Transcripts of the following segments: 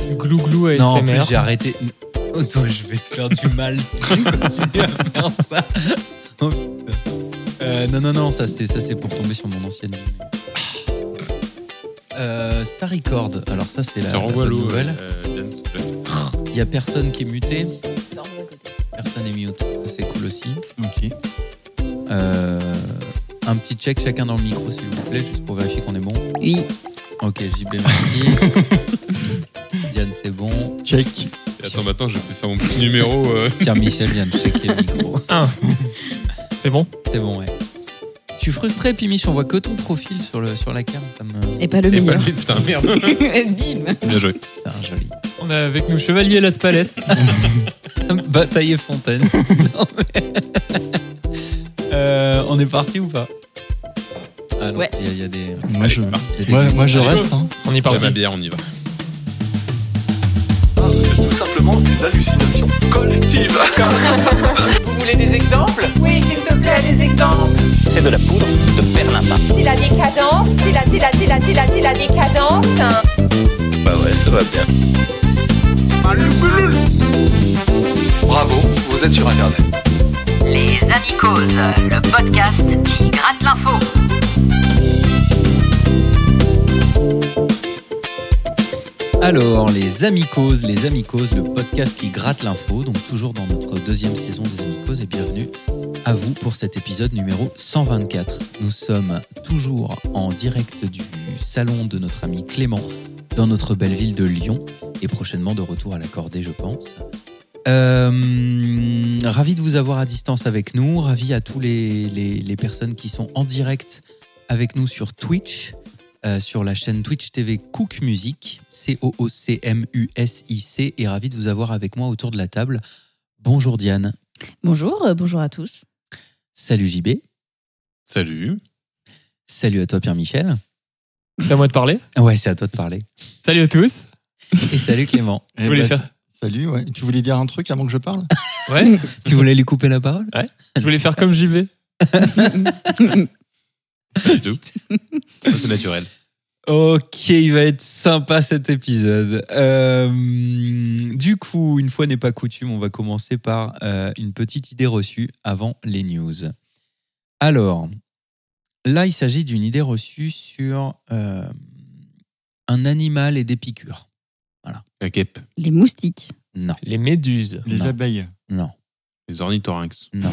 Glou ASMR. Non, en plus, j'ai arrêté. Oh, toi, je vais te faire du mal si tu continues à faire ça. Oh, putain. Non, ça c'est pour tomber sur mon ancienne vie. Ça record. Alors ça, c'est la bonne nouvelle. Il y a personne qui est muté. Personne est mute. Ça, c'est cool aussi. Ok. Un petit check chacun dans le micro, s'il vous plaît, juste pour vérifier qu'on est bon. Oui. Ok, JB, merci. Diane, c'est bon. Check. Attends, maintenant, je peux faire mon petit numéro. Pierre-Michel vient de checker le micro. C'est bon? C'est bon, ouais. Je suis frustré, Pimiche, on voit que ton profil sur la carte. Ça me... Et pas le Et meilleur. putain, merde. Bim. Bien joué. Putain, joli. On a avec nous Chevalier Las Palais. Bataille Fontaine. Non, mais... on est parti ou pas? Ah non, Ouais. Il y a des... Moi, je, c'est parti. moi, je reste. Hein. On est J'ai parti. ma bière, on y va. C'est tout simplement une hallucination collective. Vous voulez des exemples? Oui, s'il te plaît, des exemples. C'est de la poudre de perlimpin. C'est la décadence, c'est la décadence. Bah ouais, ça va bien. Bravo, vous êtes sur Internet. Les Amicoses, le podcast qui gratte l'info. Alors, les Amicoses, le podcast qui gratte l'info, donc toujours dans notre deuxième saison des Amicoses, et bienvenue à vous pour cet épisode numéro 124. Nous sommes toujours en direct du salon de notre ami Clément, dans notre belle ville de Lyon, et prochainement de retour à l'Accordé, je pense. Ravi de vous avoir à distance avec nous, ravi à tous les personnes qui sont en direct avec nous sur Twitch, sur la chaîne Twitch TV Cook Music, COOCMUSIC, et ravi de vous avoir avec moi autour de la table. Bonjour Diane. Bonjour à tous. Salut JB. Salut. Salut à toi Pierre-Michel. C'est à moi de parler. Ouais, c'est à toi de parler. Salut à tous. Et salut Clément. Je voulais faire... Salut, ouais. Tu voulais dire un truc avant que je parle? Ouais. Tu voulais lui couper la parole? Ouais. Je voulais faire comme JB. Salut tout. Ça, c'est naturel. Ok, il va être sympa cet épisode. Du coup, une fois n'est pas coutume, on va commencer par une petite idée reçue avant les news. Alors, là, il s'agit d'une idée reçue sur un animal et des piqûres. Voilà. La guêpe. Les moustiques. Non. Les méduses. Les Non. abeilles. Non. Les ornithorynx. Non.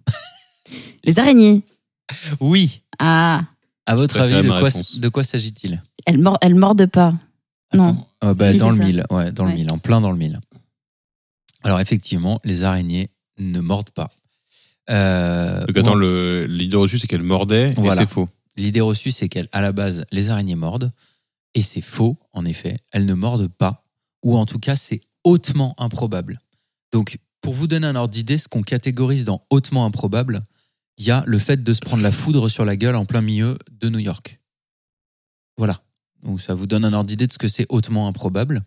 Les araignées. Oui. Ah, À votre Préférez avis, ma réponse. de quoi s'agit-il? elles mordent pas. Non. Ah bah, Oui, dans c'est le ça. mille, ouais, dans le Ouais. mille, en plein dans le mille. Alors effectivement, les araignées ne mordent pas. Donc attends, l'idée reçue, c'est qu'elle mordait, Voilà. et c'est faux. L'idée reçue, c'est qu'à la base, les araignées mordent, et c'est faux, en effet. Elles ne mordent pas, ou en tout cas, c'est hautement improbable. Donc, pour vous donner un ordre d'idée, ce qu'on catégorise dans hautement improbable, il y a le fait de se prendre la foudre sur la gueule en plein milieu de New York. Voilà. Donc, ça vous donne un ordre d'idée de ce que c'est hautement improbable.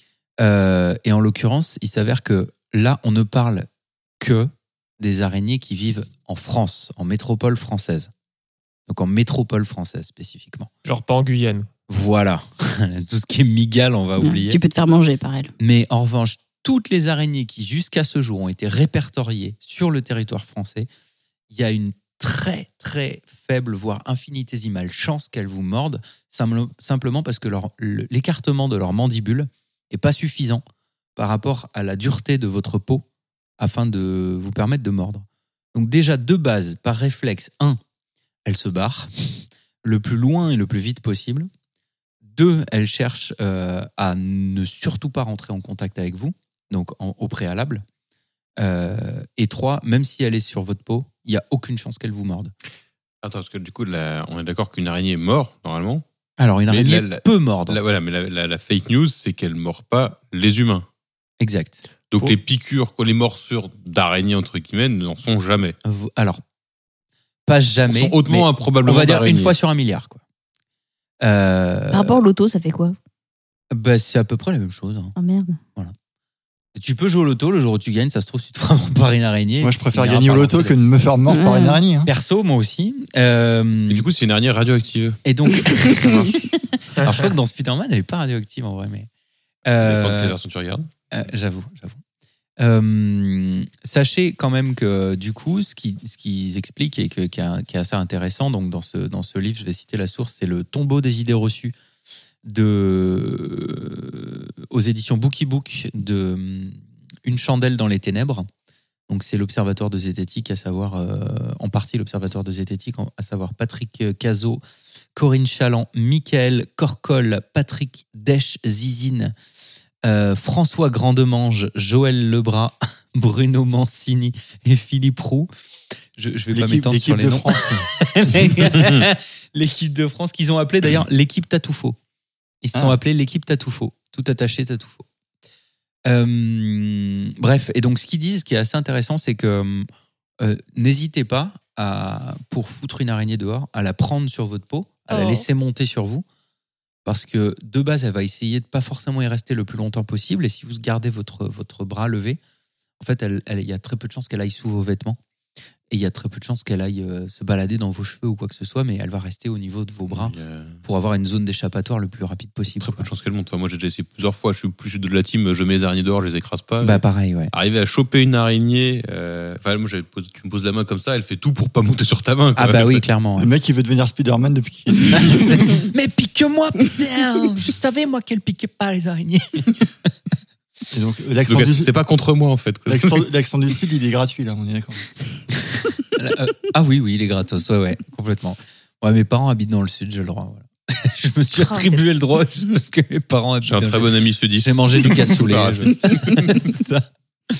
Et en l'occurrence, il s'avère que là, on ne parle que des araignées qui vivent en France, en métropole française. Donc en métropole française spécifiquement. Genre pas en Guyane. Voilà. Tout ce qui est migale, on va oublier. Tu peux te faire manger par elles. Mais en revanche, toutes les araignées qui jusqu'à ce jour ont été répertoriées sur le territoire français, il y a une très très faible, voire infinitésimale chance qu'elles vous mordent, simplement parce que l'écartement de leur mandibule n'est pas suffisant par rapport à la dureté de votre peau afin de vous permettre de mordre. Donc déjà, de base, par réflexe, 1, elles se barrent le plus loin et le plus vite possible. 2, elles cherchent à ne surtout pas rentrer en contact avec vous, donc au préalable. Et 3, même si elle est sur votre peau, il n'y a aucune chance qu'elle vous morde. Attends, parce que du coup, on est d'accord qu'une araignée mord, normalement. Alors, une Mais araignée la- peut mordre. Voilà, mais la fake news, c'est qu'elle ne mord pas les humains. Exact. Donc Pour- les piqûres, les morsures d'araignées, entre guillemets, n'en sont jamais. Alors, pas jamais. Elles sont hautement mais improbablement on va dire une d'araignées. fois sur 1 milliard, quoi. Par rapport au loto, ça fait quoi? Bah, c'est à peu près la même chose. Hein. Oh merde. Tu peux jouer au loto, le jour où tu gagnes, ça se trouve, tu te feras mordre par une araignée. Moi, je préfère Tu finiras gagner au par loto l'emporter. que de me faire mordre par une araignée. Hein. Perso, moi aussi. Et du coup, c'est une araignée radioactive. Et donc, alors je crois que dans Spider-Man, elle n'est pas radioactive en vrai, mais Ça dépend de quelle version tu regardes. J'avoue. Sachez quand même que du coup, ce qu'ils expliquent et qui est assez intéressant, donc dans ce livre, je vais citer la source, c'est le tombeau des idées reçues aux éditions Bookie Book de Une chandelle dans les ténèbres. Donc c'est l'Observatoire de zététique, à savoir en partie l'Observatoire de zététique, à savoir Patrick Cazot, Corinne Chaland, Michael Corcol, Patrick Desch-Zizine, François Grandemange, Joël Lebras, Bruno Mancini et Philippe Roux. Je vais pas m'étendre sur les noms. L'équipe de France qu'ils ont appelée d'ailleurs l'équipe Tatoufo. Ils se sont appelés l'équipe Tatoufo. Tout attaché Tatoufo. Bref, et donc ce qu'ils disent, ce qui est assez intéressant, c'est que n'hésitez pas pour foutre une araignée dehors, à la prendre sur votre peau, à la laisser monter sur vous. Parce que de base, elle va essayer de pas forcément y rester le plus longtemps possible. Et si vous gardez votre bras levé, en fait, il y a très peu de chances qu'elle aille sous vos vêtements. Et il y a très peu de chances qu'elle aille se balader dans vos cheveux ou quoi que ce soit. Mais elle va rester au niveau de vos bras pour avoir une zone d'échappatoire le plus rapide possible. Très peu de chances qu'elle monte. Enfin, moi, j'ai déjà essayé plusieurs fois. Je suis plus de la team, je mets les araignées dehors, je les écrase pas. Bah, pareil, ouais. Arriver à choper une araignée. Moi, tu me poses la main comme ça, elle fait tout pour pas monter sur ta main. Quoi. Ah, bah oui, clairement. Ouais. Le mec, il veut devenir Spider-Man depuis qu'il est Mais pique-moi, putain! Je savais, moi, qu'elle piquait pas les araignées. Et donc, c'est pas contre moi, en fait. L'accent du Sud, il est gratuit, là, on est d'accord. Ah oui, il est gratos, ouais, complètement. Ouais, mes parents habitent dans le Sud, j'ai le droit. Voilà. Je me suis attribué le droit juste parce que mes parents habitent dans le Sud. J'ai un très bon ami sudiste. J'ai mangé du cassoulet. C'est ça.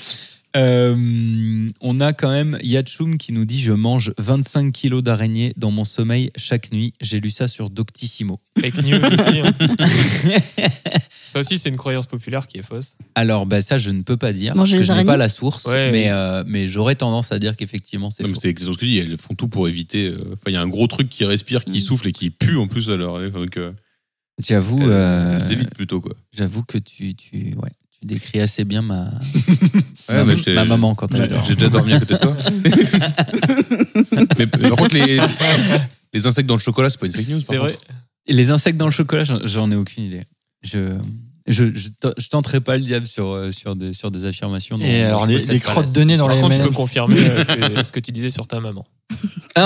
On a quand même Yatchoum qui nous dit « Je mange 25 kilos d'araignées dans mon sommeil chaque nuit. J'ai lu ça sur Doctissimo. » Fake news ici. Hein. Ça aussi, c'est une croyance populaire qui est fausse. Alors, ça, je ne peux pas dire. Manger parce que les je n'ai pas araignées. La source. Ouais, mais j'aurais tendance à dire qu'effectivement, c'est faux. C'est exactement ce que je dis. Elles font tout pour éviter. Il y a un gros truc qui respire, qui souffle et qui pue en plus à leur. Donc, j'avoue. Elles évitent plutôt, quoi. J'avoue que tu décris assez bien ma maman quand elle dort. J'ai déjà dormi à côté de toi. mais par contre, les insectes dans le chocolat, c'est pas une fake news. C'est vrai. Et les insectes dans le chocolat, j'en ai aucune idée. Je tenterai pas le diable sur des affirmations. Et alors, les crottes de nez dans Par les contre, M&M's. je peux confirmer ce que tu disais sur ta maman. Il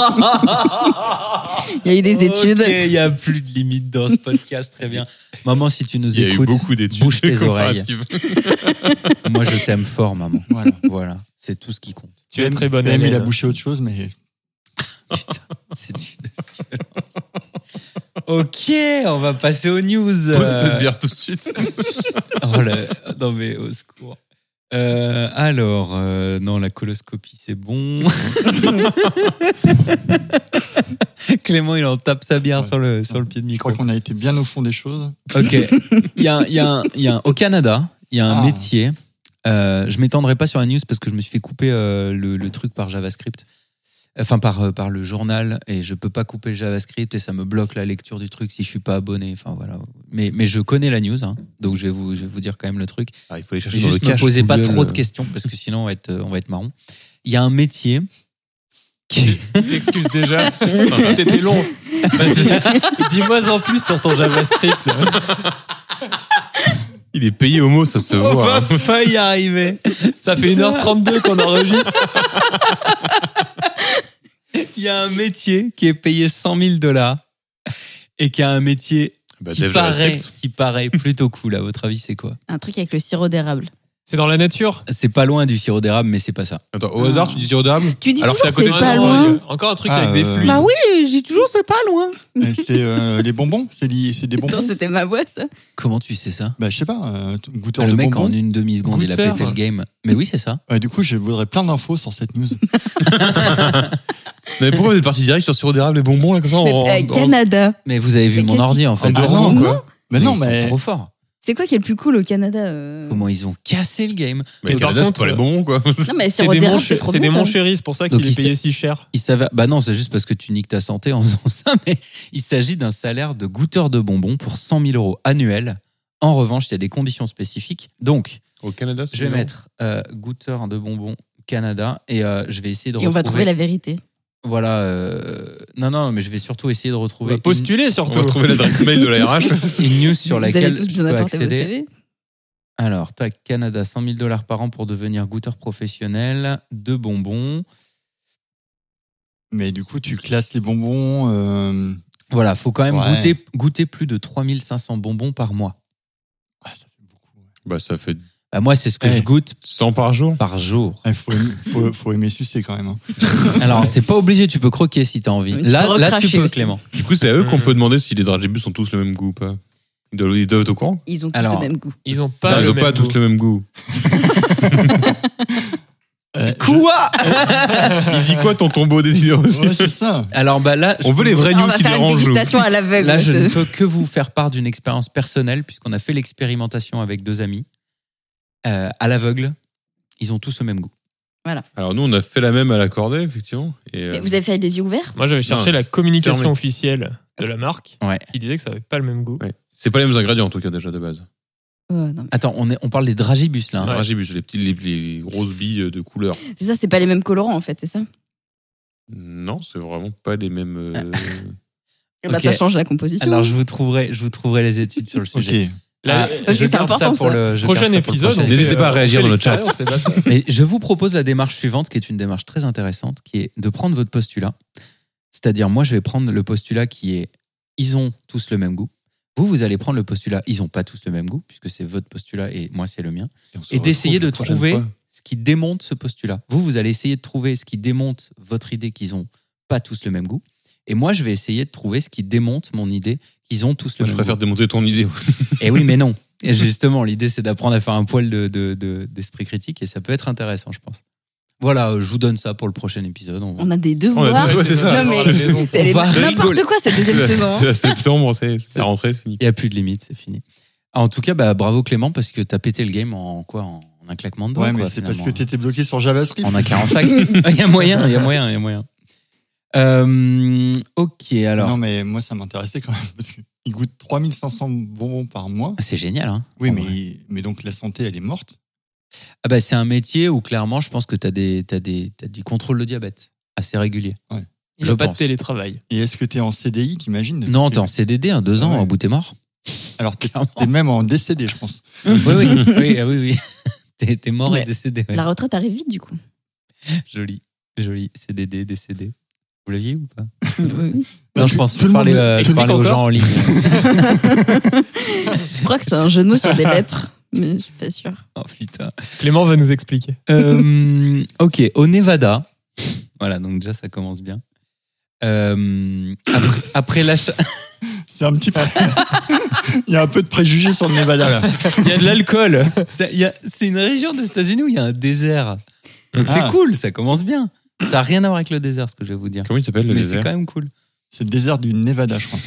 y a eu des études. Okay, il n'y a plus de limite dans ce podcast, très bien. Maman, si tu nous écoutes, il y a eu beaucoup d'études bouge tes oreilles. Moi, je t'aime fort, maman. Voilà, c'est tout ce qui compte. Tu es très bonne. Même il a bouché autre chose, mais... Putain, c'est une violence. Ok, on va passer aux news. Pose cette bière tout de suite. Non mais au secours. Alors, non, la coloscopie, c'est bon. Clément, il en tape sa bière sur le pied de micro. Je crois qu'on a été bien au fond des choses. Ok. Au Canada, il y a un métier. Je m'étendrai pas sur la news parce que je me suis fait couper le truc par JavaScript. Enfin, par le journal, et je peux pas couper le JavaScript et ça me bloque la lecture du truc si je suis pas abonné. Enfin, voilà. Mais je connais la news, hein, donc je vais vous dire quand même le truc. Il faut aller chercher juste me posez pas trop de questions parce que sinon on va être marron. Il y a un métier qui... Il s'excuse déjà. C'était long. Dis-moi en plus sur ton JavaScript. Là. Il est payé au mot, ça se voit. On va pas y arriver. Ça fait 1h32 qu'on enregistre. Il y a un métier qui est payé $100,000 et qui a un métier qui paraît plutôt cool. À votre avis, c'est quoi? Un truc avec le sirop d'érable. C'est dans la nature. C'est pas loin du sirop d'érable, mais c'est pas ça. Attends, au hasard, tu dis sirop d'érable? Tu dis alors toujours que c'est pas loin. Encore un truc avec des fluides. Bah oui, je dis toujours c'est pas loin. C'est les bonbons, c'est des bonbons. Attends, c'était ma boîte, ça. Comment tu sais ça? Bah, je sais pas, goûteur Le de mec, bonbons. en une demi-seconde, il a pété le game. Mais oui, c'est ça. Ouais, du coup, je voudrais plein d'infos sur cette news. Mais pourquoi vous êtes parti direct sur sirop d'érable et bonbons, là, comme ça? Canada. Mais vous avez vu mon ordi, en fait. Non, quoi. Mais non, Ils mais... sont trop forts. C'est quoi qui est le plus cool au Canada Comment ils ont cassé le game. Mais par Canada, c'est contre, pas les bonbons, quoi. Non, mais C'est sirop des d'érable, c'est trop c'est bien, des ça. Montchéri, c'est pour ça Donc, qu'il est payé si cher. Bah non, c'est juste parce que tu niques ta santé en faisant ça, mais il s'agit d'un salaire de goûteur de bonbons pour 100 000 € annuels. En revanche, il y a des conditions spécifiques. Donc, Au Canada, je vais mettre goûteur de bonbons Canada et je vais essayer de Et on va trouver la vérité. Voilà. Non, mais je vais surtout essayer de On retrouver va postuler On surtout. va trouver l'adresse mail de la RH. une news sur Vous allez laquelle tous je bien peux apporter vos accéder. CV. Alors, tac, Canada, 100 000 $ par an pour devenir goûteur professionnel de bonbons. Mais du coup, tu classes les bonbons. Voilà, faut quand même Ouais. goûter plus de 3500 bonbons par mois. Ah, ça fait beaucoup. Bah, ça fait Bah, moi, c'est ce que Ouais. je goûte 100 par jour. par jour. Il faut aimer sucer quand même. Hein. Alors, t'es pas obligé, tu peux croquer si t'as envie. Mais tu Là, peux tu recracher peux, aussi. Clément. Du coup, c'est à eux qu'on peut demander si les dragibus ont tous le même goût ou pas. Ils doivent être au courant. Ils ont tous Alors, le même goût. Ils ont Non, pas ils le ont pas même tous goût. le même goût. Quoi Il dit quoi ton tombeau des idées aussi Ouais, c'est ça. Alors, bah là, On veut les vraies Ah, news on va qui faire une dérangent. dégustation à l'aveugle. là, je ne peux que vous faire part d'une expérience personnelle, puisqu'on a fait l'expérimentation avec 2 amis. À l'aveugle, ils ont tous le même goût. Alors nous, on a fait la même à l'accordé, effectivement. Et, Mais vous avez fait avec les yeux ouverts? Moi, j'avais cherché Non, la communication fermé. officielle de la marque Ouais. qui disait que ça avait pas le même goût. ouais. C'est pas les mêmes ingrédients, en tout cas, déjà, de base. Non, mais Attends, on parle des dragibus, là. hein. Ouais. Dragibus, les grosses billes de couleur. c'est ça, c'est pas les mêmes colorants en fait, c'est ça? Non, c'est vraiment pas les mêmes... Bah, Ok. ça change la composition. Alors, je vous trouverai les études sur le sujet. Ok. Là, Ah, Parce je que c'est garde important, pour ça. le prochain épisode, on N'hésitez fait, pas à réagir on fait dans le chat. l'expérience, c'est pas ça. Mais je vous propose la démarche suivante, qui est une démarche très intéressante, qui est de prendre votre postulat. C'est-à-dire, moi, je vais prendre le postulat qui est « ils ont tous le même goût ». Vous allez prendre le postulat « ils n'ont pas tous le même goût », puisque c'est votre postulat et moi, c'est le mien. Et d'essayer de trouver ce qui démonte ce postulat. Vous allez essayer de trouver ce qui démonte votre idée qu'ils n'ont pas tous le même goût. Et moi, je vais essayer de trouver ce qui démonte mon idée qu'ils ont tous le Moi, je même préfère goût. démonter ton idée. Et oui, mais non. Et justement, l'idée, c'est d'apprendre à faire un poil d'esprit critique et ça peut être intéressant, je pense. Voilà, je vous donne ça pour le prochain épisode. On a des On a devoirs. ouais, c'est ça. Non, mais À la maison. c'est On va n'importe rigoler. quoi cette deuxième saison. C'est la septembre, c'est rentré, c'est fini. Il n'y a plus de limite, c'est fini. Ah, en tout cas, bah, bravo Clément, parce que t'as pété le game en quoi? En un claquement de doigts. Ouais, mais quoi, c'est parce finalement. que t'étais bloqué sur JavaScript. En un 45. Il y a moyen. Ok, alors. Non, mais moi, ça m'intéressait quand même. Parce qu'il goûte 3500 bonbons par mois. C'est génial, hein. Oui, en vrai. mais donc la santé, elle est morte. Ah bah, c'est un métier où clairement, je pense que t'as des contrôles de diabète assez réguliers. Ouais. Il Je n'y a pas de pense. télétravail. Et est-ce que t'es en CDI, t'imagines? Non, t'es en CDD, 2 ans, Ouais. au bout t'es mort. Alors, t'es Clairement. même en décédé, je pense. Oui. T'es mort et Mais décédé. ouais. La retraite arrive vite du coup. Joli. CDD, décédé. Vous l'aviez ou pas? Oui. Non, je pense. Tout le Parler, monde- je parlais aux encore gens en ligne. Je crois que c'est un jeu de mots sur des lettres, mais je suis pas sûre. Oh putain. Clément va nous expliquer. Ok, au Nevada. Voilà, donc déjà ça commence bien. Après l'achat. C'est un petit peu. Il y a un peu de préjugés sur le Nevada, là. Il y a de l'alcool. C'est une région des États-Unis où il y a un désert. Donc Ah. c'est cool, ça commence bien. Ça n'a rien à voir avec le désert, ce que je vais vous dire. Comment il s'appelle le Mais c'est désert quand même cool. C'est le désert du Nevada, je crois.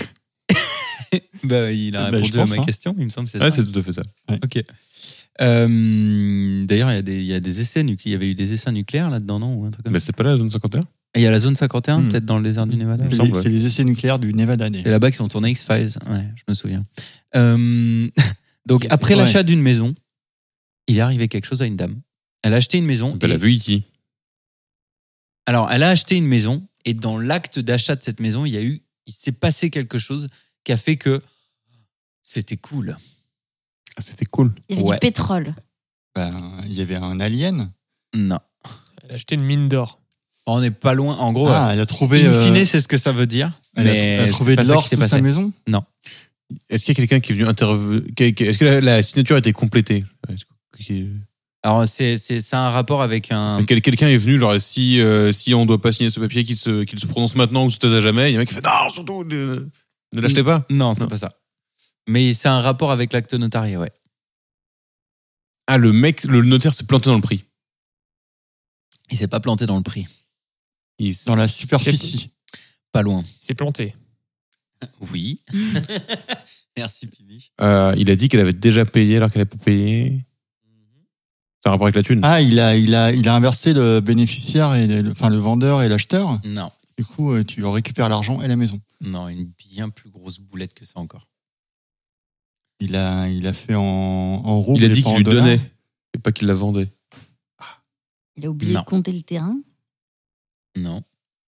Bah, il a Bah, répondu je à pense, ma hein. question, il me semble que c'est Ouais, ça. c'est tout à fait ça. Ok. D'ailleurs, il y a des essais il y avait eu des essais nucléaires là-dedans, non? Ou un truc comme Mais ça. c'est pas là la zone 51 Et il y a la zone 51, Hmm. peut-être dans le désert du Nevada. C'est semble, ouais. les essais nucléaires du Nevada. C'est là-bas qu'ils ont tourné X-Files. Ouais, je me souviens. Donc, Ok, après ouais. l'achat d'une maison, il est arrivé quelque chose à une dame. Elle a acheté une maison. Elle a et- vu E.T. Alors, elle a acheté une maison et dans l'acte d'achat de cette maison, il s'est passé quelque chose qui a fait que c'était cool. Ah, c'était cool. Il y avait Ouais. du pétrole. Ben, il y avait un alien. Non. Elle a acheté une mine d'or. On n'est pas loin. En gros, Ah, elle a trouvé. in fine, c'est ce que ça veut dire. Elle mais a trouvé c'est pas de ça l'or qui s'est sous sa passé. maison. Est-ce qu'il y a quelqu'un qui est venu intervenir Est-ce que la signature a été complétée Alors, c'est un rapport avec un. Quelqu'un est venu, genre, si on doit pas signer ce papier, qu'il se prononce maintenant ou se taise à jamais, il y a un mec qui fait non, surtout, ne l'achetez pas. Non, c'est Non. pas ça. Mais c'est un rapport avec l'acte notarié, ouais. Ah, le notaire s'est planté dans le prix. Il s'est pas planté dans le prix. Dans la superficie. Pas loin. Il s'est planté. Oui. Merci, Pibiche. Il a dit qu'elle avait déjà payé alors qu'elle n'avait pas payé. C'est un rapport avec la thune. Ah, il a inversé le bénéficiaire et le vendeur et l'acheteur. Non. Du coup, tu récupères l'argent et la maison. Non, une bien plus grosse boulette que ça encore. Il a fait en rouble. Il a et dit pas en qu'il lui dollars. donnait et pas qu'il la vendait. Il a oublié Non. de compter le terrain. Non.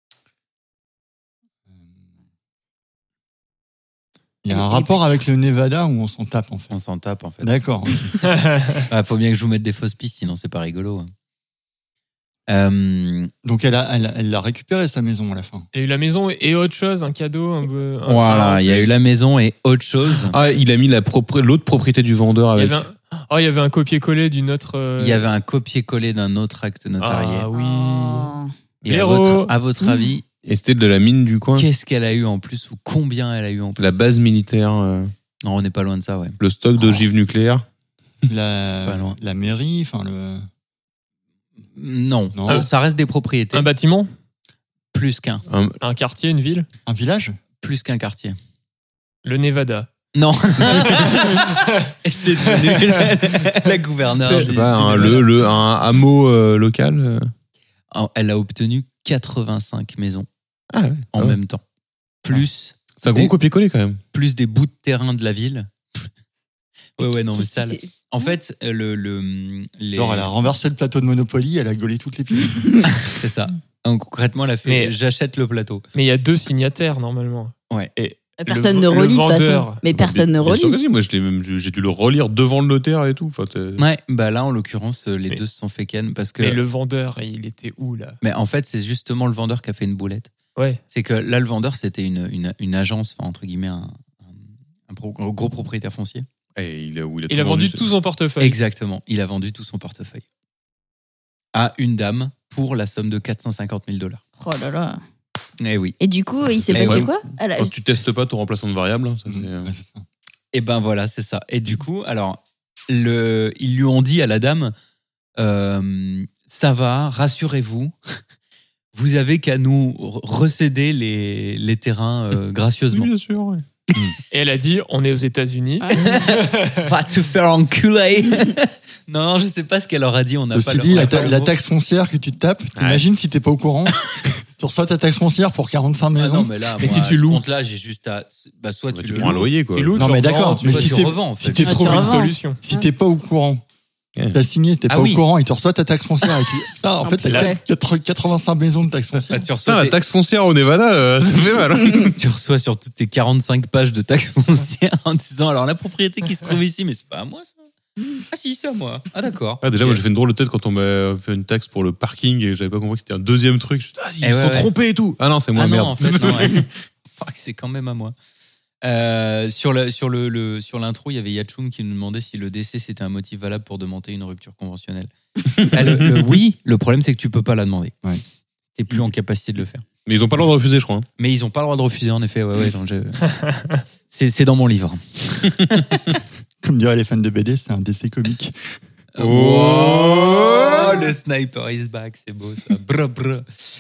Il y a un rapport avec le Nevada où on s'en tape, en fait. On s'en tape, en fait. D'accord. Faut bien que je vous mette des fausses pistes, sinon c'est pas rigolo. Donc elle a récupéré sa maison à la fin. Il y a eu la maison et autre chose, un cadeau, un peu. Voilà, il y a eu la maison et autre chose. Ah, il a mis l'autre propriété du vendeur avec. Il y avait un copier-coller d'une autre. Il y avait un copier-coller d'un autre acte notarié. Ah oui. Et à votre avis, et c'était de la mine du coin. Qu'est-ce qu'elle a eu en plus ou combien elle a eu en plus? La base militaire. Non, on n'est pas loin de ça, ouais. Le stock d'ogives nucléaires. La mairie, enfin le. Non. Ça reste des propriétés. Un bâtiment? Plus qu'un. Un quartier, une ville? Un village? Plus qu'un quartier. Le Nevada. Non. Et c'est devenu la gouverneure. Un hameau local. Elle a obtenu 85 maisons en même temps. Plus. C'est un gros copier-coller quand même. Plus des bouts de terrain de la ville. Ouais, non, mais ça. En fait, Genre, elle a renversé le plateau de Monopoly, elle a gaulé toutes les pièces. C'est ça. Donc, concrètement, elle a fait j'achète le plateau. Mais il y a 2 signataires, normalement. Ouais. Et personne ne relit, de toute façon. Mais personne ne relit. Moi, j'ai dû le relire devant le notaire et tout. Enfin, ouais, là, en l'occurrence, les deux se sont fait ken parce que. Mais le vendeur, il était où, là? Mais en fait, c'est justement le vendeur qui a fait une boulette. Ouais. C'est que là, le vendeur, c'était une agence, enfin, entre guillemets, un gros propriétaire foncier. Et il a vendu tout son portefeuille. Exactement. Il a vendu tout son portefeuille à une dame pour la somme de $450,000. Oh là là. Eh oui. Et du coup, il s'est passé quoi? Quand tu testes pas ton remplaçant de variable, ça c'est ça. Et ben voilà, c'est ça. Et du coup, alors, ils lui ont dit à la dame, ça va, rassurez-vous, vous avez qu'à nous recéder les terrains gracieusement. Oui, bien sûr, oui. Et elle a dit, on est aux États-Unis. Va te faire enculer. Non, je sais pas ce qu'elle leur a dit. On n'a pas. Ceci dit, la taxe foncière que tu te tapes, t'imagines si t'es pas au courant, tu reçois ta taxe foncière pour 45 maisons. Non, mais là, mais si tu loues, compte-là, j'ai juste à, soit tu prends un loyer, quoi. Tu loues, non, mais d'accord, mais si tu revends, en fait. Si t'es trouves une solution. Si t'es pas au courant. T'as signé, t'es pas au courant, et tu reçois ta taxe foncière. En fait, t'as 85 maisons de taxe foncière. Tu reçois la taxe foncière au Nevada, ça fait mal. Tu reçois sur toutes tes 45 pages de taxe foncière en disant alors la propriété qui se trouve ici, mais c'est pas à moi ça. Ah si, c'est à moi. Ah d'accord. Déjà, moi j'ai fait une drôle de tête quand on m'a fait une taxe pour le parking et j'avais pas compris que c'était un deuxième truc. Je me suis dit, ils sont trompés et tout. Ah non, c'est moi, merde. Non, en fait, non, Fuck, c'est quand même à moi. Sur l'intro, il y avait Yachum qui nous demandait si le décès c'était un motif valable pour demander une rupture conventionnelle. Oui, le problème c'est que tu peux pas la demander. Ouais. T'es plus en capacité de le faire. Mais ils ont pas le droit de refuser, je crois. Mais ils ont pas le droit de refuser, en effet. Ouais, c'est dans mon livre. Comme diraient les fans de BD, c'est un décès comique. Oh, le sniper is back, c'est beau ça. Brr.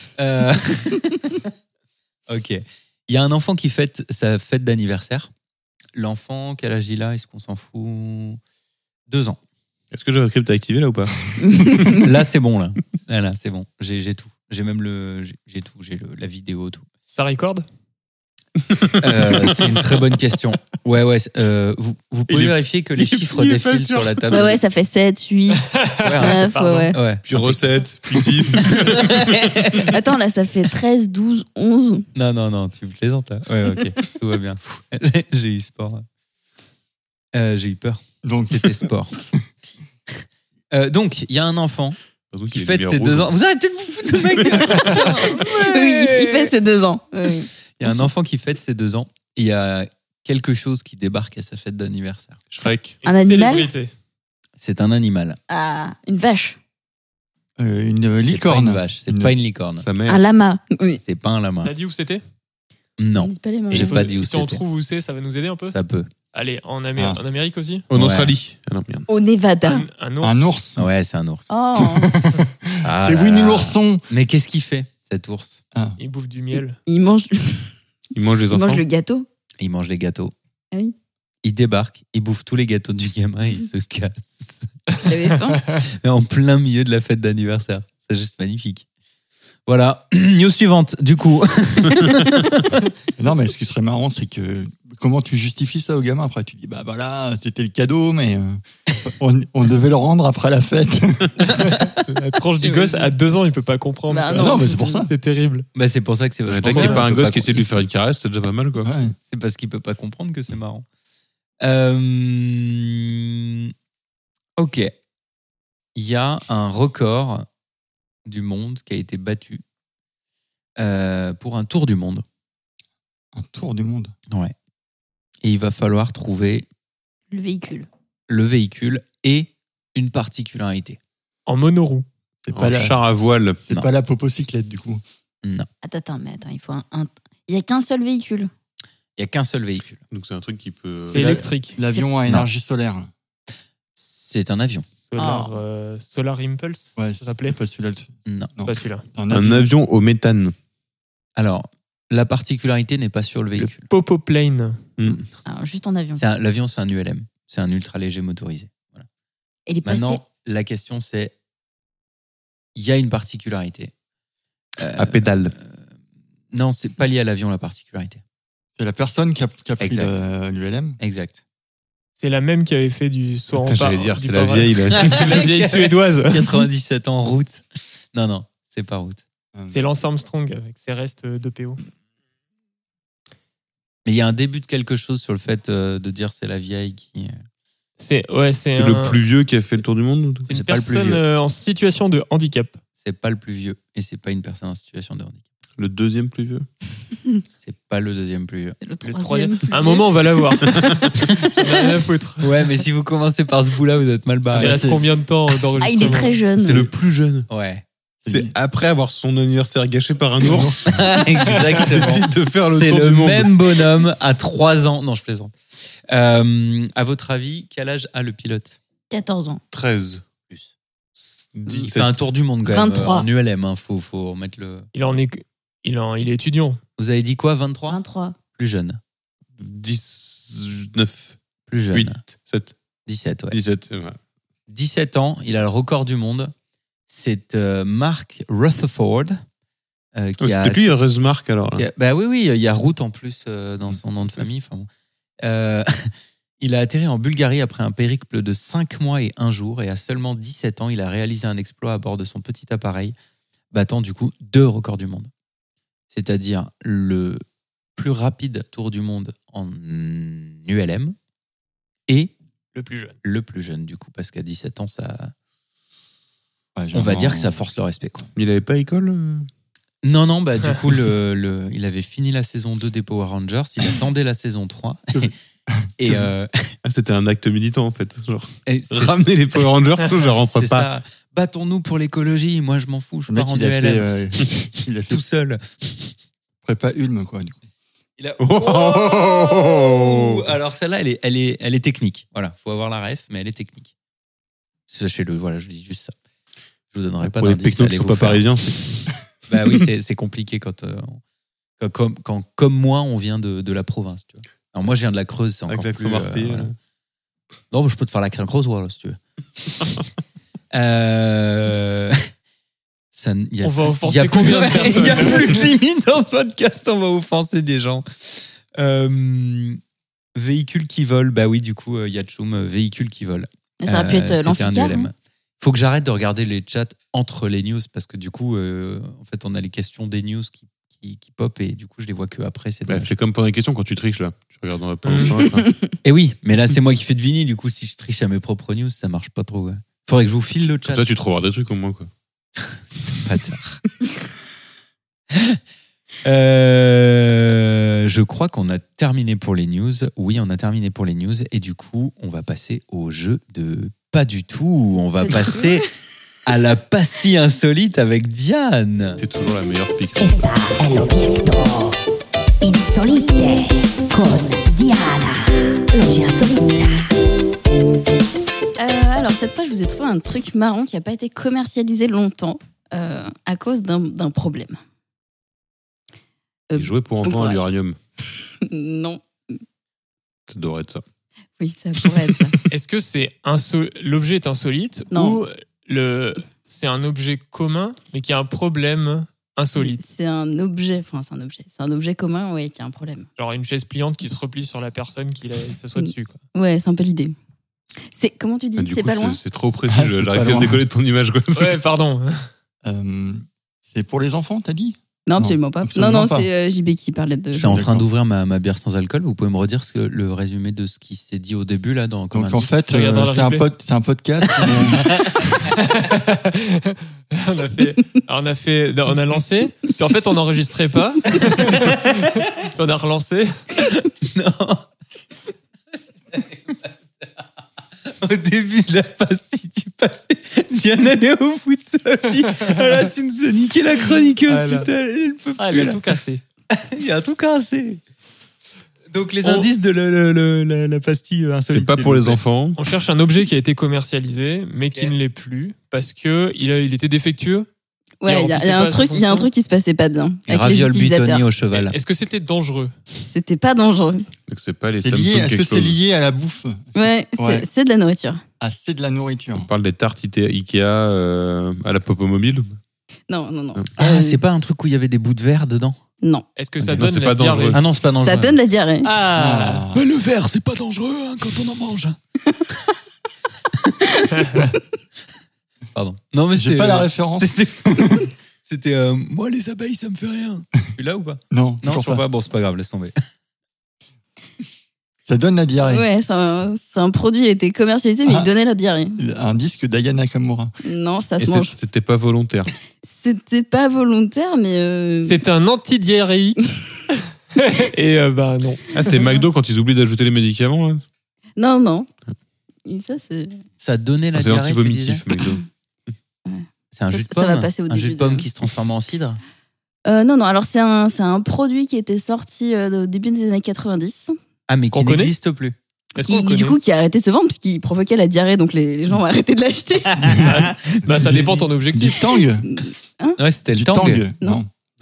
Ok. Il y a un enfant qui fête sa fête d'anniversaire. L'enfant, quel âge il a? Est-ce qu'on s'en fout? 2 ans. Est-ce que JavaScript a activé là ou pas? Là, c'est bon, là. Là, c'est bon. J'ai tout. J'ai même j'ai tout. J'ai la vidéo, tout. Ça record? C'est une très bonne question. Ouais. Vous pouvez vérifier que les chiffres défilent sur la table. Ouais, ça fait 7, 8, 9, ouais. Puis recette, puis 6. Attends, là, ça fait 13, 12, 11. Non, tu plaisantes, là. Ouais, ok, tout va bien. J'ai eu sport. J'ai eu peur. Donc, c'était sport. Donc, il y a un enfant qui fête ses 2 rouge. ans. Vous arrêtez de vous foutre de mec. Oui, il fait ses 2 ans. Oui. Il y a un enfant qui fête ses 2 ans et il y a quelque chose qui débarque à sa fête d'anniversaire. Shrek. Un animal? Célébrité. C'est un animal. Ah, une vache. Une licorne. C'est pas une vache, c'est pas une licorne. Sa mère. Un lama. Oui. C'est pas un lama. T'as dit où c'était? Non. Dis pas les mots. J'ai pas dit où Si on c'était. trouve où c'est, ça va nous aider un peu? Ça peut. Allez, en Amérique aussi? En Ouais. Australie. Ah non, merde. Au Nevada. Un ours. Un ours. Ouais, c'est un ours. Oh. Ah C'est là Winnie là. l'ourson. Mais qu'est-ce qu'il fait, cet ours? Il bouffe du miel. Il mange Il mange les enfants. le gâteau. Il mange les gâteaux. Ah oui. Il débarque, il bouffe tous les gâteaux du gamin et il se casse. Il avait faim. Mais en plein milieu de la fête d'anniversaire. C'est juste magnifique. Voilà. News suivante, du coup. Non, mais ce qui serait marrant, c'est que comment tu justifies ça aux gamins après? Tu dis, bah voilà, c'était le cadeau, mais on devait le rendre après la fête. La tranche du gosse, à 2 ans, il peut pas comprendre. Bah, Non, mais c'est pour ça. C'est terrible. Bah, c'est pour ça que c'est vachement Dès qu'il n'y a bien. pas un Il peut gosse qui essaie de lui faire une caresse, c'est déjà pas mal, quoi. Ouais. C'est parce qu'il peut pas comprendre que c'est marrant. Ok. Il y a un record du monde qui a été battu pour un tour du monde. Un tour du monde. Ouais. Et il va falloir trouver Le véhicule. le véhicule et une particularité. En monoroue. C'est En pas la, char à voile. c'est Non. pas la popocyclette, du coup. Non. Attends, il faut il y a qu'un seul véhicule. Il n'y a qu'un seul véhicule. Donc c'est un truc qui peut. C'est électrique. L'avion à énergie solaire. C'est un avion. Solar Impulse, Ouais, ça s'appelait c'est pas celui-là. Non. C'est pas celui-là. C'est Un avion au méthane. Alors, la particularité n'est pas sur le véhicule. Le Popoplane. Alors, juste en avion. L'avion, c'est un ULM. C'est un ultra léger motorisé. Voilà. Et il est passé. Maintenant, la question, c'est il y a une particularité. À pédale. Non, c'est pas lié à l'avion, la particularité. C'est la personne qui a pris Exact. l'ULM. Exact. C'est la même qui avait fait du saut en J'allais dire, du c'est la paravent. vieille. là. C'est la vieille suédoise. 97 ans, route. Non, c'est pas route. C'est Lance Armstrong avec ses restes de PO. Mais il y a un début de quelque chose sur le fait de dire c'est la vieille qui. C'est C'est le plus vieux qui a fait le tour du monde. C'est une C'est pas le plus personne vieux. en situation de handicap. C'est pas le plus vieux et c'est pas une personne en situation de handicap. Le deuxième plus vieux. C'est pas le deuxième plus vieux. Le Le troisième. troisième. plus À un vieux. moment, on va l'avoir. On a rien à foutre. Ouais, mais si vous commencez par ce bout-là, vous êtes mal Il barré. reste combien de temps d'enregistrement? Ah, il est très jeune. C'est le plus jeune. Ouais. C'est après avoir son anniversaire gâché par un ours. Exactement. Décide de faire le C'est tour le du monde. même bonhomme à 3 ans. Non, je plaisante. À votre avis, quel âge a le pilote? 14 ans. 13. Plus. 17. Il fait un tour du monde quand même. 23. En ULM, hein. Faut remettre le. Il est étudiant. Vous avez dit quoi, 23? 23. Plus jeune. 19. Plus jeune. 8. 7. 17, ouais. 17. Ouais. 17 ans, il a le record du monde. C'est Mark Rutherford. Qui a, C'était lui, Reusmark, alors. bah oui, il y a route en plus dans son nom de famille. Enfin, bon. Il a atterri en Bulgarie après un périple de 5 mois et 1 jour. Et à seulement 17 ans, il a réalisé un exploit à bord de son petit appareil, battant du coup 2 records du monde. C'est-à-dire le plus rapide tour du monde en ULM et Le plus jeune. le plus jeune du coup, parce qu'à 17 ans, ça, Ouais, on va dire que ça force le respect, quoi. Il avait pas école Non, bah du coup, il avait fini la saison 2 des Power Rangers, il attendait la saison 3. Et c'était un acte militant, en fait. Genre, c'est- ramener les Power Rangers, je rentre c'est pas. ça. Battons-nous pour l'écologie, moi je m'en fous, je Le mec, pars en il a ULM. fait, il a fait Tout seul. prépa Ulm, quoi, du coup. Il a... Oh Alors celle-là, elle est technique. Voilà, faut avoir la ref, mais elle est technique. Sachez-le, voilà, je dis juste ça. Je vous donnerai pas Pour les d'indice. technos qui allez sont vous pas faire. parisiens. Bah oui, c'est compliqué quand comme moi, on vient de la province. Tu vois. Alors moi, je viens de la Creuse, c'est encore Avec plus. l'accent marseillais. voilà. Non, mais je peux te faire la crème creusois, là, si tu veux. On va offenser combien de personnes? Il n'y a plus de limite dans ce podcast, on va offenser des gens. Véhicule qui vole, bah oui, du coup, Yatchoum, véhicule qui vole. Mais ça aurait pu être C'était un l'amphicard. ULM. hein. Faut que j'arrête de regarder les chats entre les news parce que du coup, en fait, on a les questions des news qui pop et du coup, je les vois que après. C'est Bah, dommage. fais comme pendant les questions quand tu triches, là. Tu regardes dans la réponse. Et oui, mais là, c'est moi qui fais deviner. Du coup, si je triche à mes propres news, ça marche pas trop. Ouais. Faudrait que je vous file le chat. Toi, tu trouveras des trucs au moins, quoi. Bâtard. Je crois qu'on a terminé pour les news. Oui, on a terminé pour les news. Et du coup, on va passer au jeu de pas du tout. On va passer à la pastille insolite avec Diane. C'est toujours la meilleure speaker. Esta è l'obietto insolite con Diana, l'oggi insolita. Alors, cette fois, je vous ai trouvé un truc marrant qui n'a pas été commercialisé longtemps à cause d'un problème. Et jouer pour enfants à ouais. l'uranium. Non. Ça devrait être ça. Oui, ça pourrait être ça. Est-ce que c'est l'objet est insolite Non. ou c'est un objet commun mais qui a un problème Insolite. C'est un objet, c'est un objet commun, ouais, qui a un problème. Genre une chaise pliante qui se replie sur la personne qui s'assoit dessus. Quoi. Ouais, c'est un peu l'idée. Comment tu dis? Du C'est coup, pas loin? c'est trop précis. Ah, c'est J'arrive pas plus à loin. décoller de ton image. Quoi. Ouais, pardon. C'est pour les enfants, t'as dit? Non, absolument pas. absolument Non, pas. c'est JB qui parlait de. Je suis en train D'accord. d'ouvrir ma bière sans alcool. Vous pouvez me redire le résumé de ce qui s'est dit au début là dans comme Donc en indice fait, Tu regarderas le c'est replay. c'est un podcast. On a lancé, puis en fait on n'enregistrait pas. Puis on a relancé. Non. Au début de la pastille, tu passais Diane allait au foot Sophie. Là, tu nous as niqué la chroniqueuse, Ah, là. putain, elle peut Ah, plus, elle a là. tout cassé. Il a tout cassé. Donc les On- indices de la pastille insolite. C'est pas pour les enfants. On cherche un objet qui a été commercialisé, mais qui ne l'est plus parce que il était défectueux. Ouais, il y a un truc, qui se passait pas bien Les avec les ravioles utilisateurs. buitonni au cheval. Est-ce que c'était dangereux? C'était pas dangereux. Donc c'est pas les C'est Samsung lié, qui est-ce que c'est explosent. lié à la bouffe? Ouais, Ouais. c'est de la nourriture. Ah, c'est de la nourriture. On parle des tartes Ikea à la Popomobile. Non. Ah, c'est pas un truc où il y avait des bouts de verre dedans? Non. Est-ce que ça Non, donne c'est la pas diarrhée? dangereux. Ah non, c'est pas dangereux. Ça donne la diarrhée. Ah, Bah, le verre, c'est pas dangereux quand on en mange. Pardon. Non, mais J'ai pas la référence. C'était moi les abeilles ça me fait rien. Tu l'as ou pas? Non, Non, toujours je crois pas. pas. Bon, c'est pas grave, laisse tomber. Ça donne la diarrhée. Ouais, c'est un produit, il était commercialisé, mais Ah. il donnait la diarrhée. Un disque d'Aya Nakamura. Non, ça Et se mange. c'était pas volontaire. C'était pas volontaire, mais. c'est un antidiarrhéique. Et bah non. Ah, c'est McDo quand ils oublient d'ajouter les médicaments. Là. Non. Et ça, c'est. Ça donnait la C'est diarrhée. tu disais anti-vomitif, McDo. C'est un Ça- jus de ça pomme. va passer au un jus début de pomme de- qui se transforme en cidre. Non. Alors, c'est un produit qui était sorti au début des années 90. Ah, mais Qu'on qui connaît n'existe plus. Est-ce qu'on Qui, connaît? du coup, qui a arrêté de se vendre parce qu'il provoquait la diarrhée, donc les gens ont arrêté de l'acheter. Bah, ça dépend de ton Du objectif. tang. Ouais, c'était le Du tang. tang. Non.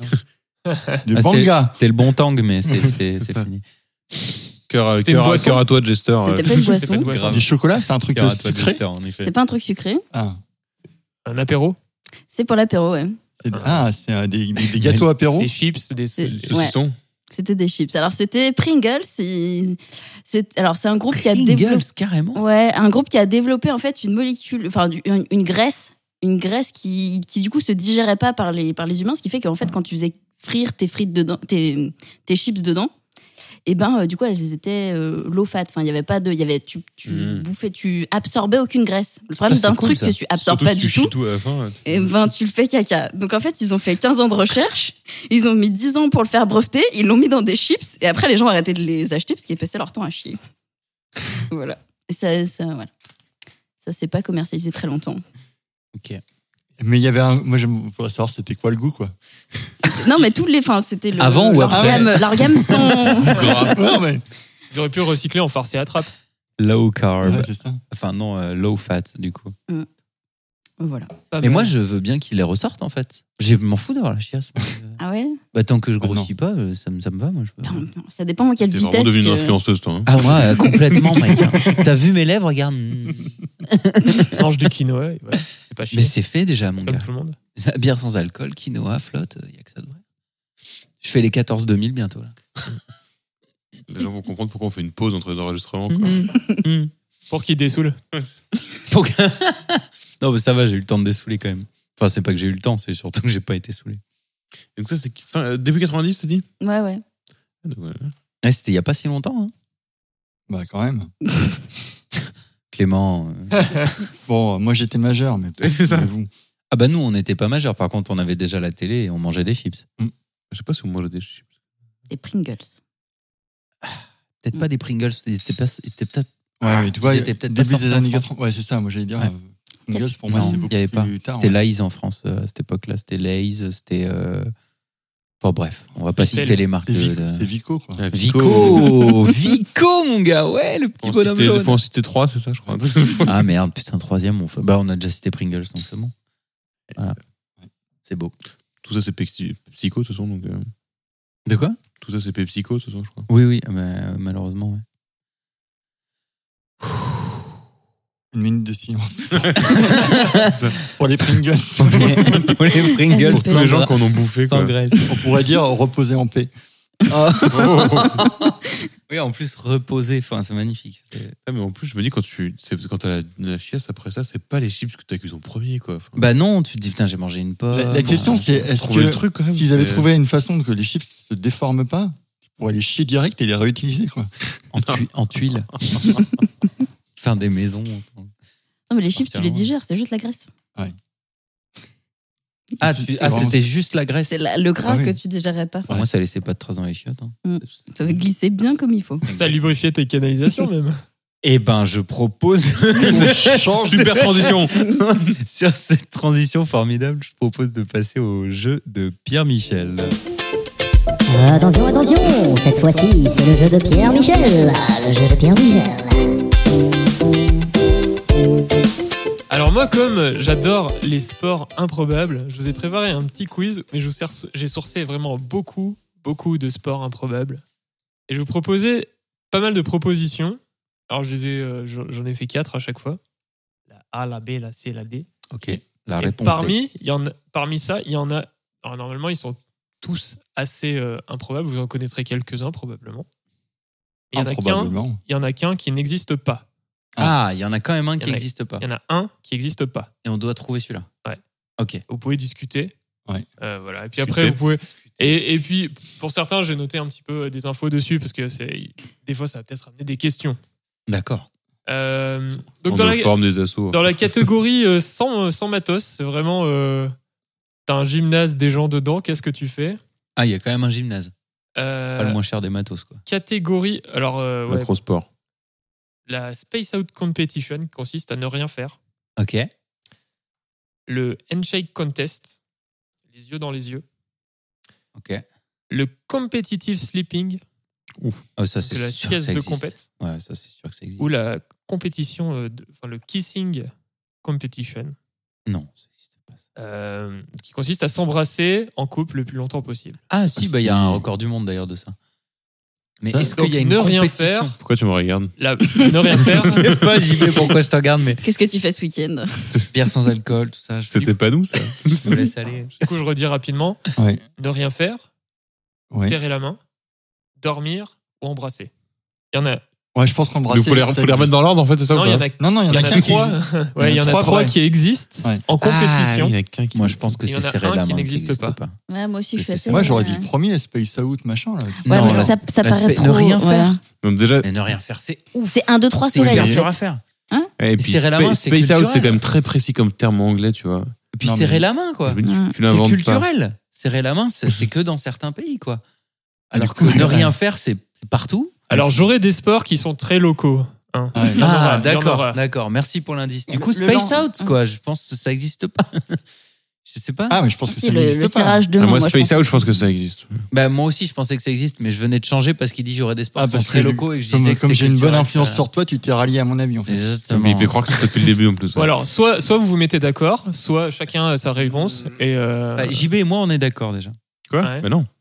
Du Ah, banga. c'était le bon tang, mais c'est ça. fini. C'était une boisson. Cœur à toi, Jester. C'était pas une C'est pas boisson. une boisson. Grave. Du chocolat, c'est un truc Cœur à toi, sucré. Jester, en effet. C'est pas un truc sucré. Ah, Un apéro, C'est pour l'apéro, ouais. c'est des gâteaux apéro. des chips, des. C'est- Saucisson. C'était des chips. Alors, c'était Pringles. C'est un groupe qui a développé. Pringles, carrément. Ouais, un groupe qui a développé en fait une molécule, une graisse qui du coup se digérait pas par les humains, ce qui fait qu'en fait quand tu faisais frire tes frites dedans, tes chips dedans, et ben du coup elles étaient low fat. Enfin il y avait pas de, tu bouffais, tu absorbais aucune graisse. Le problème c'est d'un cool, truc ça. que tu absorbes Surtout pas si tu du chies tout. tout à la fin. Et ben tu le fais caca. Donc en fait ils ont fait 15 ans de recherche, ils ont mis 10 ans pour le faire breveter, ils l'ont mis dans des chips et après les gens ont arrêté de les acheter parce qu'ils passaient leur temps à chier. Voilà. Et ça voilà. Ça s'est pas commercialisé très longtemps. Ok. Mais il y avait moi, je voudrais savoir c'était quoi le goût, quoi. Non mais c'était le Avant ou leur après gamme, leur gamme sont Ouais, mais. Ils auraient pu recycler en farce et attrape. Low carb. Ouais, c'est ça. Enfin, non, low fat, du coup. voilà. Pas Mais mal. moi, je veux bien qu'ils les ressortent, en fait. Je m'en fous d'avoir la chiasse. Ah ouais. Bah, tant que je Ah, grossis pas, ça me va, moi. Je veux. Non, ça dépend à quelle T'es vitesse. vraiment devenu une que- influenceuse, toi. Hein. Ah, moi, complètement, mec. T'as vu mes lèvres, regarde. mange du quinoa. Et voilà. C'est pas chier. Mais c'est fait déjà, mon Comme gars. tout le monde. La bière sans alcool, quinoa, flotte, il y a que ça de vrai. Je fais les 14 2000 bientôt, là. Les gens vont comprendre pourquoi on fait une pause entre les enregistrements. Quoi. Pour qu'ils dessoulent. Pour que- Non, mais ça va, j'ai eu le temps de dessouler quand même. Enfin, c'est pas que j'ai eu le temps, c'est surtout que j'ai pas été saoulé. Et donc ça, c'est début 90, t'as dit Ouais. Ah, donc, voilà. Ouais, c'était il y a pas si longtemps, hein. Bah, quand même. Clément. Bon, moi, j'étais majeur, mais. Ouais, c'est ça. mais vous. Ah bah nous, on n'était pas majeurs. Par contre, on avait déjà la télé et on mangeait des chips. Je sais pas si on mange des chips. Des Pringles. Peut-être pas des Pringles, c'était peut-être. Ouais, mais tu vois, Ils étaient peut-être pas début des sortis en années France. 80. Ouais, c'est ça, moi, j'allais dire. Ouais. Pringles, pour moi, Non, c'est il beaucoup y avait pas. plus tard. C'était ouais. Lay's en France à cette époque-là. C'était Lay's, c'était. Enfin bref, on va pas Vitel. citer les marques C'est de. C'est Vico, quoi. Ah, Vico, mon gars, ouais, le petit bonhomme Il jaune. faut en citer 3, c'est ça, je crois. Ah merde, putain, troisième, on a déjà cité Pringles, donc c'est bon. Voilà. C'est beau. Tout ça, c'est PepsiCo, de toute façon. Donc, De quoi? tout ça, c'est PepsiCo, de toute façon, je crois. Oui, mais malheureusement, ouais. Une minute de silence. Pour les Pringles. Pour les Pringles, Pour tous les gens qui en ont bouffé. sans Quoi. graisse. On pourrait dire reposer en paix. Oh. Oui, en plus, reposer, enfin, c'est magnifique. Ah, mais en plus, je me dis, quand t'as la chiasse après ça, c'est pas les chips que t'as accusé en premier, quoi. Enfin, Bah non, tu te dis, putain, j'ai mangé une pomme. La question, c'est est-ce trouver que le truc, quand même. s'ils avaient c'est- trouvé une façon que les chips se déforment pas, tu pourrais les chier direct et les réutiliser, quoi. En tuile. Fin des maisons. Enfin. Non, mais les chips, tu les Clairement. digères, c'est juste la graisse. C'était juste la graisse. C'est le gras Ah oui. que tu digérais pas. Pour moi, ça laissait pas de traces dans les chiottes. Hein. Ça va glisser bien comme il faut. Ça lubrifiait tes canalisations même. Eh ben, je propose. Super transition. Sur cette transition formidable, je propose de passer au jeu de Pierre Michel. Attention, attention, cette fois-ci, c'est le jeu de Pierre Michel. Le jeu de Pierre Michel. Alors moi, comme j'adore les sports improbables, je vous ai préparé un petit quiz, mais j'ai sourcé vraiment beaucoup de sports improbables. Et je vous proposais pas mal de propositions. Alors j'en ai fait 4 à chaque fois. La A, la B, la C, la D. Ok. La Et réponse. parmi ça, il y en a. Alors normalement, ils sont tous assez improbables. Vous en connaîtrez quelques-uns probablement. Et Improbablement. il y en a qu'un qui n'existe pas. Ah, il y en a quand même un Il y qui en a- n'existe pas. Il y en a un qui n'existe pas. Et on doit trouver celui-là. Ouais. Ok. Vous pouvez discuter. Ouais. Voilà. Et puis après, vous pouvez. Et puis, pour certains, j'ai noté un petit peu des infos dessus parce que des fois, ça va peut-être amener des questions. D'accord. Donc, On forme des assos. dans la catégorie sans matos, c'est vraiment. T'as un gymnase, des gens dedans, qu'est-ce que tu fais? Ah, il y a quand même un gymnase. Pas le moins cher des matos, quoi. Catégorie. Alors, ouais, Macrosport. la Space Out Competition qui consiste à ne rien faire. Ok. Le Handshake Contest, les yeux dans les yeux. Ok. Le Competitive Sleeping, Oh, ça, c'est la sûr que sieste ça de existe. compète. Ouais, ça, c'est sûr que ça existe. Ou la compétition, le Kissing Competition, Non, ça existe pas. Ça. qui consiste à s'embrasser en couple le plus longtemps possible. Ah, si, bah, il y a un record du monde d'ailleurs de ça. Mais Ça, est-ce qu'il y a une ne rien compétition faire. Pourquoi tu me regardes? Ne rien faire. Je sais pas, JB, pourquoi je te regarde, mais Qu'est-ce que tu fais ce week-end? bière sans alcool, tout ça. C'était pas nous, ça. Je me laisse aller. Du coup, je redis rapidement. Ouais. Ne rien faire, Ouais. serrer la main, dormir ou embrasser. Il y en a. Ouais, je pense qu'embrasser. Il faut les remettre dans l'ordre, en fait, c'est ça? Non, ou il y en pas a. Non, non, il y en a qu'un qui trois. existe. Ouais, il y en a trois qui existent Ouais. en compétition. Ah, il y en a qu'un qui- Moi, je pense que Il y c'est en a serré un la qui main. n'existe pas. Ouais, moi aussi, je Mais suis c'est assez. Moi, j'aurais dit le premier, Space Out, machin, là. Ouais, Non, mais la- ça la paraît spa- trop. ne rien ouais. faire. Donc déjà, Et ne rien faire, c'est ouf. C'est 1, 2, 3 C'est soleils. hyper en dur fait. à faire. et puis serrer la main, c'est Space Out, culturel. c'est quand même très précis comme terme anglais, tu vois. Et puis Non, serrer mais- la main, quoi. Je me dis, Ouais. tu C'est l'inventes pas. culturel. Serrer la main, c'est que dans certains pays, quoi. Alors que Ouais. ne rien faire, c'est partout. Alors, j'aurais des sports qui sont très locaux. Hein. Ouais. Il y en aura, Ah, il y en aura. d'accord. Merci pour l'indice. Du Le- coup, le Space lance- Out, quoi. Je pense que ça n'existe pas. Je sais pas. Ah, mais je pense que Si, ça le n'existe pas. serrage de Ah, main. moi, je Space pense Out, je pense que ça existe. Bah, moi aussi, je pensais que ça existe, mais je venais de changer parce qu'il dit j'aurais des sports Ah, qui sont parce très que locaux et que je disais comme, que comme c'était j'ai une bonne culturel. influence sur toi, tu t'es rallié à mon avis, en fait. Exactement. Mais il fait croire que c'était depuis le début, en plus. Bon, alors, soit vous vous mettez d'accord, soit chacun a sa réponse. Et Bah, JB et moi, on est d'accord déjà. Quoi? Ouais. Bah non.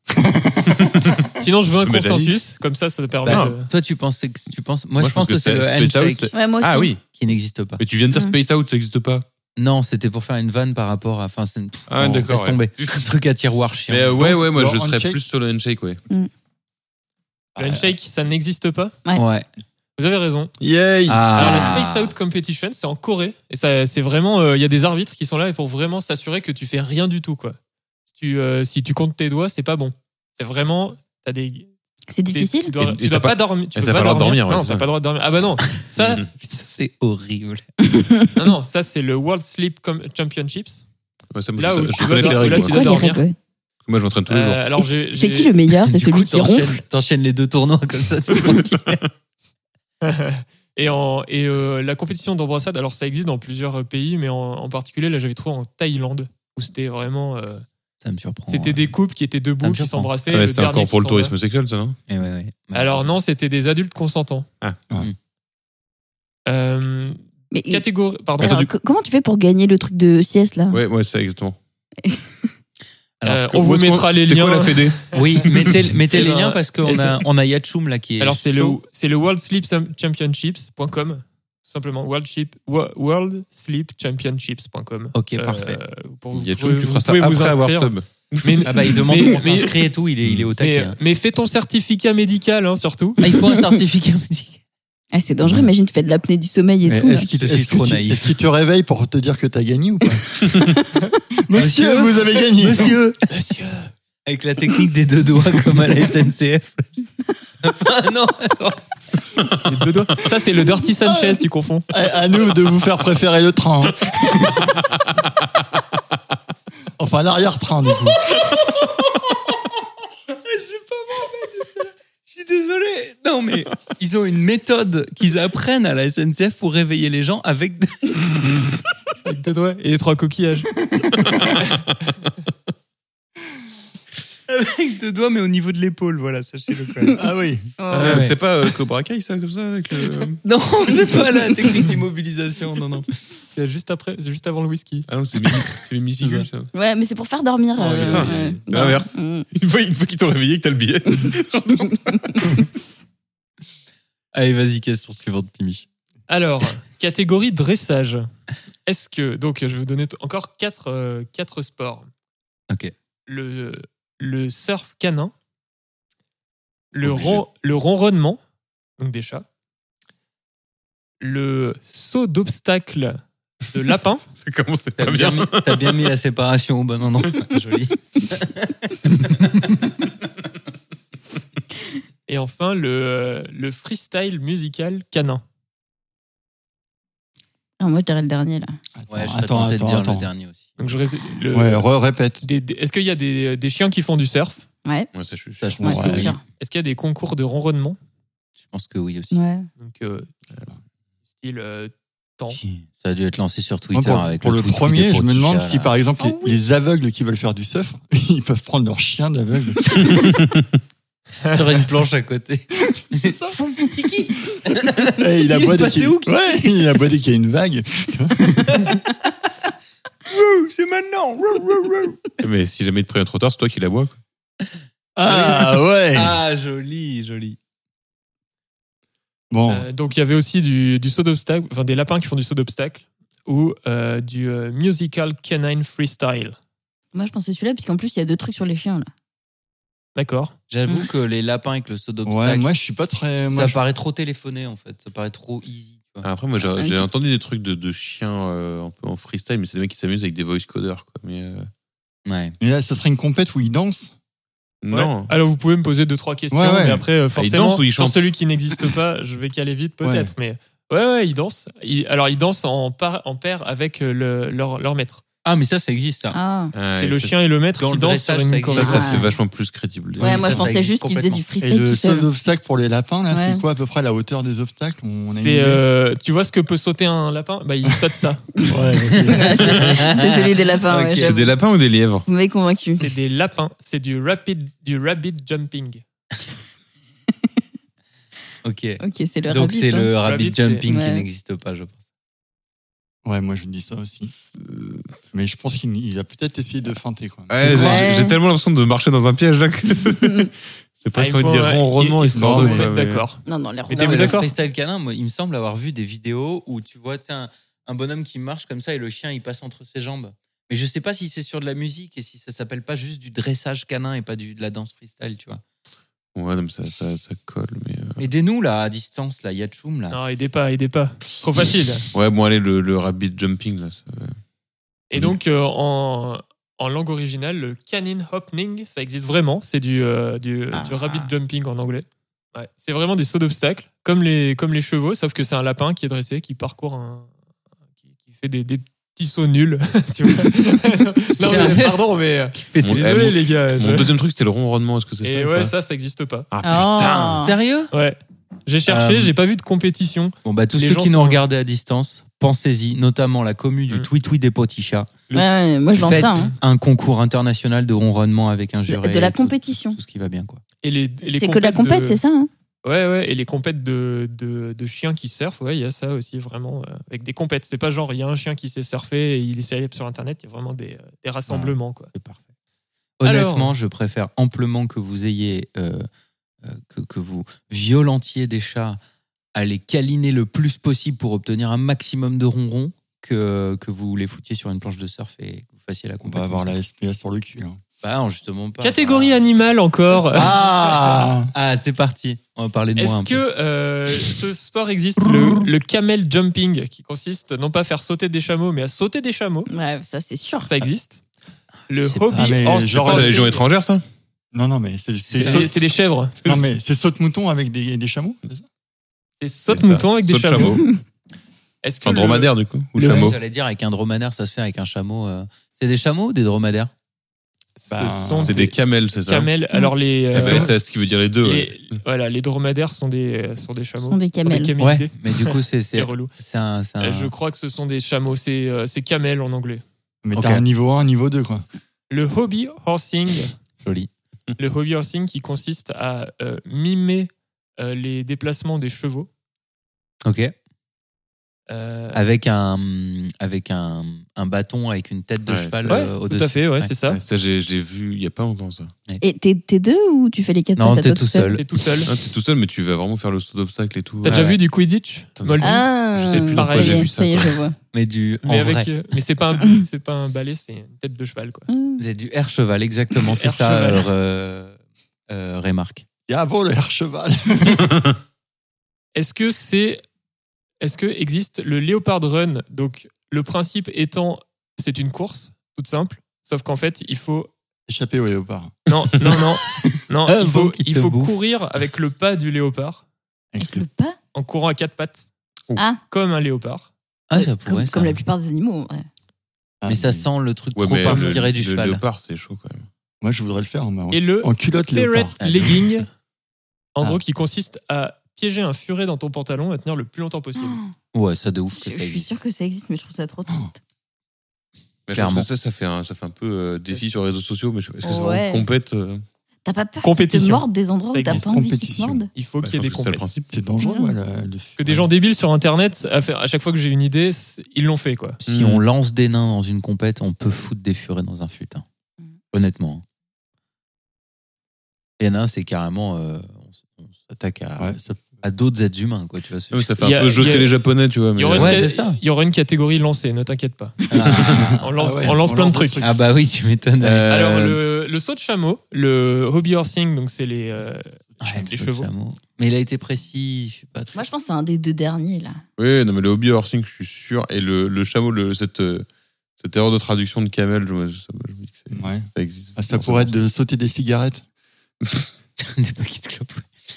sinon, je veux un Se met d'avis. consensus. Comme ça permet. Bah, de- toi, tu penses. Moi, je pense que c'est le Space Out, handshake c'est- Ouais, moi aussi. Ah oui. qui n'existe pas. Mais tu viens de dire Space Out, ça n'existe pas. Non, c'était pour faire une vanne par rapport à. Enfin, Ah, Bon, d'accord. laisse tomber. Un truc à tiroir chiant. Mais ouais, moi, le je serais handshake- plus sur le handshake, ouais. Le handshake, ça n'existe pas. Ouais. Vous avez raison. Yay! Alors, la Ah. Space Out Competition, c'est en Corée. Et ça, c'est vraiment. Il y a des arbitres qui sont là pour vraiment s'assurer que tu fais rien du tout, quoi. Si tu comptes tes doigts, c'est pas bon. C'est vraiment. T'as des. C'est difficile. Tu dois, Et tu t'as dois pas- pas dormir. Tu et peux t'as pas pas le droit de dormir. dormir, ouais, Non, c'est t'as ça. pas le droit de dormir. Ah bah non. Ça, C'est horrible. non, ça c'est le World Sleep Championships. Ouais, ça, Là où je tu connais dois- les là, règles. tu moi. dois Ouais, les dormir. règles, ouais. Moi, je m'entraîne tous les jours. Alors C'est qui le meilleur? C'est Du coup, celui qui ronfle. t'enchaînes les deux tournois comme ça, t'es tranquille. Et la compétition d'embrassade, alors ça existe dans plusieurs pays, mais en particulier, là j'avais trouvé en Thaïlande, où c'était vraiment. Ça me surprend. C'était des couples qui étaient Ça debout, me qui surprend. s'embrassaient. Ouais, le c'est dernier encore qui pour le s'en tourisme sexuel, ça, non? Eh ouais. va. Alors non, c'était des adultes consentants. Ah. Mais Catégorie. Pardon. alors, comment tu fais pour gagner le truc de sieste là? Ouais, c'est exactement. On vous mettra les C'est liens. quoi la Fédé? Oui, mettez les Eh ben, liens parce qu'on a Yatchoum là qui est. Alors c'est chaud. le World Sleep Championships.com. simplement worldsleepchampionships.com. Ok, parfait. Il y a toujours que tu feras ça après avoir sub. Mais, il demande on s'inscrit et tout, il est au taquet. Mais fais ton certificat médical, hein, surtout. Il faut un certificat médical. Ah, c'est dangereux, imagine, tu fais de l'apnée du sommeil et tout. Est-ce qu'il te réveille pour te dire que t'as gagné ou pas? Monsieur, vous avez gagné. Monsieur. Avec la technique des 2 doigts comme à la SNCF. Enfin, non, attends. Les 2 doigts. Ça, c'est le Dirty Sanchez, tu confonds. À nous de vous faire préférer le train. Enfin, l'arrière-train, du coup. Je suis désolé. Non, mais ils ont une méthode qu'ils apprennent à la SNCF pour réveiller les gens avec 2 doigts et 3 coquillages. Avec 2 doigts, mais au niveau de l'épaule, voilà, sachez-le quand même. Ah oui. C'est pas Cobra Kai, ça, comme ça avec Non, c'est pas la technique d'immobilisation, non. C'est juste avant le whisky. Ah non, c'est le missigule, ça. Ouais, mais c'est pour faire dormir. L'inverse. Une fois qu'ils t'ont réveillé, que t'as le billet. Allez, vas-y, question suivante, Pimi. Alors, catégorie dressage. Est-ce que... Donc, je vais vous donner encore 4 sports. Ok. Le surf canin, le ronronnement, donc des chats, le saut d'obstacle de lapin. Ça commence pas bien. T'as bien mis la séparation au bon endroit. Joli. Et enfin, le freestyle musical canin. Ah, moi, je dirais le dernier, là. Ouais, je tentais de dire le dernier aussi. Donc répète. Est-ce qu'il y a des chiens qui font du surf? Ouais. Ouais, ça, je pense Ouais, que c'est oui. sûr. Est-ce qu'il y a des concours de ronronnement? Je pense que oui aussi. Ouais. Donc, style temps. Ça a dû être lancé sur Twitter. Moi, avec pour le tweet premier, des je me demande Poticha, si, là. par exemple, les aveugles qui veulent faire du surf, ils peuvent prendre leur chien d'aveugle. Sur une planche à côté. C'est ça. Kiki. Il a beau passé où, Kiki ? Ouais, il a beau dire qu'il y a une vague. C'est maintenant. Mais si jamais il te prévient trop tard, c'est toi qui la bois, quoi. Ah ouais. Ah, joli. Bon. Donc il y avait aussi du saut d'obstacle, enfin des lapins qui font du saut d'obstacle ou du musical canine freestyle. Moi, je pensais celui-là, puisqu'en plus, il y a 2 trucs sur les chiens, là. D'accord. J'avoue que les lapins avec le saut d'obstacle. Ouais, moi je suis pas très. Ça paraît trop téléphoné en fait. Ça paraît trop easy. Tu vois. Après, moi j'ai entendu des trucs de chiens un peu en freestyle, mais c'est des mecs qui s'amusent avec des voice coders, quoi. Mais ouais. Mais là, ça serait une compète où ils dansent. non. Ouais. Alors vous pouvez me poser 2-3 questions, Ouais. mais après forcément, dansent ou ils sur chantent celui qui n'existe pas, je vais caler vite peut-être, mais ouais, ils dansent. Ils dansent en paire avec leur maître. Ah, mais ça existe, ça. Ah. C'est le chien et le maître dans qui le dansent sur dressage, une ça existe. chorégraphie. Ça fait vachement plus crédible. Ouais, moi, ça, je pensais existe juste qu'ils faisaient du Et freestyle le tout seul. saut d'obstacle pour les lapins, là, Ouais. c'est quoi à peu près la hauteur des obstacles? On a une C'est idée tu vois ce que peut sauter un lapin? Bah il saute ça. Ouais, ok. C'est celui des lapins, Ok. ouais. C'est j'avoue. des lapins ou des lièvres? Vous m'avez convaincu. C'est des lapins, c'est du rabbit jumping. Ok. Ok, c'est le Donc rabbit, c'est hein. le rabbit Rabbit, jumping c'est- qui Ouais. n'existe pas, je pense. Ouais, moi je me dis ça aussi. Mais je pense qu'il a peut-être essayé de feinter, quoi. Ouais, Ouais. j'ai tellement l'impression de marcher dans un piège là que j'ai presque envie de dire ronronnement histoire non, de. mais- quoi, mais- D'accord. Non, les Mais ronds. t'es Mais le d'accord? freestyle canin, moi, il me semble avoir vu des vidéos où tu vois, tu sais, un bonhomme qui marche comme ça et le chien il passe entre ses jambes. Mais je sais pas si c'est sur de la musique et si ça s'appelle pas juste du dressage canin et pas de la danse freestyle, tu vois. Ouais, non, mais ça colle. Mais Aidez-nous là, à distance, là, Yatchoum là. Non, aidez pas. Trop facile. ouais, bon, allez, le rabbit jumping là. Et donc, en langue originale, le canine hopping, ça existe vraiment. C'est du rabbit jumping en anglais. Ouais. C'est vraiment des sauts d'obstacles, comme les chevaux, sauf que c'est un lapin qui est dressé, qui parcourt qui fait des petits sauts nuls. Tu vois. Non, mais pardon, mais désolé les gars. Mon deuxième truc, c'était le ronronnement. Est-ce que c'est ça? Et ou ouais, pas ça n'existe pas. Ah putain! Oh. Sérieux? Ouais. J'ai cherché, j'ai pas vu de compétition. Bon bah tous Les ceux gens qui nous sont- regardaient à distance, pensez-y, notamment la commu du Tweet des Poticha. Ouais, moi je lance Faites ça. Hein. un concours international de ronronnement avec un juré. De la et tout- compétition. Tout ce qui va bien quoi. Et les C'est que de la compète, de- c'est ça, hein? Ouais, et les compètes de chiens qui surfent, ouais, il y a ça aussi vraiment, avec des compètes. C'est pas genre, il y a un chien qui sait surfer et il est célèbre sur Internet, il y a vraiment des rassemblements, quoi. C'est parfait. Honnêtement, Alors- je préfère amplement que vous ayez que vous violentiez des chats à les câliner le plus possible pour obtenir un maximum de ronrons que vous les foutiez sur une planche de surf et que vous fassiez la On compétition. va avoir la SPS sur le cul. Hein. Bah non, justement pas. Catégorie animale encore. Ah Ah, c'est parti. On va parler de moi un Est-ce peu. que ce sport existe, le camel jumping, qui consiste non pas à faire sauter des chameaux, mais à sauter des chameaux? Ouais, ça c'est sûr. Ça existe. Le Je sais pas. hobby Ah, mais horse genre, La racing, Légion étrangère, ça? Non, mais c'est c'est des chèvres. non, mais c'est saute-mouton avec des chameaux, c'est ça? C'est saute-mouton avec des Saute chameaux. chameau. Est-ce que Un dromadaire, du coup? Ou le- chameau? J'allais dire avec un dromadaire, ça se fait avec un chameau. C'est des chameaux ou des dromadaires? ce sont C'est des camels, c'est ça? camels. Alors les FSS, qui veut dire les deux. ouais. voilà, les dromadaires sont des chameaux. Ce sont des camels. Ouais, mais du coup, c'est relou. un. Je crois que ce sont des chameaux. C'est camel en anglais. Mais Ok. t'as un niveau 1, un niveau 2, quoi. Le hobby horsing. Joli. Le hobby horsing qui consiste à mimer les déplacements des chevaux. Ok. Euh, Avec un bâton avec une tête de Ouais, cheval ouais, au-dessus. tout à fait, ouais, c'est ça. Ouais, ça, j'ai vu il y a pas longtemps, ça. Et t'es deux ou tu fais les quatre Non, pattes à t'es toi tout seul. T'es tout seul. Ah, t'es tout seul, mais tu vas vraiment faire le saut d'obstacle et tout. T'as Ouais. déjà vu du Quidditch, Moldy? Ah, Je sais plus dans quoi j'ai vu ça, Ça y est, quoi. je vois. Mais du. Mais En vrai. mais c'est pas un balai, c'est une tête de cheval, quoi. C'est du air cheval, exactement. C'est Air ça, cheval. Remarque. Et avant le air cheval. Est-ce que existe le Leopard Run? Donc, le principe étant, c'est une course, toute simple, sauf qu'en fait, il faut. Échapper au léopard. Non, Avant qu'il il te faut bouffe. courir avec le pas du léopard, Avec le pas en courant à quatre pattes, Ah, comme un léopard. Ah, ça pourrait, ça. comme la plupart des animaux. en vrai. Ah, Mais ça mais sent le truc Ouais, trop mais inspiré du le cheval. léopard, c'est chaud quand même. Moi, je voudrais le faire Et le en culotte Ferret léopard. legging, en Ah. gros, qui consiste à piéger un furet dans ton pantalon et à tenir le plus longtemps possible. Ouais, ça de ouf que Je ça suis existe. sûre que ça existe, mais je trouve ça trop triste. Mais Clairement. je pense que ça fait un peu défi sur les réseaux sociaux, mais est-ce que c'est Ouais. vraiment compète T'as pas peur qu'ils te Compétition. mordent des endroits Ça où t'as existe. pas envie qu'ils te Compétition. mordent? Il faut qu'il y ait des c'est le compètes. principe. C'est dangereux, Ouais. ouais, Que des gens débiles sur Internet, à chaque fois que j'ai une idée, ils l'ont fait, quoi. Si on lance des nains dans une compète, on peut foutre des furets dans un fut. Hein. Honnêtement. Et un nain, c'est carrément. On s'attaque Ouais, ça- à d'autres êtres humains, quoi. Tu vois, Ouais, ça fait Il y un a- peu il y jeter a- les japonais, tu vois. Il Mais y aura, Ouais, une, c'est ça. il y aura une catégorie lancée, ne t'inquiète pas. Ah, On lance, Ah ouais, on lance on plein de lance trucs. des trucs. ah bah oui, tu m'étonnes. Alors, le saut de chameau, le hobby horsing, donc c'est les Ouais, le les saut de chevaux. chameau. Mais il a été précis, je sais pas très. Moi, je pense que c'est un des deux derniers, là. Oui, non, mais le hobby horsing, je suis sûr. Et le chameau, cette erreur de traduction de camel, je me dis que ouais. ça existe. Ah, ça pourrait être de sauter des cigarettes. Des paquets de clopes.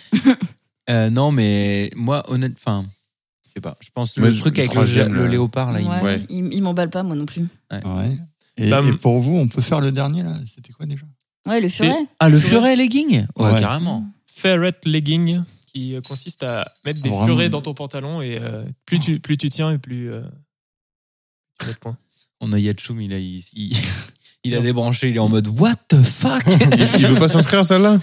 Non, mais moi, enfin, je sais pas. Je pense Moi, le truc le avec troisième, le là. léopard, là, il Ouais, Ouais. il m'emballe pas, moi non plus. Ouais. Et, Bah, et pour vous, on peut faire le dernier, là? C'était quoi déjà? Ouais, le C'était- furet. Ah, le furet legging. Ouais, Ouais. carrément. Ferret legging, qui consiste à mettre des Vraiment. furets dans ton pantalon et plus tu tiens et plus tu mets de points. On a Yatchoum, il a débranché, il est en mode What the fuck? Il veut pas s'inscrire à celle-là?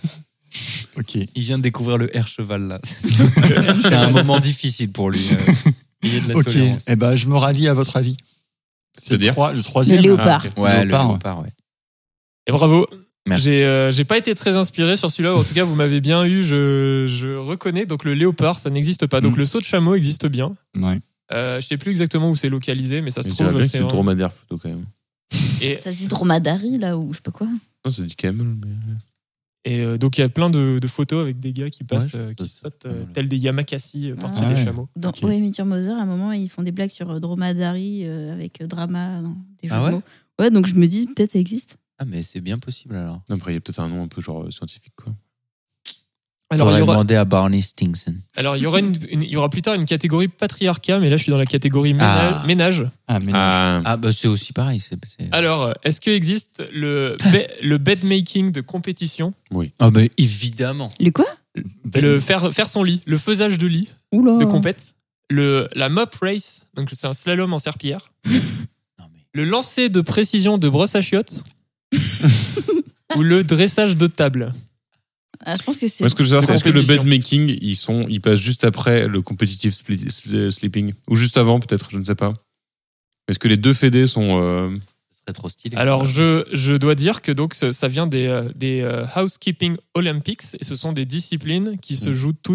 Ok. Il vient de découvrir le air cheval là. C'est un moment difficile pour lui. Il y a de la Ok. tolérance. Eh ben, je me rallie à votre avis. C'est-à-dire? Le troisième. Le léopard. Ah, ok. Ouais, Léopard, le ouais. léopard, ouais. Et bravo. Merci. J'ai pas été très inspiré sur celui-là. En tout cas, vous m'avez bien eu. Je reconnais. Donc le léopard, ça n'existe pas. Donc le saut de chameau existe bien. Ouais. Je sais plus exactement où c'est localisé, mais ça se Je dirais trouve. bien que c'est c'est le vraiment- dromadaire plutôt quand même. Et, Ça se dit dromadarie, là, ou je sais pas quoi. Non, c'est du camel. Mais... donc il y a plein de photos avec des gars qui passent, Ouais, qui ça, sautent tels des Yamakasi par-dessus Ah les ouais. chameaux. Dans Ok. OM Mother, à un moment, ils font des blagues sur dromadarie avec drama, non, des jeux Ah de ouais mots. Ouais, donc je me dis, peut-être ça existe. Ah, mais c'est bien possible alors. Après, il y a peut-être un nom un peu genre scientifique, quoi. Alors il y aura, demander à Barney Stinson. alors, il y aura plus tard une catégorie patriarcat, mais là je suis dans la catégorie Ah. ménage. Ah, mais Ah, bah c'est aussi pareil. C'est... Alors, est-ce que existe le bed making de compétition, Ah, bah évidemment. Le quoi? le faire son lit, le faisage de lit Oula. de compète, la mop race, donc c'est un slalom en serpillière, Non, mais... le lancer de précision de brosse à chiottes ou le dressage de table. Ah, je pense que c'est. Moi, ce que je veux savoir, c'est est-ce que le compétition. bed making, ils passent juste après le competitive sleeping ou juste avant, peut-être, je ne sais pas. Est-ce que les deux fédés sont Ce serait trop stylé. Alors, je dois dire que donc ça vient des Housekeeping Olympics et ce sont des disciplines qui se jouent toutes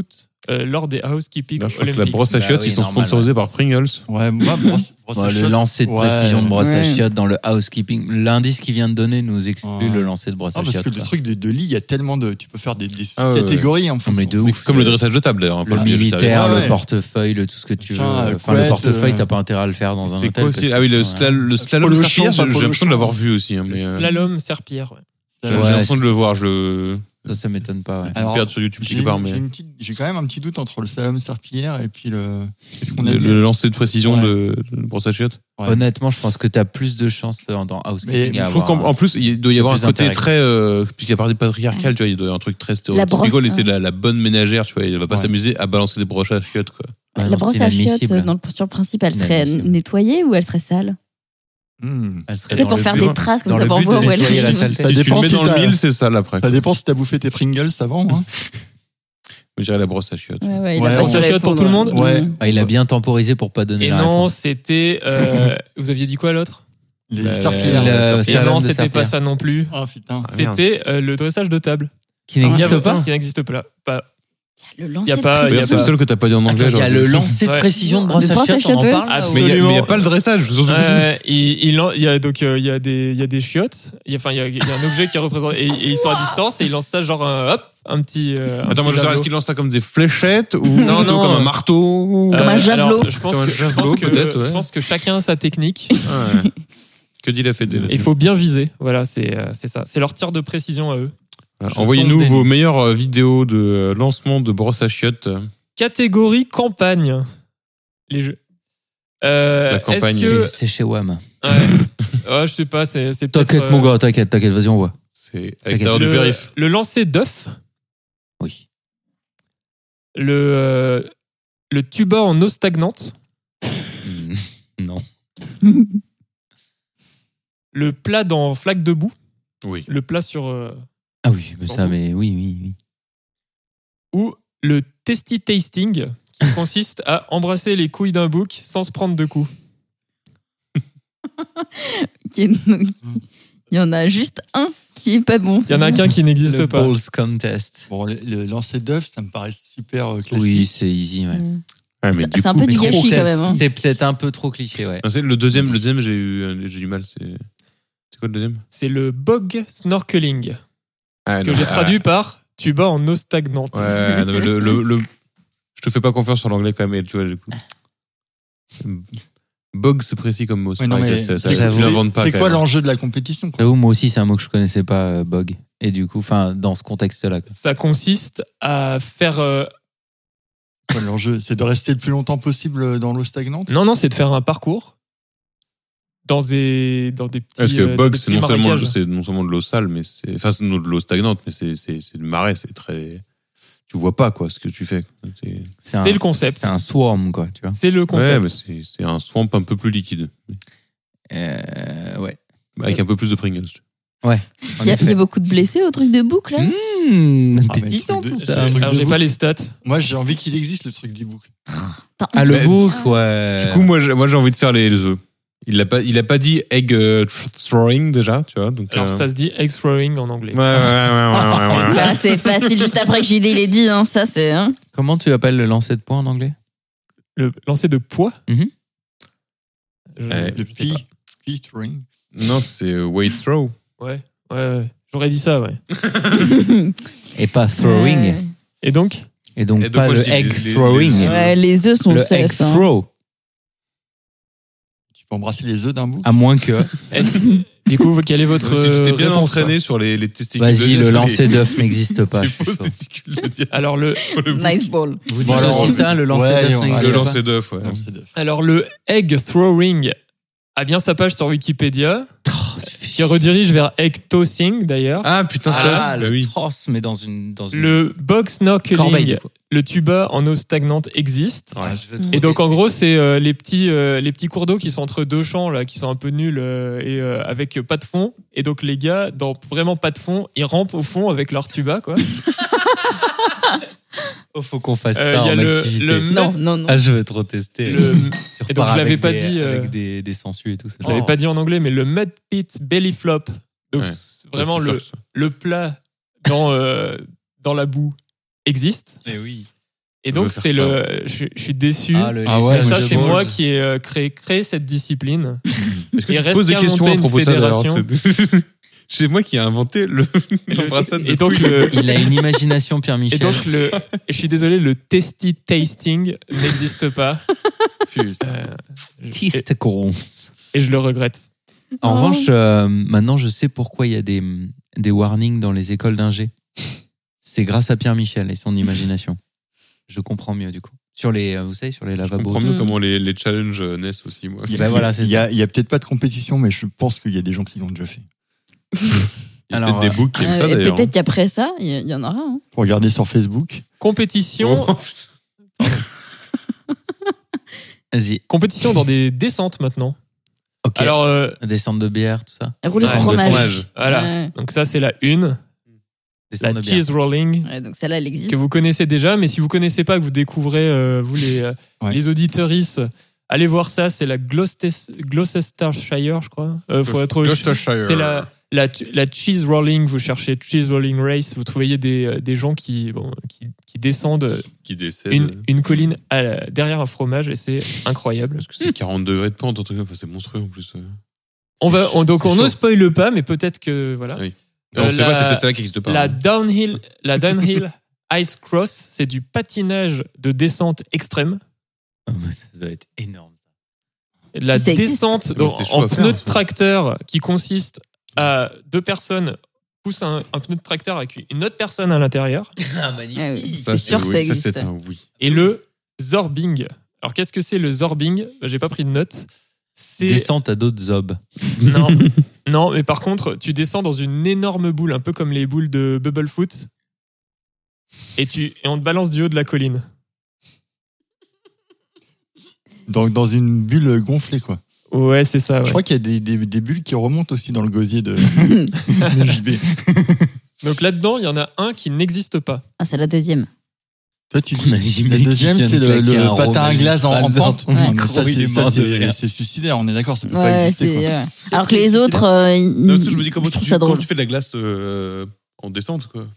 lors des Housekeeping Je crois que Olympics. la brosse à chiottes, ils sont sponsorisés par Pringles. Ouais, moi, brosse à Le chiottes. lancer de précision de brosse à chiottes dans le housekeeping. L'indice qui vient de donner nous exclut le lancer de brosse à parce chiottes. que le truc de lit, il y a tellement de. Tu peux faire des Ah, catégories en fonction. Mais de ouf. Comme le dressage de table d'ailleurs. Le militaire, Ouais. le portefeuille, le tout ce que tu veux. Putain, Enfin, le couette, portefeuille, t'as pas intérêt à le faire dans un C'est hôtel. quoi aussi parce Ah oui, que le sinon, slalom Polo serpillère, champ, pas j'ai polo l'impression de champ. l'avoir vu aussi. hein, Le mais, slalom serpillère. Ouais. j'ai l'impression de le voir. Ça m'étonne pas. Ouais. Alors, perdre sur YouTube quelque part. Mais j'ai quand même un petit doute entre le slalom serpillière et puis le. Qu'est-ce qu'on a le dit lancer de précision Ouais. de brosse à chiottes. Ouais. Honnêtement, je pense que t'as plus de chances dans housekeeping. Mais à Je trouve avoir qu'en plus, il doit y avoir un plus côté intérêt. très. Puisqu'à part des patriarcales, tu vois, il doit y avoir un truc très stéréotypique. brosse, Et c'est la bonne ménagère, tu vois. Elle va pas Ouais. s'amuser à balancer des broches à chiottes, quoi. Ouais, La non, brosse c'est à chiottes, inadmissible. sur le principe, elle serait Inadmissible. nettoyée ou elle serait sale? Elle serait C'est dans pour le faire but- des traces comme dans ça le pour but de voir où elle nettoyer la arrive. saleté. Ça Si tu le dépend mets si dans le t'as- mille, c'est sale après. Ça dépend si t'as bouffé tes Pringles avant. Hein. Je dirais la brosse à chiottes. Ouais, il Ouais, a pas brosse sur à les chiottes pour épaules, tout le monde Ouais. Ah, il a bien temporisé pour pas donner Et la non, réponse. c'était. Vous aviez dit quoi l'autre Les Bah, serpillères. le- Et slalom non, de c'était pas serpillère. ça non plus. Ah putain. C'était le dressage de table. Qui n'existe Il y a- pas Qui n'existe pas. Le Il lancer y a de pas- précision. C'est le seul que t'as pas dit en anglais. Attends, il y a genre. le lancer de Ouais. précision de brosse De à brosse à chiottes, on en chiottes, parle là, ou- Mais il y Absolument. a pas le dressage. surtout. Il y a donc il y a des chiottes. Il y a un objet qui représente et ils sont à distance et ils lancent ça genre un petit. Attends, moi je sais, est-ce qu'il lance ça comme des fléchettes ou Non, plutôt non. comme un marteau Comme un javelot. Alors, je pense Comme un que- je javelot, pense que- peut-être, ouais. je pense que chacun a sa technique. Ouais. Que dit la Fédé Il faut bien viser. Voilà, c'est ça. C'est leur tir de précision à eux. Je Envoyez-nous tombe vos des- meilleures vidéos de lancement de brosse à chiottes. Catégorie campagne. Les jeux. La campagne. Est-ce que... C'est chez WAM. Ouais. Je sais pas, c'est peut-être. T'inquiète, mon gars, t'inquiète, vas-y, on voit. C'est à l'extérieur du périph. Le lancer d'œuf. Oui. Le tuba en eau stagnante. Non. Le plat dans flaque de boue. Oui. Le plat sur. Ah oui, mais ça, mais oui. Ou le testy tasting, qui consiste à embrasser les couilles d'un bouc sans se prendre de coups. Il y en a juste un qui est pas bon. Il y en a qu'un qui n'existe Le pas. Balls Contest. Bon, le lancer d'œuf, ça me paraît super classique. Oui, c'est easy, ouais. Ouais, mais du C'est un coup, peu du Mais gâchis quand même. hein. C'est peut-être un peu trop cliché, ouais. Non, c'est le deuxième, j'ai du mal. C'est quoi le deuxième C'est le bog snorkeling, Ah, que non, j'ai ah, traduit par tuba en eau stagnante. Ouais, non, mais je te fais pas confiance sur l'anglais quand même, tu vois, du coup. Bog, c'est précis comme mot. Ouais, non, mais ça, j'avoue. tu l'inventes pas. C'est quand quoi même. l'enjeu de la compétition quoi J'avoue, moi aussi, c'est un mot que je connaissais pas, bog. Et du coup, enfin, dans ce contexte-là. quoi. Ça consiste à faire. Quoi, l'enjeu, c'est de rester le plus longtemps possible dans l'eau stagnante. Non, c'est de faire un parcours dans des petits. Parce que dans bog, des c'est petits marécages. non seulement de l'eau sale, mais c'est de l'eau stagnante, mais c'est du marais, c'est très. Tu vois pas quoi ce que tu fais. C'est le concept. C'est un swarm, quoi, tu vois. C'est le Ouais, concept. mais c'est un swamp un peu plus liquide, Ouais. avec un peu plus de Pringles. Ouais. Il y a beaucoup de blessés au truc de boucle là. Ah, mais Appétissant, truc tout de- ça. c'est un truc Alors de j'ai boucle. pas les stats. Moi, j'ai envie qu'il existe le truc des boucles. Ah, le Mais- book, ouais. Du coup, moi j'ai envie de faire les œufs. Il a pas dit egg throwing déjà, tu vois. Donc, Alors ça se dit egg throwing en anglais. Ouais. Ça c'est facile. Juste après que JD il ait dit, hein, ça c'est. Hein. Comment tu appelles le lancer de poing en anglais? Le lancer de poids. Mhm. Le pea throwing. Non, c'est weight throw. Ouais. J'aurais dit ça, ouais. Et pas throwing. Et donc Et donc Et donc, pas moi, je le dis egg les- throwing. Ouais, les œufs sont Le egg cesse. Hein. throw. Tu peux embrasser les œufs d'un bouc. À moins que. Du coup, quelle est votre Si tu t'es bien réponse entraîné sur les testicules. Vas-y, de le Dieu, lancer d'œuf n'existe pas. Les je suis fausses chaud. testicules de Dieu. Alors le Nice ball. Vous dites Bon, alors, aussi ça, le lancer ouais, d'œuf on- n'existe Le pas. lancer d'œuf, ouais. Lancer d'œuf. alors le egg throwing a bien sa page sur Wikipédia, qui redirige vers egg tossing d'ailleurs. Ah putain, Ah, toss, le bah oui. tross, mais dans une Le bog corbeille, snorkeling, du coup. le tuba en eau stagnante existe. Ah, je veux trop Et donc en tester. gros c'est les petits cours d'eau qui sont entre deux champs là, qui sont un peu nuls et avec pas de fond. Et donc les gars, dans vraiment pas de fond, ils rampent au fond avec leur tuba quoi. Oh, faut qu'on fasse Il ça y a en le activité. Non. Ah, je veux trop tester. le- Tu et donc, repars je l'avais avec pas des- dit, Avec des sangsues et tout ça. je l'avais pas dit en anglais, mais le mud pit belly flop. Donc Ouais. c'est vraiment Ça, c'est le fort, ça. le plat dans la boue existe. Eh oui. Et donc, faire c'est ça. je suis déçu. Ah ouais, ça, moi, c'est moi qui ai créé cette discipline. Est-ce que Il tu te reste poses des qu'à questions monter à une propos de ça d'ailleurs fédération. C'est moi qui ai inventé l'embrassade de Et donc, couilles. Il a une imagination, Pierre et Michel. donc je suis désolé, le testy tasting n'existe pas. Testicles. Et je le regrette. En revanche, maintenant, je sais pourquoi il y a des warnings dans les écoles d'ingé. C'est grâce à Pierre Michel et son imagination. Je comprends mieux, du coup. Sur les, vous savez, sur les Je lavabos. comprends mieux comment les challenges naissent aussi, moi. Ben voilà, c'est Il y a peut-être pas de compétition, mais je pense qu'il y a des gens qui l'ont déjà fait. Il y a Alors, peut-être des books qui aiment ça Et d'ailleurs. peut-être qu'après ça, il y en aura. Hein. Pour regarder sur Facebook. Compétition. Oh. Vas-y. Compétition dans des descentes maintenant. Ok. Alors, Descente de bière, tout ça. Rouler Ouais, sur de fromage. voilà. Ouais. Donc ça, c'est la une. Descente La de bière. cheese rolling. Ouais, donc celle-là, elle existe. Que vous connaissez déjà, mais si vous connaissez pas, que vous découvrez, vous les auditeuristes, allez voir ça. C'est la Gloucestershire, je crois. Faut trouver. Gloucestershire. C'est la cheese rolling. Vous cherchez cheese rolling race. Vous trouvez des gens qui descendent Qui décèdent. une colline derrière un fromage et c'est incroyable. Parce que c'est 40 degrés de pente, un truc, enfin, c'est monstrueux en plus. Donc on chaud. ne spoile pas, mais peut-être que voilà. Oui. On sait pas, c'est peut-être ça qui n'existe pas. La downhill ice cross, c'est du patinage de descente extrême. Ça doit être énorme. La Ça existe. descente Ouais, c'est chaud en à faire, pneu de ça. tracteur qui consiste à deux personnes poussent un pneu de tracteur avec une autre personne à l'intérieur. Ah, Ouais, magnifique. oui. Ça, C'est sûr que oui, ça ça, existe. c'est un oui. Et le zorbing. Alors qu'est-ce que c'est le zorbing ? J'ai pas pris de notes. C'est Descente à d'autres zobs. non, non, mais par contre, tu descends dans une énorme boule, un peu comme les boules de Bubble Foot, et on te balance du haut de la colline. Dans une bulle gonflée, quoi. Ouais, c'est ça. Je Ouais. crois qu'il y a des bulles qui remontent aussi dans le gosier de JB. Donc là-dedans, il y en a un qui n'existe pas. Ah, c'est la deuxième. Toi, tu On dis, a dit, la mec, deuxième, qui vient c'est de le claquer un patin à Romain glace en Mistral dans pente. ton Non, mais micro, ça, il est c'est- mort ça, de rire. c'est suicidaire, on est d'accord, ça peut pas Ouais, exister. c'est. Quoi. ouais. Alors que les autres, Non, parce que je me dis, comment je trouve ça quand drôle. tu fais de la glace en descente, quoi.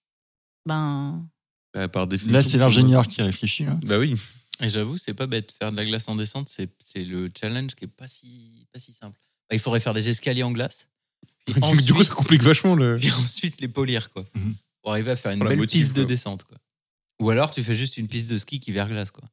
Ben. Par définition. Là, c'est l'ingénieur qui réfléchit. Là. Bah oui. Et j'avoue, c'est pas bête. Faire de la glace en descente, c'est le challenge qui est pas si simple. Bah, il faudrait faire des escaliers en glace. Puis ensuite, Du coup, ça complique vachement le. puis ensuite les polir, quoi. Mhm. Pour arriver à faire une Pour la belle motive, piste de quoi. descente, quoi. Ou alors tu fais juste une piste de ski qui verglace, quoi.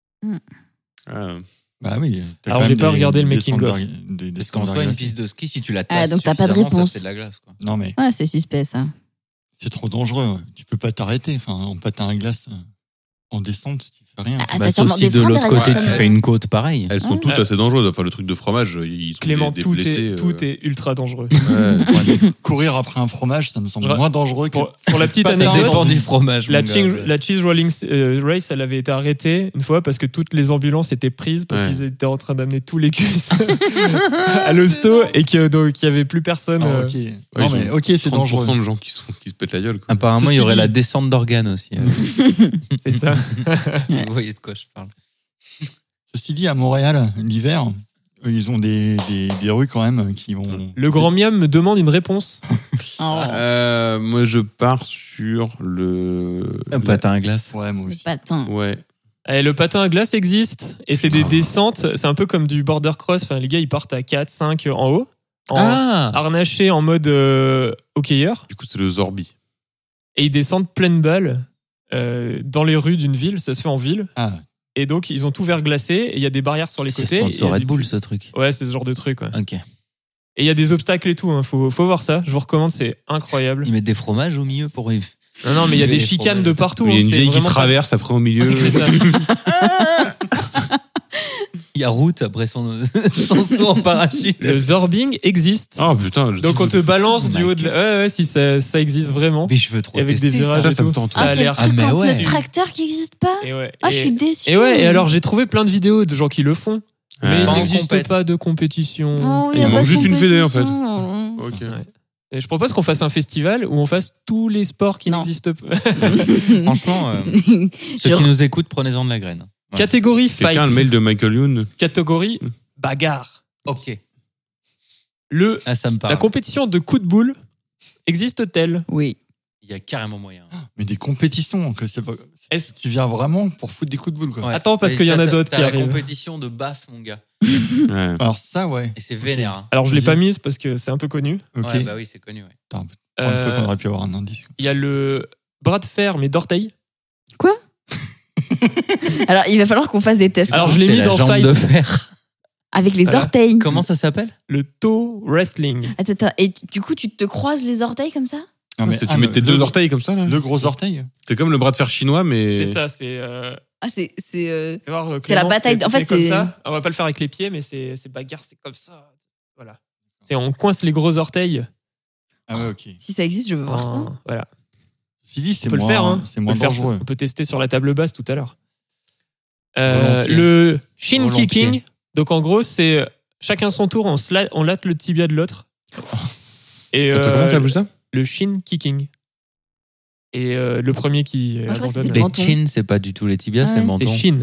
Ah, Bah oui. t'as Alors, quand j'ai même pas des- regardé le des making descentes of. des Parce descentes qu'en soi, une verglacées. piste de ski, si tu la Ah, tasses donc t'as pas de suffisamment, réponse. ça fait de la glace, quoi. Non, mais Ouais, c'est suspect, ça. c'est trop dangereux. Tu peux pas t'arrêter. Enfin, en patin à glace, en descente, tu fais rien. Ah, Bah, t'as sauf sûrement si des de freins l'autre derrière côté, toi. tu fais une côte pareille. elles sont Ouais. toutes assez dangereuses. Enfin, le truc de fromage, ils sont Clément, des tout blessés, est ultra dangereux. Ouais. Courir après un fromage, ça me semble Je- moins dangereux que. Pour la petite Pas Ça Anecdote. dépend anecdote, du fromage. la mon gars. cheese rolling race, elle avait été arrêtée une fois parce que toutes les ambulances étaient prises parce Ouais. qu'ils étaient en train d'amener tous les cuisses à l'hosto et que donc il y avait plus personne. Ah, ok. ils Non, mais ont ok, c'est 30% dangereux. de gens qui se pètent la gueule. Quoi. Apparemment, il y Ceci aurait dit- la descente d'organes aussi. C'est ça. Vous voyez de quoi je parle. Ceci dit, à Montréal, l'hiver, ils ont des rues quand même qui vont. Le grand Miam me demande une réponse. Oh, Moi, je pars sur le. Un patin à glace. Ouais, moi le aussi. patin. Ouais. Et le patin à glace existe et c'est des descentes. C'est un peu comme du border cross. Enfin, les gars, ils partent à 4, 5 en haut, harnachés en mode hockeyeur. Du coup, c'est le Zorbi. Et ils descendent pleine balle dans les rues d'une ville. Ça se fait en ville. Ah, Et donc, ils ont tout verglacé. Et il y a des barrières sur les C'est côtés. et il y sponsor a Red des- Bull, ce truc. Ouais, c'est ce genre de truc. Ouais. Ok. Et il y a des obstacles et tout. Hein. Faut voir ça. Je vous recommande. C'est incroyable. Ils mettent des fromages au milieu pour vivre. Non, mais il y a des Les chicanes fromages. de partout. Il y a hein. une C'est vieille qui vraiment pas- traverse après au milieu. C'est ça. Il y a route après son saut en parachute. Le zorbing existe. Oh putain. Donc, on te balance du haut de la... Ouais, si ça existe vraiment. Mais je veux trop Et avec tester des virages ça, et ça me tout. tente. Ça a Ah, c'est le l'air. truc mais en ouais. pneu de tracteur qui n'existe pas. Et ouais. Ah, je suis déçue. Et ouais, et alors j'ai trouvé plein de vidéos de gens qui le font, mais il Pas en n'existe compète. pas de compétition. Oh, Il y a manque pas de juste une fédé, en fait. compétition. Ok. Ouais. Et je propose qu'on fasse un festival où on fasse tous les sports qui Non. n'existent pas. Franchement, ceux qui nous écoutent, prenez-en de la graine. Ouais. Catégorie fight. Quelqu'un a le mail de Michael Youn. Catégorie bagarre. Ok. Le Ah, ça me parle. La compétition de coups de boule existe-t-elle? Oui. Il y a carrément moyen. Mais des compétitions, que c'est pas. Tu viens vraiment pour foutre des coups de boule, quoi. Ouais. Attends, parce Mais qu'il y en a t'as- d'autres t'as qui la arrivent. compétition de baf, mon gars. Ouais. Alors ça, ouais. Et c'est vénère. Hein. Alors, je l'ai Vas-y. pas mise parce que c'est un peu connu. Ok. Ouais, bah oui, c'est connu. Ouais. Attends, pour une fois Euh, qu'on aurait pu avoir un indice. Il y a le bras de fer, mais d'orteil. Alors, il va falloir qu'on fasse des tests. Alors, je l'ai C'est mis la dans jambe Fight. de fer. Avec les Voilà. orteils. Comment ça s'appelle? Le toe wrestling. Attends, et du coup, tu te croises les orteils comme ça? Non, mais, Tu mets tes deux orteils comme ça, là. Le gros orteil. C'est comme le bras de fer chinois, mais. C'est ça, c'est. Ah, c'est. Tu vas voir, C'est la Clément, bataille. tu En fais fait, comme c'est. ça. On va pas le faire avec les pieds, mais c'est bagarre, c'est comme ça. Voilà. C'est on coince les gros orteils. Ah ouais, ok. Si ça existe, je veux voir ça. Voilà. Si dit, c'est On peut moins, le faire, hein. c'est moins On peut le faire, dangereux. on peut tester sur la table basse tout à l'heure. Volontiers. Le shin Volontiers. kicking. Donc en gros, c'est chacun son tour, on latte le tibia de l'autre. Et Attends, comment t'appelles ça? le shin kicking. Et le premier qui Moi, je crois que abandonne. c'était Les menton. chins, c'est pas du tout les tibias, Ah c'est le ouais. menton. C'est shin.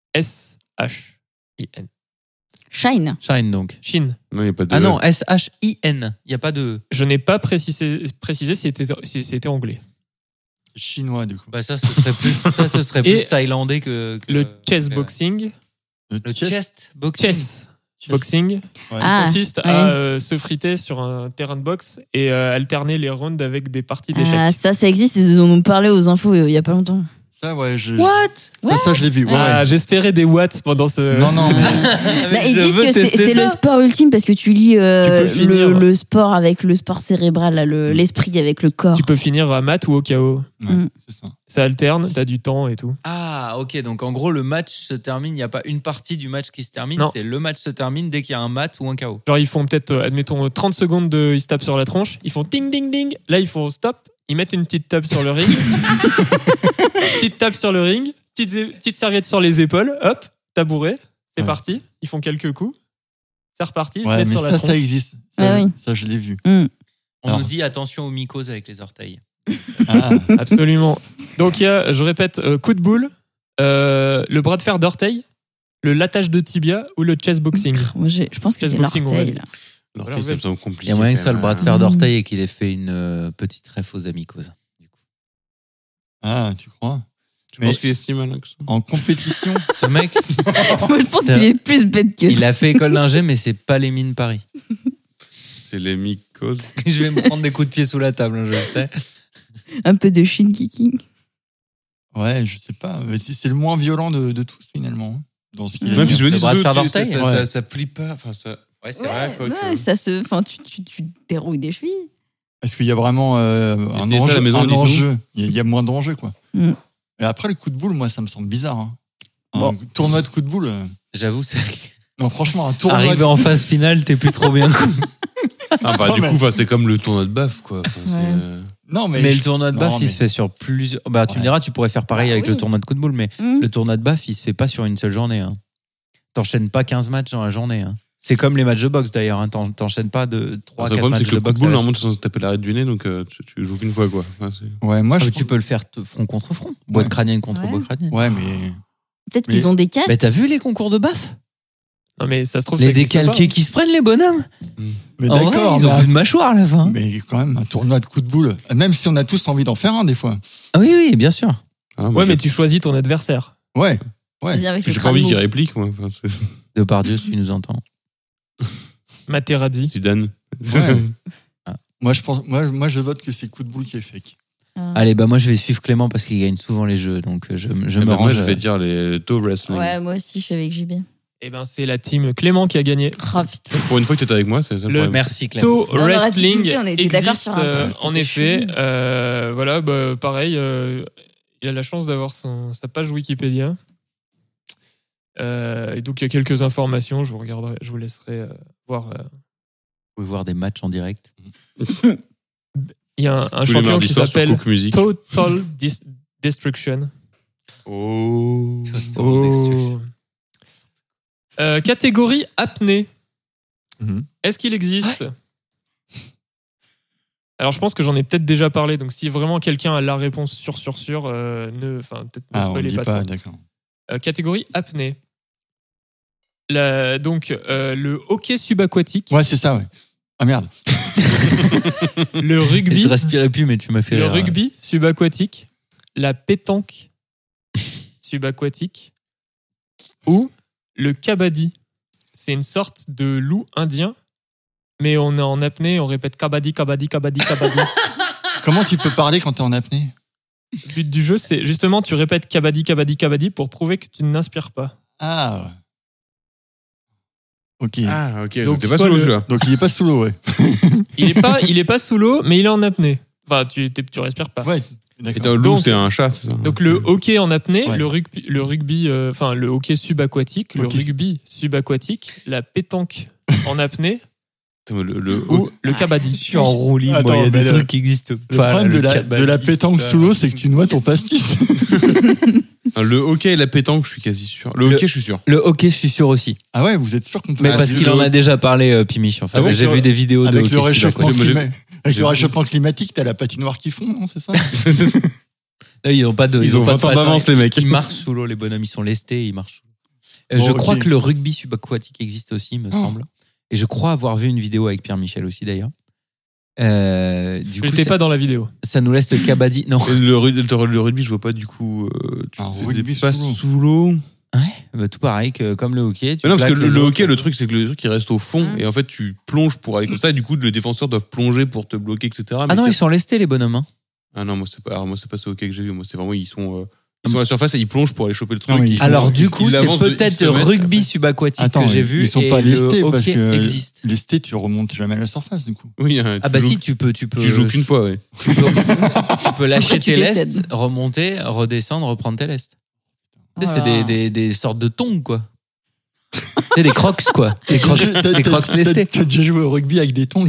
S-H-I-N. Shine. Shine donc. Shin. Non, il n'y a pas de. Ah non, S-H-I-N. Il n'y a pas de. Je n'ai pas précisé si c'était anglais. Chinois, du coup. Bah ça, ce serait plus Et thaïlandais que Le chess boxing. Le chest boxing. Chess boxing. Ouais. Ah, consiste ouais. à se friter sur un terrain de boxe et alterner les rounds avec des parties d'échecs. Ah, ça existe, ils en ont parlé aux infos il y a pas longtemps. Ça, ouais, What? Ça, je l'ai vu. Ouais, Ah, ouais. j'espérais des watts pendant ce. Non, non, mais. Non, ils disent que c'est le sport ultime parce que tu lis peux finir. le sport avec le sport cérébral, là, l'esprit avec le corps. Tu peux finir à mat ou au KO. Ouais, c'est ça. Ça alterne, t'as du temps et tout. Ah, ok. Donc en gros, le match se termine. Il n'y a pas une partie du match qui se termine. Non. C'est le match se termine dès qu'il y a un mat ou un KO. Genre, ils font peut-être, admettons, 30 secondes ils se tapent sur la tronche. Ils font ding, ding, ding. Là, ils font stop. Ils mettent une petite tape sur le ring. Petite tape sur le ring. Petite serviette sur les épaules. Hop, tabouret. C'est Ouais. parti. Ils font quelques coups. C'est reparti. Ils se Ouais, mettent mais sur la ça, tronche. ça existe. Ça, Ah oui. ça, je l'ai vu. On Alors. nous dit attention aux mycoses avec les orteils. Ah, Absolument. Donc, il y a, je répète, coup de boule, le bras de fer d'orteil, le lattage de tibia ou le chest boxing. Moi, je pense que Chess c'est boxing, on va l'orteil. dire. Là. Alors, Voilà, ça me semble compliqué. Il y a moyen que quand ça le même. bras de fer d'orteil et qu'il ait fait une petite ref aux amicoses. ah, tu crois? Tu penses qu'il est si malin que ça? En compétition, Ce mec, Moi, je pense C'est qu'il est plus bête que il ça. a fait école d'ingé, mais c'est pas les mines Paris. C'est les mycoses. Je vais me prendre des coups de pied sous la table, hein, je le sais. Un peu de shin kicking. ouais, je sais pas. Mais c'est le moins violent de tous, finalement. hein, Dans ce qu'il a Même dit. si je me dis, Le bras de fer ça, d'orteil, ça, ouais. ça plie pas. Enfin, ça. Ouais, c'est Ouais, vrai. quoi, ouais, ça se. Enfin, tu dérouilles des chevilles. Est-ce qu'il y a vraiment un Essayez ça à la enjeu, maison, un dites-nous. enjeu il y a moins d'enjeux, quoi. Mm. Et après, le coup de boule, moi, ça me semble bizarre. Hein. Bon. Un tournoi de coup de boule. J'avoue, c'est... Non, franchement, un tournoi arrivé de... en phase finale, t'es plus trop bien cool. Ah, bah, Non, du mais- coup, enfin, c'est comme le tournoi de baf, quoi. Enfin, c'est, Ouais. Non, mais... Mais le tournoi de Non, baf, il mais- se fait sur plusieurs. Bah, tu me Ouais. diras, tu pourrais faire pareil Bah avec oui. le tournoi de coup de boule, mais Mm. le tournoi de baf, il se fait pas sur une seule journée. Hein. T'enchaînes pas 15 matchs dans la journée. Hein. C'est comme les matchs de boxe d'ailleurs. Hein. T'enchaînes pas de 3-4 le problème, matchs c'est que de le coup de boxe. boule, à la normalement, tu es censé taper l'arrêt du nez, donc tu joues qu'une fois, quoi. Enfin, c'est- Ouais, moi, Ah, je mais trouve- tu peux le faire front contre front. Boîte Ouais. crânienne contre Ouais. boîte crânienne. Ouais, mais... Peut-être Mais- qu'ils ont des casques. Mais t'as vu les concours de baf? Non, mais ça se trouve, Les ça existe décalqués pas. qui se prennent, les bonhommes? Mais En vrai, d'accord, ils ont plus de mâchoire à la fin. mais quand même, un tournoi de coup de boule. Même si on a tous envie d'en faire un, des fois. Ah oui, oui, bien sûr. Ah, Ouais, mais tu choisis ton adversaire. Ouais. Ouais. C'est-à-dire avec le j'ai pas envie crâne qu'il mou. réplique, moi. Enfin, c'est- Depardieu, si tu nous entends. Materazzi. Zidane. Ouais. Moi, je pense, moi, je vote que c'est coup de boule qui est fake. Ah. Allez, bah moi je vais suivre Clément parce qu'il gagne souvent les jeux, donc je Eh me ben, range. moi, je vais dire les toe wrestling. Ouais, moi aussi, je suis avec JB. Eh ben, c'est la team Clément qui a gagné. Oh putain. Pour une fois que tu étais avec moi, c'est ça le Le problème. Merci Clément. Toe On aurait dû wrestling douter, on était d'accord existe sur un truc, en c'était effet. chelou. Voilà, bah, pareil, il a la chance d'avoir sa page Wikipédia. Et donc il y a quelques informations, je vous laisserai voir. Vous pouvez voir des matchs en direct. Il y a un Tous les champion mardis qui soirs sur s'appelle Cook Music. Total Destruction. Oh. Oh. Catégorie apnée. Mhm. Est-ce qu'il existe Alors je pense que j'en ai peut-être déjà parlé, donc si vraiment quelqu'un a la réponse sur, peut-être ne Ah, on spoilez dit pas pas, trop. d'accord. Catégorie apnée. Donc le hockey subaquatique. Ouais, c'est ça, ouais. Ah merde. Le rugby. Je respirais plus, mais tu m'as fait Le rire. rugby subaquatique, la pétanque subaquatique ou le kabaddi. C'est une sorte de loup indien, mais on est en apnée, on répète kabaddi, kabaddi, kabaddi, kabaddi. Comment tu peux parler quand t'es en apnée? Le but du jeu, c'est justement, tu répètes kabaddi, kabaddi, kabaddi pour prouver que tu n'inspires pas. Ah. Ok. Ah, ok. Donc, Donc, t'es pas soit sous l'eau, le- celui-là. Donc il est pas sous l'eau, ouais. Il est pas sous l'eau, mais il est en apnée. Enfin, tu respires pas. Ouais, Et d'accord. un loup, Donc- c'est un chat, c'est ça? Donc le hockey en apnée, Ouais. le rugby, enfin le hockey subaquatique, le Ok. rugby subaquatique, la pétanque en apnée Le ou le kabaddi. Je suis en roue libre, Attends, il y a mais des le- trucs qui existent Le pas. problème là, de la pétanque sous l'eau, c'est que tu noies ton pastis. Le hockey et la pétanque, je suis quasi sûr. Le hockey, je suis sûr. Le hockey, je suis sûr aussi. Ah ouais, vous êtes sûr qu'on peut Mais pas parce dire qu'il le- en a déjà parlé, Pimiche, en fait. Ah ouais, J'ai sur- vu des vidéos de avec hockey le réchauffement subaquatique. avec le réchauffement climatique, t'as la patinoire qui fond, non? C'est ça? Là, ils ont pas de, Ils ont pas 20 de ans patin. d'avance, les mecs. Ils marchent sous l'eau, les bonhommes, ils sont lestés, ils marchent sous l'eau. Bon, Je ok. crois que le rugby subaquatique existe aussi, il me Oh. semble. Et je crois avoir vu une vidéo avec Pierre Michel aussi, d'ailleurs. Du coup, J'étais pas dans la vidéo. ça nous laisse le kabaddi. Non. Le rugby, je vois pas du coup. Tu Un fais rugby des passes sous sous l'eau. Bah, tout pareil que comme le hockey. Tu Mais non, parce que plaques le les autres. hockey, le truc, c'est que le truc, il reste au fond. Mmh. Et en fait, tu plonges pour aller comme ça. Et du coup, les défenseurs doivent plonger pour te bloquer, etc. Ah Mais non, ça- ils sont lestés, les bonhommes. Hein. Ah non, moi, c'est pas ce hockey que j'ai vu. Moi, c'est vraiment, ils sont à la surface et ils plongent pour aller choper le truc. Non, mais Ils Alors, font- du ils coup, c'est l'avancent de peut-être X mètres. rugby subaquatique Attends, que j'ai vu. ils sont et pas le lestés parce hockey que existe. lestés, tu remontes jamais à la surface, du coup. Oui, hein, Ah bah joues- si, tu peux. Tu joues qu'une fois, ouais. Tu peux lâcher Après, tu tes lestes, décèdes. remonter, redescendre, reprendre tes lestes. Tu sais, Voilà. c'est des sortes de tongs, quoi. C'est des crocs, quoi. Des crocs lestés. T'as déjà joué au rugby avec des tongs?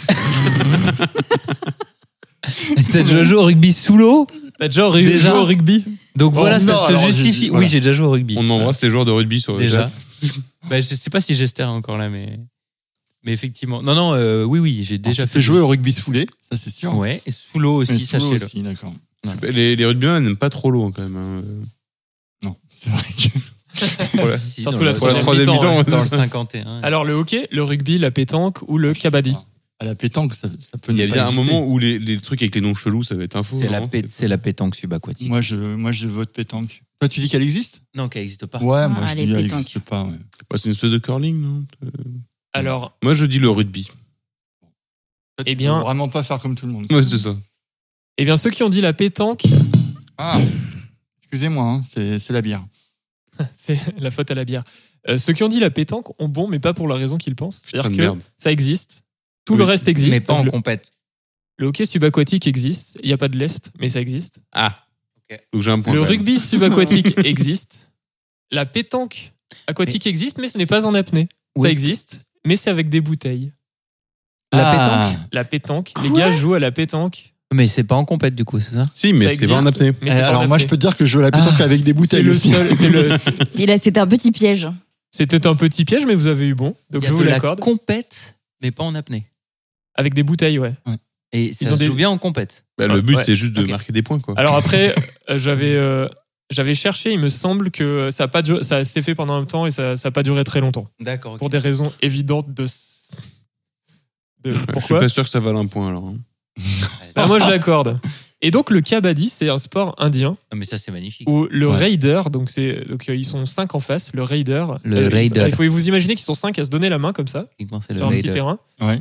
T'as déjà joué au rugby sous l'eau? T'as déjà Déjà joué au rugby? Donc voilà, non, ça se alors, justifie. voilà. Oui, j'ai déjà joué au rugby. On embrasse les joueurs de rugby sur le Déjà. chat. Bah, je sais pas si Gester est encore là, mais effectivement. Non, oui, j'ai déjà Tu fait. fais jouer au rugby foulé, ça c'est sûr. Ouais, et sous l'eau Mais aussi, sous l'eau sachez-le. aussi, d'accord. Les rugbymen n'aiment pas trop l'eau, quand même. hein. Non, c'est vrai que... Voilà. Si, Surtout dans la le- troisième mi-temps, mi-temps, ouais. Dans le 51. Alors le hockey, le rugby, la pétanque ou le kabaddi. À la pétanque, ça peut Il y a ne bien pas un exister. moment où les trucs avec les noms chelous, ça va être info. C'est la pétanque subaquatique. Moi, je vote pétanque. Toi, tu dis qu'elle existe? Non, qui n'existe pas. Ouais, moi, je allez, dis qu'elle pétanque. existe pas, ouais. Bah, c'est une espèce de curling, non? Alors, Moi, je dis le rugby. Toi, Eh tu bien- peux vraiment pas faire comme tout le monde. Ouais, c'est ça. eh bien ceux qui ont dit la pétanque, Ah, excusez-moi, hein, c'est la bière. c'est la faute à la bière. Ceux qui ont dit la pétanque ont bon, mais pas pour la raison qu'ils pensent. Putain C'est-à-dire de que merde. ça existe. Tout Oui, le reste existe. Mais pas Donc, en le, compète. le hockey subaquatique existe. Il n'y a pas de lest, mais ça existe. Ah. Donc j'ai un point. Le quand même. rugby subaquatique existe. La pétanque aquatique existe, mais ce n'est pas en apnée. Où Ça est-ce- existe, mais c'est avec des bouteilles. La Ah, La pétanque, les gars jouent à la pétanque. Mais c'est pas en compète, du coup, c'est ça? Si, mais Ça c'est pas en existe, apnée. mais eh, c'est pas en alors moi, apnée. je peux te dire que je joue à la pétanque avec des C'est bouteilles le aussi. seul. C'était un petit piège. C'était un petit piège, mais vous avez eu bon. Donc Il y je a vous de la l'accorde. compète, mais pas en apnée. Avec des bouteilles, ouais. Et Ils ça ont se des- joue bien en compète. Bah, le but, Ouais. c'est juste de Ok. marquer des points, quoi. Alors après, j'avais cherché, il me semble que ça s'est fait pendant un temps et ça n'a pas duré très longtemps. D'accord. Pour des raisons évidentes de Je suis pourquoi pas sûr que ça vale un point, alors. hein. Ah, moi, je l'accorde. Et donc, le kabaddi, c'est un sport indien Non, mais ça, c'est magnifique. où le Ouais. raider, donc ils sont 5 en face, le raider. Le raider. Il faut vous imaginer qu'ils sont 5 à se donner la main comme ça, Techniquement, c'est le sur un petit raider. terrain. Ouais.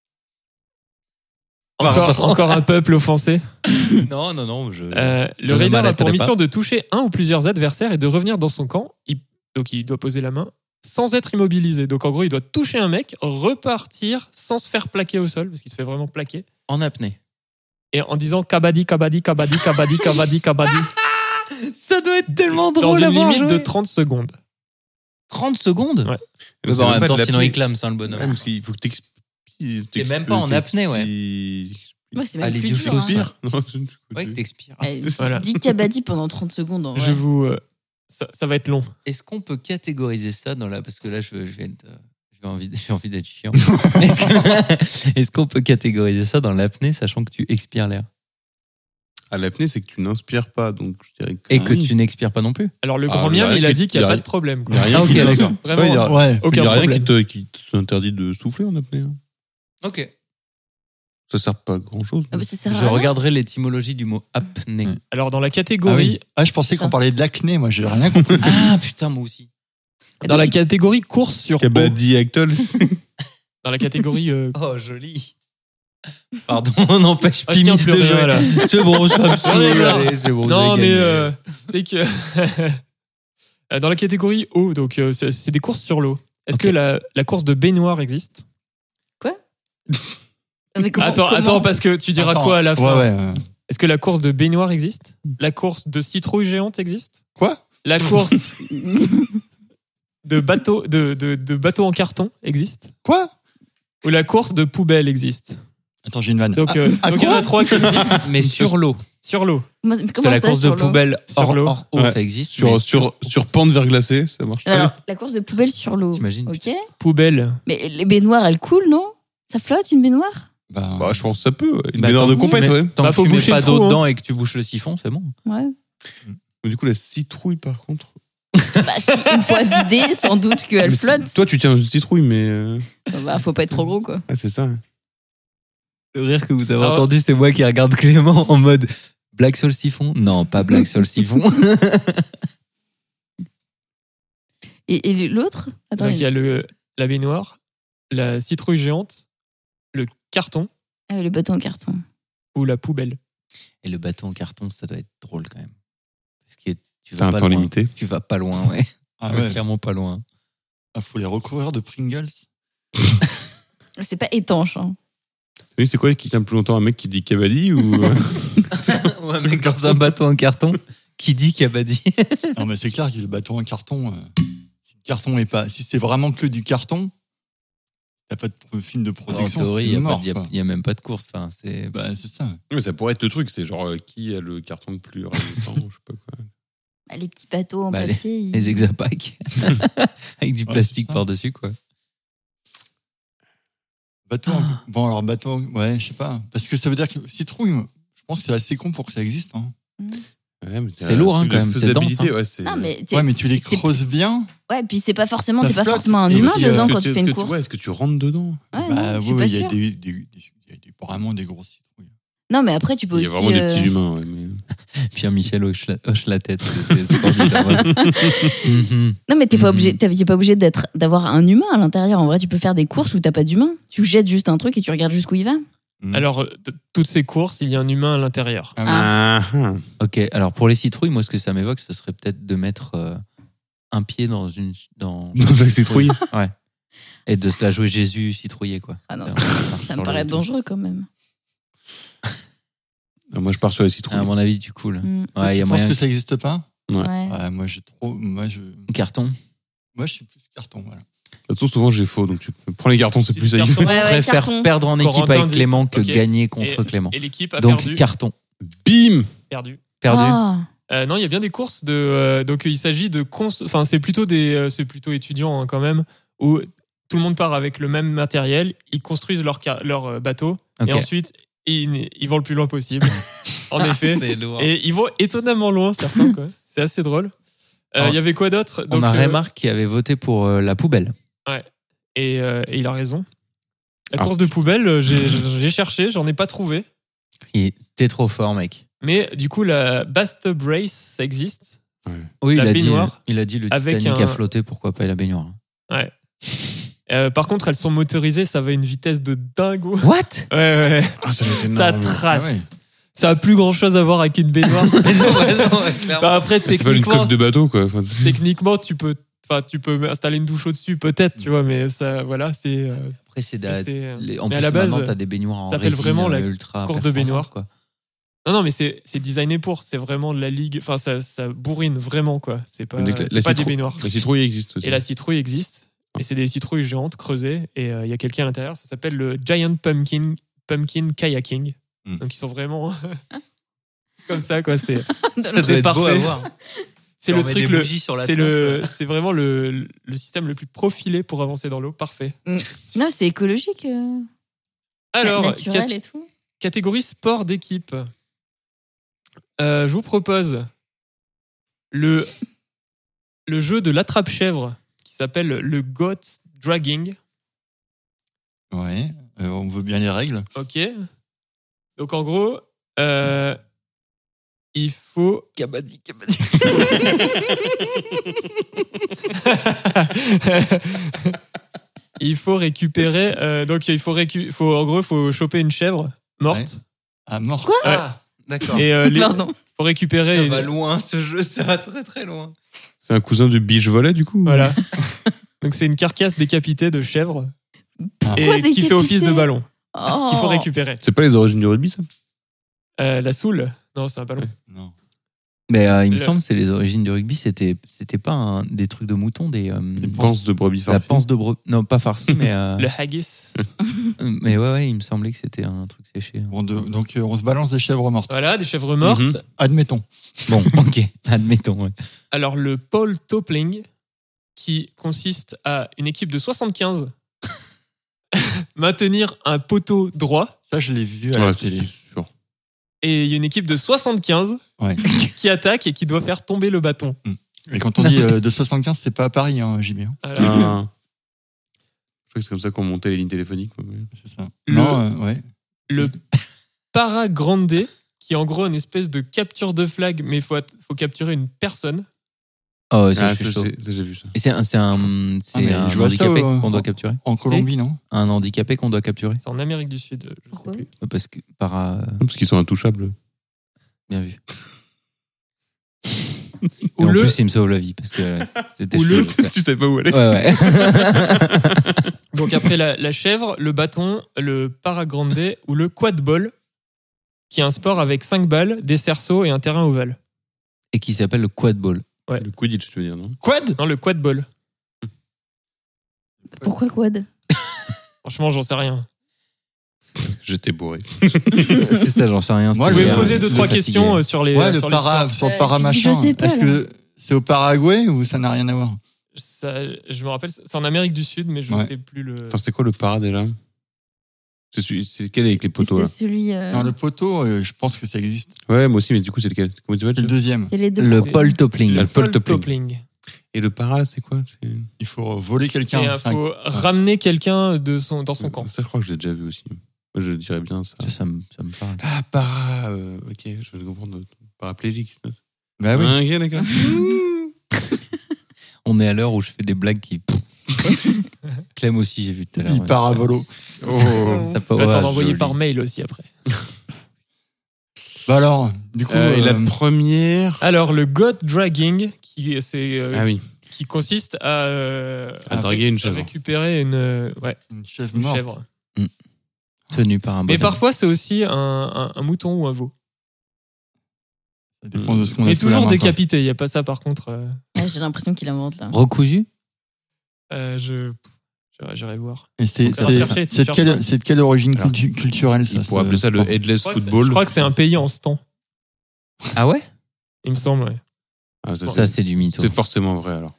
Encore un peuple offensé. Non, je. Le Je ne raider a m'arrêterai pour mission pas. de toucher un ou plusieurs adversaires et de revenir dans son camp. Donc il doit poser la main sans être immobilisé. Donc en gros, il doit toucher un mec, repartir sans se faire plaquer au sol, parce qu'il se fait vraiment plaquer. En apnée. Et en disant kabaddi, kabaddi, kabaddi, kabaddi, kabaddi, kabaddi. Ça doit être tellement Dans drôle une à voir limite de jouer. 30 secondes. 30 secondes. Ouais. Mais C'est bon, en même même pas temps, de sinon l'apnée. il clame, ça, le bonhomme. Ouais, parce qu'il faut que t'expires. T'es même pas en apnée, ouais. Moi, c'est Allez, même plus du dur. chaud. Hein. T'expires. Non, je ne sais pas. Ouais, que t'expires. Voilà. Dis kabaddi pendant 30 secondes. En vrai. Je vous. Ça va être long. Est-ce qu'on peut catégoriser ça dans la. Parce que là, j'ai envie d'être chiant. Est-ce qu'on peut catégoriser ça dans l'apnée, sachant que tu expires l'air? À l'apnée, c'est que tu n'inspires pas, donc je dirais que. Et que oui. tu n'expires pas non plus? Alors le Ah, grand il y a miam, rien il a qui- dit qu'il il n'y y a a pas de problème. Il n'y a rien Ah, ok, qui d'accord. Vraiment, Ouais, il y a- Ouais. aucun il y a rien problème. qui t'interdit de souffler en apnée. hein. Ok. Ça sert pas à grand chose. Ah bah, ça sert à Je rien. regarderai l'étymologie du mot apnée. Alors, dans la Ah catégorie, oui. Ah, je pensais qu'on parlait de l'acné, moi, j'ai rien compris. Ah putain, moi aussi. dans la catégorie course sur eau, Kabaddi Actol. dans la catégorie Oh, joli. Pardon, on empêche Ah, je tiens Pimis plus de rien, jouer. là. C'est bon, ça me J'en ai saoule, marre. allez, c'est bon. non, j'ai mais gagné. c'est que dans la catégorie eau, donc c'est des courses sur l'eau. Est-ce Ok. que la course de baignoire existe? Mais comment- Attends, parce que tu diras Attends. quoi à la fin? Ouais. Est-ce que la course de baignoire existe? La course de citrouille géante existe? Quoi? La course de bateau en carton existe? Quoi? Ou la course de poubelle existe? Attends, j'ai une vanne. Donc, Ah, donc il y en quoi a 3 qui existent Mais sur l'eau. sur l'eau. Mais Parce que comment la ça, course de sur l'eau poubelle Sur hors l'eau. eau, Ouais. ça existe. mais Sur pente verglacée, ça marche. Alors, la course de poubelle sur l'eau. T'imagines, Ok. Poubelle. Mais les baignoires, elles coulent, non? Ça flotte, une baignoire? Bah, Bah, je pense que ça peut. Ouais. Une Bah, baignoire tant de que compète, tu mets- ouais. Tant Bah, que faut tu mets boucher pas le trou, d'eau hein. dedans et que tu bouches le siphon, c'est bon. Ouais. Mais du coup, la citrouille, par contre. Bah, si une fois vidée, sans doute qu'elle Mais flotte. Toi, tu tiens une citrouille, mais. Bah, faut pas être trop gros, quoi. Ah, c'est ça. Le rire que vous avez Alors- entendu, c'est moi qui regarde Clément en mode blague sur le siphon. Non, pas blague sur le siphon. Et l'autre? Attends, Donc il y a la baignoire, la citrouille géante, le carton Ah, le bâton en carton. ou la poubelle. Et le bâton en carton, ça doit être drôle quand même. Parce que tu T'as vas un pas temps loin. limité. Tu vas pas loin, ouais. ah Tu vas ouais. clairement pas loin. Ah, faut les recouvrir de Pringles. C'est pas étanche, hein. Oui, c'est quoi qui tient le plus longtemps? Un mec qui dit Cavalli ou. Ouais, mais dans un bâton en carton, qui dit Kabaddi? Non, mais c'est clair que le bâton en carton, si le carton est pas, si c'est vraiment que du carton, t'as pas de film de En protection. théorie, c'est il mort, n'y quoi. a même pas de course. Enfin, c'est... Bah, c'est ça. Mais ça pourrait être le truc, c'est genre qui a le carton le plus résistant, je sais pas quoi. Bah, les petits bateaux en Bah, papier. ils- les hexapacks. Avec du Ouais, plastique c'est ça. par-dessus, quoi. Bâton. Bon, alors bâton, ouais, je sais pas. Parce que ça veut dire que citrouille, je pense que c'est assez con pour que ça existe. Hein. Ouais, mais C'est lourd, hein, la quand même, c'est dense, faisabilité, hein. ouais, c'est. Non, mais Ouais, mais tu les c'est- creuses bien. Ouais, puis c'est pas forcément, Ça t'es pas flotte. forcément un Et humain puis, dedans est-ce quand tu fais une course. Ouais, est-ce que tu rentres dedans? Ouais, Bah, non, je suis ouais, pas il y a sûre. vraiment des grosses citrouilles. Non, mais après, tu peux Il y a aussi. vraiment des petits humains, ouais, mais. Pierre-Michel hoche la tête. C'est formidable. Mhm. Non, mais t'es pas Mhm. obligé, t'es pas obligé d'avoir un humain à l'intérieur. En vrai, tu peux faire des courses où t'as pas d'humain. Tu jettes juste un truc et tu regardes jusqu'où il va. Alors, de toutes ces courses, il y a un humain à l'intérieur. Ah, Ok, alors pour les citrouilles, moi, ce que ça m'évoque, ce serait peut-être de mettre un pied dans une. Dans la citrouille. Ouais. Et de se la jouer Jésus citrouillé, quoi. Ah non, Alors, ça sur me paraît le- dangereux quand même. Moi, je pars sur la citrouille. À mon avis, tu coules. Mm. Ouais, il y a tu penses moyen. que ça n'existe pas? Ouais. Ouais. Ouais, moi, j'ai trop. Moi, je suis plus carton. Voilà. De toute façon, souvent, j'ai faux, donc tu prends les cartons, c'est plus safe. Carton. Je Ouais, préfère carton. perdre en équipe Corentin avec dit- Clément que Ok. gagner contre Clément. Et l'équipe a Donc, perdu. carton. Bim! Perdu. Perdu. Ah. Non, il y a bien des courses de. Donc, il s'agit de. Enfin, c'est plutôt étudiant hein, quand même, où tout le monde part avec le même matériel, ils construisent leur bateau, Ok. et ensuite, ils vont le plus loin possible. En effet. C'est lourd. Et ils vont étonnamment loin, certains, quoi. C'est assez drôle. Il y avait quoi d'autre? On Donc, a Remarque qui avait voté pour la poubelle. et il a raison. La Ah. course de poubelle, j'ai cherché, j'en ai pas trouvé. T'es trop fort, mec. Mais du coup, la Bathtub Race, ça existe. Oui, La il a dit baignoire le avec Titanic a un- flotté, pourquoi pas la baignoire. Par contre, elles sont motorisées, ça va à une vitesse de dingo. What? Ouais. Ah, ça doit être Ça énorme. trace. Ah ouais. Ça a plus grand chose à voir avec une baignoire. Bah, après, C'est pas une techniquement, coque de bateau, quoi. Enfin, techniquement, tu peux installer une douche au-dessus, peut-être, tu vois, mais ça, voilà, c'est. Après, c'est en mais plus, à la base, maintenant, t'as des baignoires en ça s'appelle résine vraiment la ultra course de baignoire. quoi. Non, mais c'est designé pour. C'est vraiment de la ligue. Enfin, ça bourrine vraiment, quoi. C'est pas, donc, c'est pas des baignoires. La citrouille existe aussi. Et la citrouille existe. Et c'est des citrouilles géantes creusées. Et il y a quelqu'un à l'intérieur. Ça s'appelle le Giant Pumpkin Kayaking. Donc ils sont vraiment comme ça, quoi. C'est Ça doit être parfait. beau à voir. C'est On le met truc. des bougies sur la C'est vraiment le système le plus profilé pour avancer dans l'eau. Parfait. Non, c'est écologique. Alors, naturel et tout. catégorie sport d'équipe. Je vous propose le jeu de l'attrape-chèvre qui s'appelle le Goat Dragging. Ouais. On veut bien les règles. Ok. Donc en gros, il faut... Kabaddi. Il faut récupérer... il faut choper une chèvre morte. Ouais. Ah, mort. Quoi ? Ah, d'accord. Et Pardon. faut récupérer... Ça va loin, ce jeu, ça va très très loin. C'est un cousin du biche volet, du coup. Voilà. Donc c'est une carcasse décapitée de chèvre Pourquoi et qui fait office de ballon Oh. qu'il faut récupérer. C'est pas les origines du rugby, ça? La soule? Non, c'est un ballon. Non. Mais il me semble que c'est les origines du rugby, c'était pas des trucs de mouton, Les panses de brebis la farcies. panse de brebis. Non, pas farcie, mais. Le haggis. Mais ouais, il me semblait que c'était un truc séché. Bon, donc, on se balance des chèvres mortes. Voilà, des chèvres mortes. Mhm. Admettons. Bon, ok, admettons. Ouais. Alors, le pole toppling, qui consiste à une équipe de 75 maintenir un poteau droit, Ça, je l'ai vu à la Ouais, télé. c'est sûr. et il y a une équipe de 75 Ouais. qui attaque et qui doit faire tomber le bâton. Et quand on dit de 75, c'est pas à Paris, hein, JB. hein. Voilà. Je crois que c'est comme ça qu'on montait les lignes téléphoniques. C'est ça. Le- Non, ouais. Le paragrande, qui est en gros une espèce de capture de flag, mais il faut capturer une personne. Oh, ça, Ah, je suis ça, chaud. j'ai vu ça. Et c'est un mais un je vois ça, handicapé ouais. qu'on doit capturer. En Colombie, non? Un handicapé qu'on doit capturer. C'est en Amérique du Sud, je Pourquoi sais plus. Parce que Parce qu'ils sont intouchables. bien vu. Et Ou en le- plus, il me sauve la vie parce que c'était Ou chaud, le- donc, Tu savais pas où aller. ouais. Donc après la chèvre, le bâton, le paragrande ou le quad ball, qui est un sport avec 5 balles, des cerceaux et un terrain ovale. Et qui s'appelle le quad ball. Ouais. Le Quidditch, tu veux dire, non? Quad? Non, le quad ball. Pourquoi quad? Franchement, j'en sais rien. J'étais bourré. C'est ça, j'en sais rien. Moi, Vous je pouvez vais poser 2-3 questions sur les Ouais, sur le les para, sports. sur le para je machin. sais pas, Est-ce là. que c'est au Paraguay ou ça n'a rien à voir? Ça, je me rappelle, c'est en Amérique du Sud, mais je Ouais. sais plus le... Attends, c'est quoi le para déjà? C'est lequel avec les poteaux, là? C'est celui. Non, le poteau, je pense que ça existe. Ouais, moi aussi, mais du coup, c'est lequel? Comment tu C'est le m'appelles? deuxième. C'est les deux. Le C'est- pole toppling. Le pole toppling. toppling. Et le para, là, c'est quoi? Il faut voler quelqu'un. Il faut ramener quelqu'un dans son camp. Ça, je crois que je l'ai déjà vu aussi. Moi, je dirais bien ça. Ça me parle. Ah, para. Ok, je vais comprendre. Paraplégique. Bah oui. Ok, d'accord. On est à l'heure où je fais des blagues qui. Clem aussi, j'ai vu tout à l'heure. Il part à volo. Oh. Ça peut- Va t'en ouais, envoyer joli. par mail aussi après. Bah alors, du coup. Et la première. Alors, le goat dragging, qui Ah oui. qui consiste à draguer une chèvre. récupérer une chèvre une morte. chèvre. Tenu par un Mais bonhomme. parfois, c'est aussi un mouton ou un veau. Ça dépend de ce qu'on a Mais sous la toujours main, quoi. décapité. Il n'y a pas ça, par contre. Ouais, j'ai l'impression qu'il invente là. Recousu. J'irai voir. Et c'est Donc, chercher, c'est de quelle origine Alors, culturelle, ça? Il pourrait appeler ça le sport headless Je football. crois que c'est un pays en stand. Ah ouais. Il me semble, ouais. Ah, Ça, c'est du mytho. C'est forcément vrai, alors.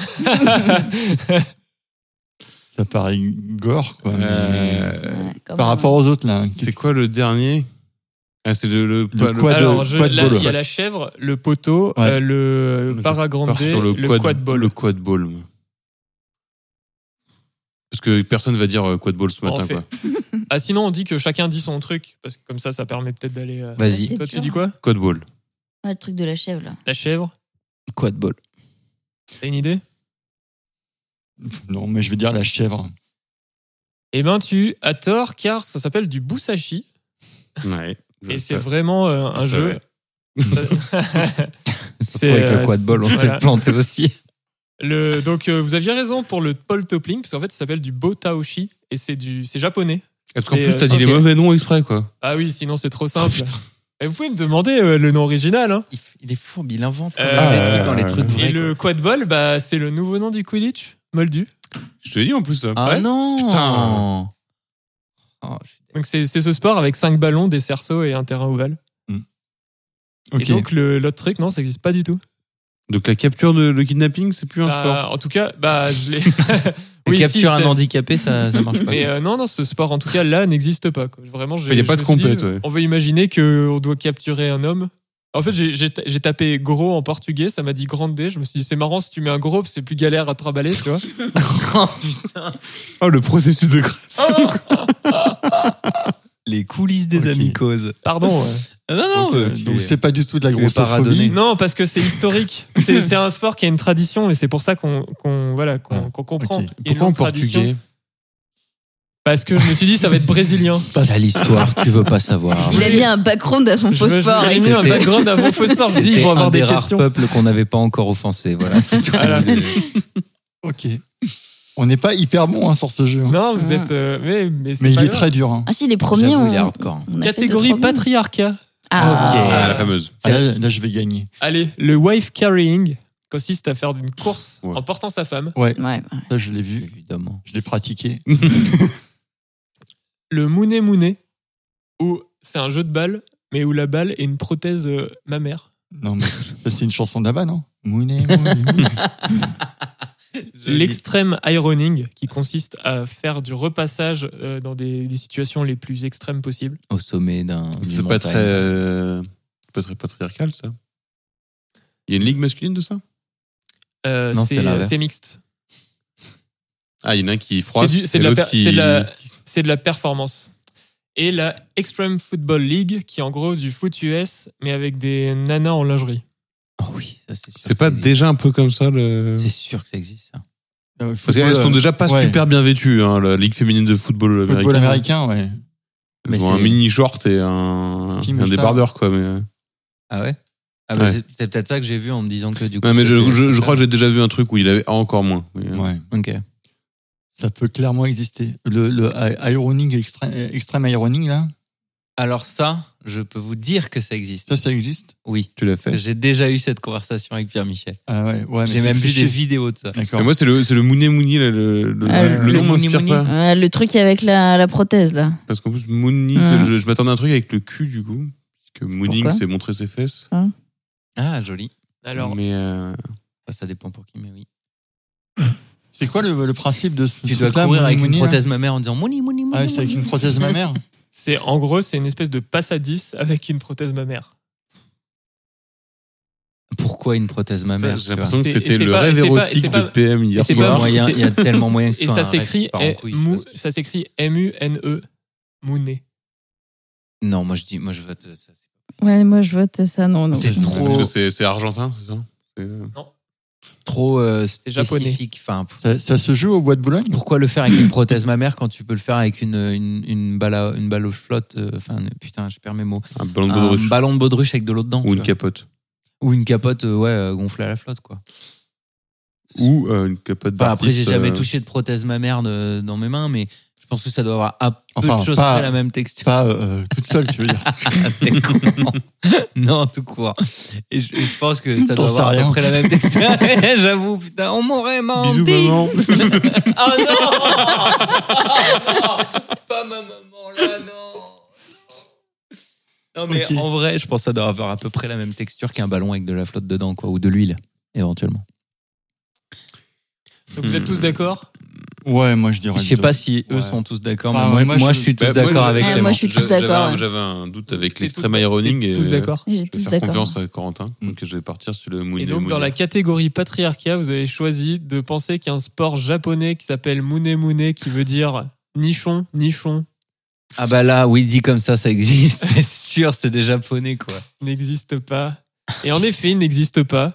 Ça paraît gore, quoi. mais- Ouais, quand Par même. rapport aux autres, là. C'est quoi le dernier? Ah, c'est le quad- Alors, quad là, ball. il y a la chèvre, le poteau, Ouais. le paragrande, sur le quad ball. Le quad ball. moi. Parce que personne va dire quad ball ce Bon, matin, on fait- quoi. Ah, sinon, on dit que chacun dit son truc, parce que comme ça permet peut-être d'aller. Vas-y. C'est Toi, tu dur. dis quoi? Quad ball. Ouais, le truc de la chèvre là. La chèvre? Quad ball. T'as une idée? Non, mais je vais dire la chèvre. Eh ben, tu as tort, car ça s'appelle du busashi. Ouais. Et c'est vraiment un jeu. Surtout avec le quad ball, on s'est voilà. planté aussi. Donc, vous aviez raison pour le pole toppling, parce qu'en fait, ça s'appelle du botaoshi, et c'est japonais. Parce qu'en C'est, plus, t'as dit les ok. mauvais noms exprès, quoi. Ah oui, sinon c'est trop simple. Et vous pouvez me demander le nom original. Hein. Il est fourbe, il invente quand Euh, même des trucs dans les trucs vrais. Et le quad ball, bah, c'est le nouveau nom du Quidditch, Moldu. Je te l'ai dit en plus, ça. Ah Ouais. non. Putain. Oh, Donc c'est ce sport avec 5 ballons, des cerceaux et un terrain ovale. Ok. Et donc l'autre truc, non, ça n'existe pas du tout. Donc la capture de le kidnapping, c'est plus un sport. En tout cas, bah, je l'ai. Oui, capture un c'est- handicapé, ça marche pas. Mais non, ce sport, en tout cas, là, n'existe pas. Quoi. Vraiment, Il y a pas de compète, ouais. On veut imaginer qu'on doit capturer un homme. En fait, j'ai tapé gros en portugais, ça m'a dit grande. Je me suis dit, c'est marrant, si tu mets un gros, c'est plus galère à trimballer, tu vois. Oh putain. Oh, le processus de création. Les Les coulisses des amicoses. Pardon. Non, donc c'est pas du tout de la grossophobie. grossophobie. Non, parce que c'est historique. C'est un sport qui a une tradition et c'est pour ça qu'on comprend. Ok. Il y a une Pourquoi en longue tradition. portugais? Parce que je me suis dit, ça va être brésilien. C'est l'histoire, tu veux pas savoir. Il a mis un background à son faux sport. J'ai mis un background à mon faux sport. Je me dis, ils vont avoir des questions. C'était un des rares peuples qu'on n'avait pas encore offensé. Voilà, c'est tout. Voilà. Ok. On n'est pas hyper bon sur ce jeu. Non, vous êtes. Mais il est très dur. Hein. Ah si, les premiers, J'avoue, il est hardcore. Catégorie patriarcat. La fameuse. Là, je vais gagner. Allez, le wife carrying consiste à faire d'une course en portant sa femme. Ouais. Ça, je l'ai vu. Évidemment. Je l'ai pratiqué. Le mouné mouné, où c'est un jeu de balle, mais où la balle est une prothèse mammaire. Non, mais ça, c'est une chanson d'Abba, non? Mouné, mouné, mouné. L'extrême ironing, qui consiste à faire du repassage dans des situations les plus extrêmes possibles. Au sommet d'un. C'est pas très patriarcal, ça. Il y a une ligue masculine de ça? Non, c'est l'inverse. C'est mixte. Ah, il y en a un qui froisse. C'est de la performance. Et la Extreme Football League, qui est en gros du foot US, mais avec des nanas en lingerie. Oh oui, ça c'est sûr. C'est pas déjà un peu comme ça C'est sûr que ça existe, ça. Parce qu'elles sont déjà pas super bien vêtues, hein, la Ligue féminine de football américain. Football américain, ouais. Elles ont un mini short et un débardeur, quoi. Mais... Ah ouais? Ah bah c'est peut-être ça que j'ai vu en me disant que du coup. Ouais, mais je crois que j'ai déjà vu un truc où il avait encore moins. Ouais. Ok. Ça peut clairement exister. Le ironing, extrême ironing, là. Alors ça, je peux vous dire que ça existe. Ça existe? Oui. Tu l'as fait? J'ai déjà eu cette conversation avec Pierre-Michel. Ah ouais. J'ai même vu des vidéos de ça. D'accord. Et moi, c'est le mouné mouni, là, le nom m'inspire pas. Le truc avec la prothèse, là. Parce qu'en plus, mouni, je m'attendais à un truc avec le cul, du coup. Parce que mooning, c'est montrer ses fesses. Ah, joli. Alors, mais ça dépend pour qui, mais oui. C'est quoi le principe de ce Tu dois courir avec une prothèse mammaire en disant mouni, mouni, mouni. Ah, c'est avec une prothèse mammaire? En gros, c'est une espèce de passe à 10 avec une prothèse mammaire. Pourquoi une prothèse mammaire? J'ai l'impression que c'était le rêve érotique de PM hier soir. Il y a tellement moyen que ce soit ça s'écrit ça s'écrit M-U-N-E, Mouné. Non, moi je vote ça. Ouais, moi je vote ça, non. C'est trop. C'est argentin, c'est ça? Non. Trop c'est japonais. spécifique. Enfin, ça se joue au bois de Boulogne? Pourquoi le faire avec une prothèse mammaire quand tu peux le faire avec une balle au flotte? Enfin, putain, je perds mes mots. Un ballon de baudruche. Un ballon de baudruche avec de l'eau dedans. Ou une capote. Ou une capote, gonflée à la flotte, quoi. Ou une capote d'artiste. Après, j'ai jamais touché de prothèse mammaire dans mes mains, mais je pense que ça doit avoir un peu de choses près la même texture. Pas toute seule, tu veux dire. T'es con. Non, tout court. Et je pense que ça doit avoir à peu près la même texture. J'avoue, putain, on m'aurait menti. Bisous, maman. Oh non. Pas ma maman, là, non. Non, mais en vrai, je pense que ça doit avoir à peu près la même texture qu'un ballon avec de la flotte dedans, quoi, ou de l'huile, éventuellement. Donc vous êtes tous d'accord? Ouais, moi je dirais. Je sais pas si eux sont tous d'accord, mais moi je suis tous d'accord avec Clément. Moi je suis tous d'accord. J'avais un doute avec l'extrême ironing et tous d'accord. Je vais faire confiance à Corentin, donc je vais partir sur le mouné. Et donc dans la catégorie patriarcat, vous avez choisi de penser qu'il y a un sport japonais qui s'appelle mouné mouné, qui veut dire nichon. Ah bah là, oui, dit comme ça existe, c'est sûr, c'est des japonais, quoi. N'existe pas. Et en effet, il n'existe pas.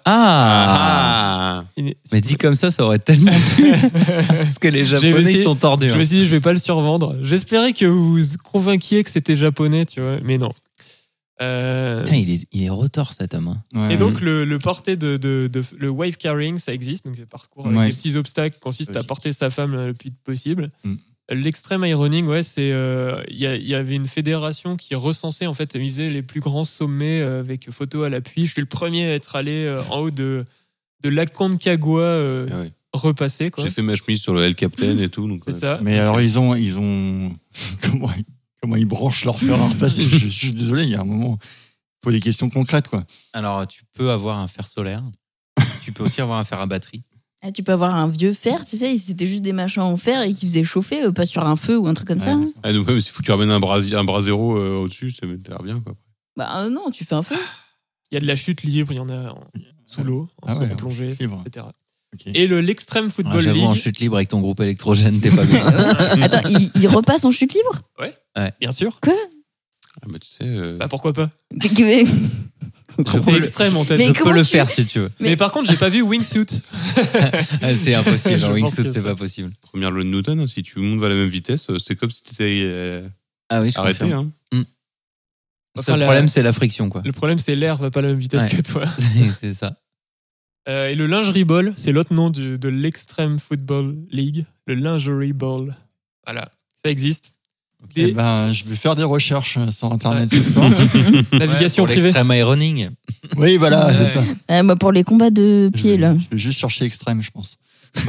Mais dit comme ça aurait tellement pu. Parce que les japonais, ils sont tordus. Je me suis dit, je vais pas le survendre. J'espérais que vous vous convainquiez que c'était japonais, tu vois, mais non. Putain, il est retors, cet homme. Et donc, le porté le wave carrying, ça existe. Donc, le parcours avec des petits obstacles consiste à porter sa femme le plus vite possible. L'extrême ironing, c'est il y avait une fédération qui recensait, en fait, ils faisaient les plus grands sommets avec photos à l'appui. Je suis le premier à être allé en haut de l'Aconcagua repassé, quoi. J'ai fait ma chemise sur le El Captain et tout, donc. C'est ça. Mais alors ils ont comment ils branchent leur fer à repasser? Je suis désolé, il y a un moment, il faut des questions concrètes, quoi. Alors tu peux avoir un fer solaire, tu peux aussi avoir un fer à batterie. Tu peux avoir un vieux fer, tu sais, c'était juste des machins en fer et qui faisaient chauffer, pas sur un feu ou un truc comme ça. Hein. Ah, donc même s'il faut que tu ramènes un brasero au-dessus, ça l'air bien, quoi. Bah non, tu fais un feu. Il y a de la chute libre, il y en a sous l'eau, en plongée, etc. Et l'Extreme Football J'avoue, en League. chute libre avec ton groupe électrogène, t'es pas bien. Attends, il repasse en chute libre? Ouais, Ouais. bien sûr. Quoi? Ah bah, tu sais, Bah pourquoi pas. Mais C'est extrême en tête. Mais Je comment peux le tu- faire si tu veux. Mais par contre, j'ai pas vu Wingsuit. Ah, c'est impossible. Je En pense wingsuit, que c'est ça. pas possible. première loi de Newton, si tout le monde va à la même vitesse, c'est comme si t'étais Ah oui, je arrêté. confirme. Hein. Enfin, Le problème, c'est la friction, quoi. Le problème, c'est l'air va pas à la même vitesse Ouais. que toi. C'est ça. Et le lingerie ball, c'est l'autre nom de l'Extreme Football League. Le lingerie ball. Voilà, ça existe. Eh ben, je vais faire des recherches sur Internet ce soir. Navigation pour privée. l'extrême aeroning. Oui, voilà, c'est ça. moi, pour les combats de pieds, là. Je vais juste chercher extrême, je pense.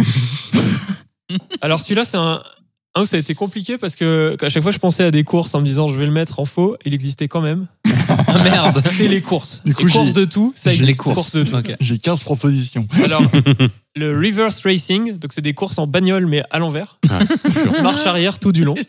Alors celui-là, c'est un où ça a été compliqué parce que à chaque fois, je pensais à des courses en me disant je vais le mettre en faux. Il existait quand même. Ah merde. C'est les courses. Du coup, les courses j'ai- de tout, ça J'ai existe. les courses. de tout. Ok. J'ai 15 propositions. Alors, le reverse racing, donc c'est des courses en bagnole mais à l'envers. Marche arrière tout du long.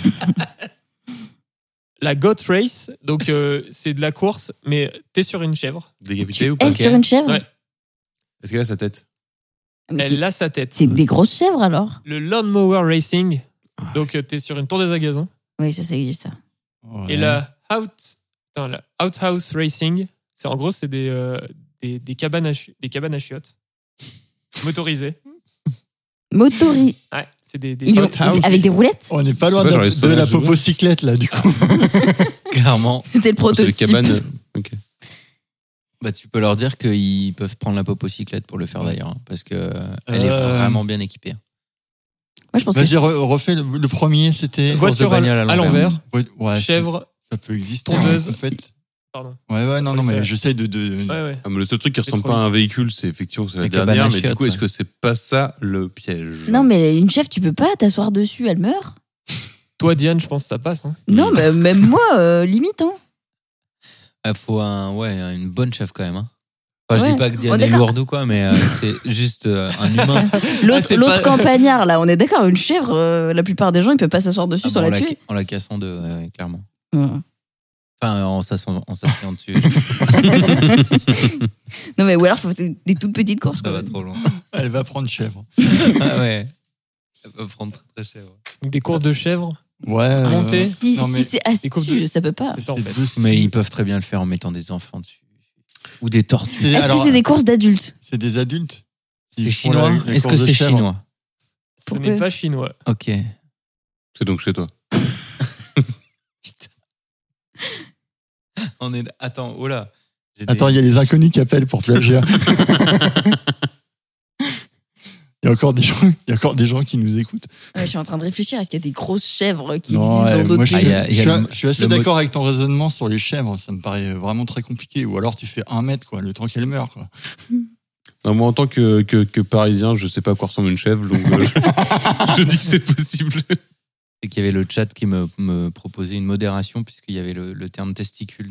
La goat race, donc c'est de la course, mais t'es sur une chèvre. Décapité ou pas? Est-ce sur une chèvre? Ouais. Est-ce qu'elle a sa tête? Mais Elle a sa tête. c'est des grosses chèvres, alors? Le lawnmower racing, donc t'es sur une tondeuse à gazon. Oui, ça existe, ça. Ouais. Et la outhouse racing, c'est en gros c'est des cabanes à chiottes motorisées. Motori. Ouais, c'est des Avec des roulettes? On n'est pas loin Ouais, genre les de la sauvages, popocyclette, là, du coup. Clairement. C'était le C'est des prototype. cabanes. Ok. Bah, tu peux leur dire qu'ils peuvent prendre la popocyclette pour le faire d'ailleurs, hein, parce que elle est vraiment bien équipée. Moi, je pense que Vas-y, refais le premier, c'était. voiture de bagnole à l'envers, Ouais, chèvre, ça peut exister. tondeuse. En fait. pardon. Ouais, non, mais faire. j'essaye de... Ouais, ouais. Ah, mais le seul truc qui ressemble trop pas à un vite. véhicule, c'est effectivement c'est la La cabane dernière, à mais du chiottes, coup, est-ce ouais. que c'est pas ça le piège? Non, mais une chèvre, tu peux pas t'asseoir dessus, elle meurt. Toi, Diane, je pense que ça passe. Hein. Non, mais même moi, limite, hein. Il faut une bonne chef quand même. Hein. Enfin, je Ouais. dis pas que Oh, Diane est d'accord. lourde ou quoi, mais c'est juste un humain. L'autre campagnard, là, on est d'accord, une chèvre, la plupart des gens, ils peuvent pas s'asseoir dessus sans la tuer. En la cassant deux, ouais, clairement. Ouais. Enfin, en s'asseyant dessus. Non, mais ou alors, faut des toutes petites courses. Ça quoi. va trop loin. Elle va prendre chèvre. Ah ouais. Elle va prendre très très cher. Ouais. Des courses de chèvres. Ouais. Monter. Si, non, mais si c'est astucieux, ça peut pas. C'est ça en fait. Mais ils peuvent très bien le faire en mettant des enfants dessus. Ou des tortues. Est-ce que c'est des courses d'adultes? C'est des adultes. C'est Ils font chinois? la Est-ce que course de c'est chèvre. chinois? Ce n'est pas chinois. Ok. C'est donc chez toi. On est... Attends, oh là. Attends, il y a les inconnus qui appellent pour plagiat. Il y a encore des gens qui nous écoutent. Ouais, je suis en train de réfléchir. Est-ce qu'il y a des grosses chèvres qui Non, existent dans moi, d'autres je, pays? je suis assez d'accord avec ton raisonnement sur les chèvres. Ça me paraît vraiment très compliqué. Ou alors tu fais 1 mètre, quoi, le temps qu'elle meurt, quoi. Non, moi, en tant que parisien, je sais pas à quoi ressemble une chèvre, donc je dis que c'est possible. Et qu'il y avait le chat qui me proposait une modération, puisqu'il y avait le terme testicule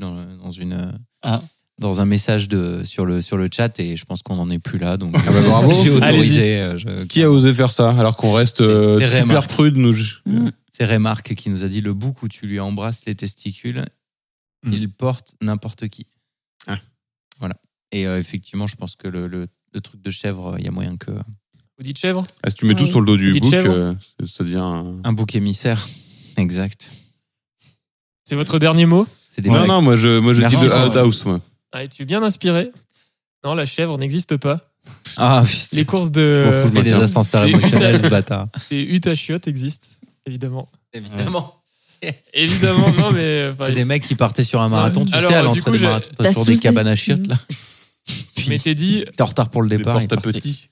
dans un message sur le chat, et je pense qu'on n'en est plus là. Donc, Ah bah bravo. j'ai autorisé. Qui a osé faire ça alors qu'on reste C'est super Remarque. prude, nous. C'est Remarque qui nous a dit: le bouc où tu lui embrasses les testicules, il porte n'importe qui. Ah. Voilà. Et effectivement, je pense que le truc de chèvre, il y a moyen que. Vous dites chèvre? Ah, si tu mets tout sur le dos du Petite bouc, chèvre. ça devient Un bouc émissaire. Exact. C'est votre dernier mot? C'est des Non, blagues. non, moi je dis Merci. le outhouse, moi. Ah, es-tu bien inspiré? Non, la chèvre n'existe pas. Ah, putain. Les courses Je m'en fous, de. je Et des maintiens. ascenseurs émotionnels, ce bâtard. Les huttes à chiottes existent, évidemment. Évidemment. Évidemment, non, mais. enfin, C'est des mecs qui partaient sur un marathon, tu Alors, sais, à du l'entrée coup, des j'ai- marathons, t'as T'as toujours des sous- cabanes à chiottes, là. je m'étais dit, T'es en retard pour le Des départ. portes à petits.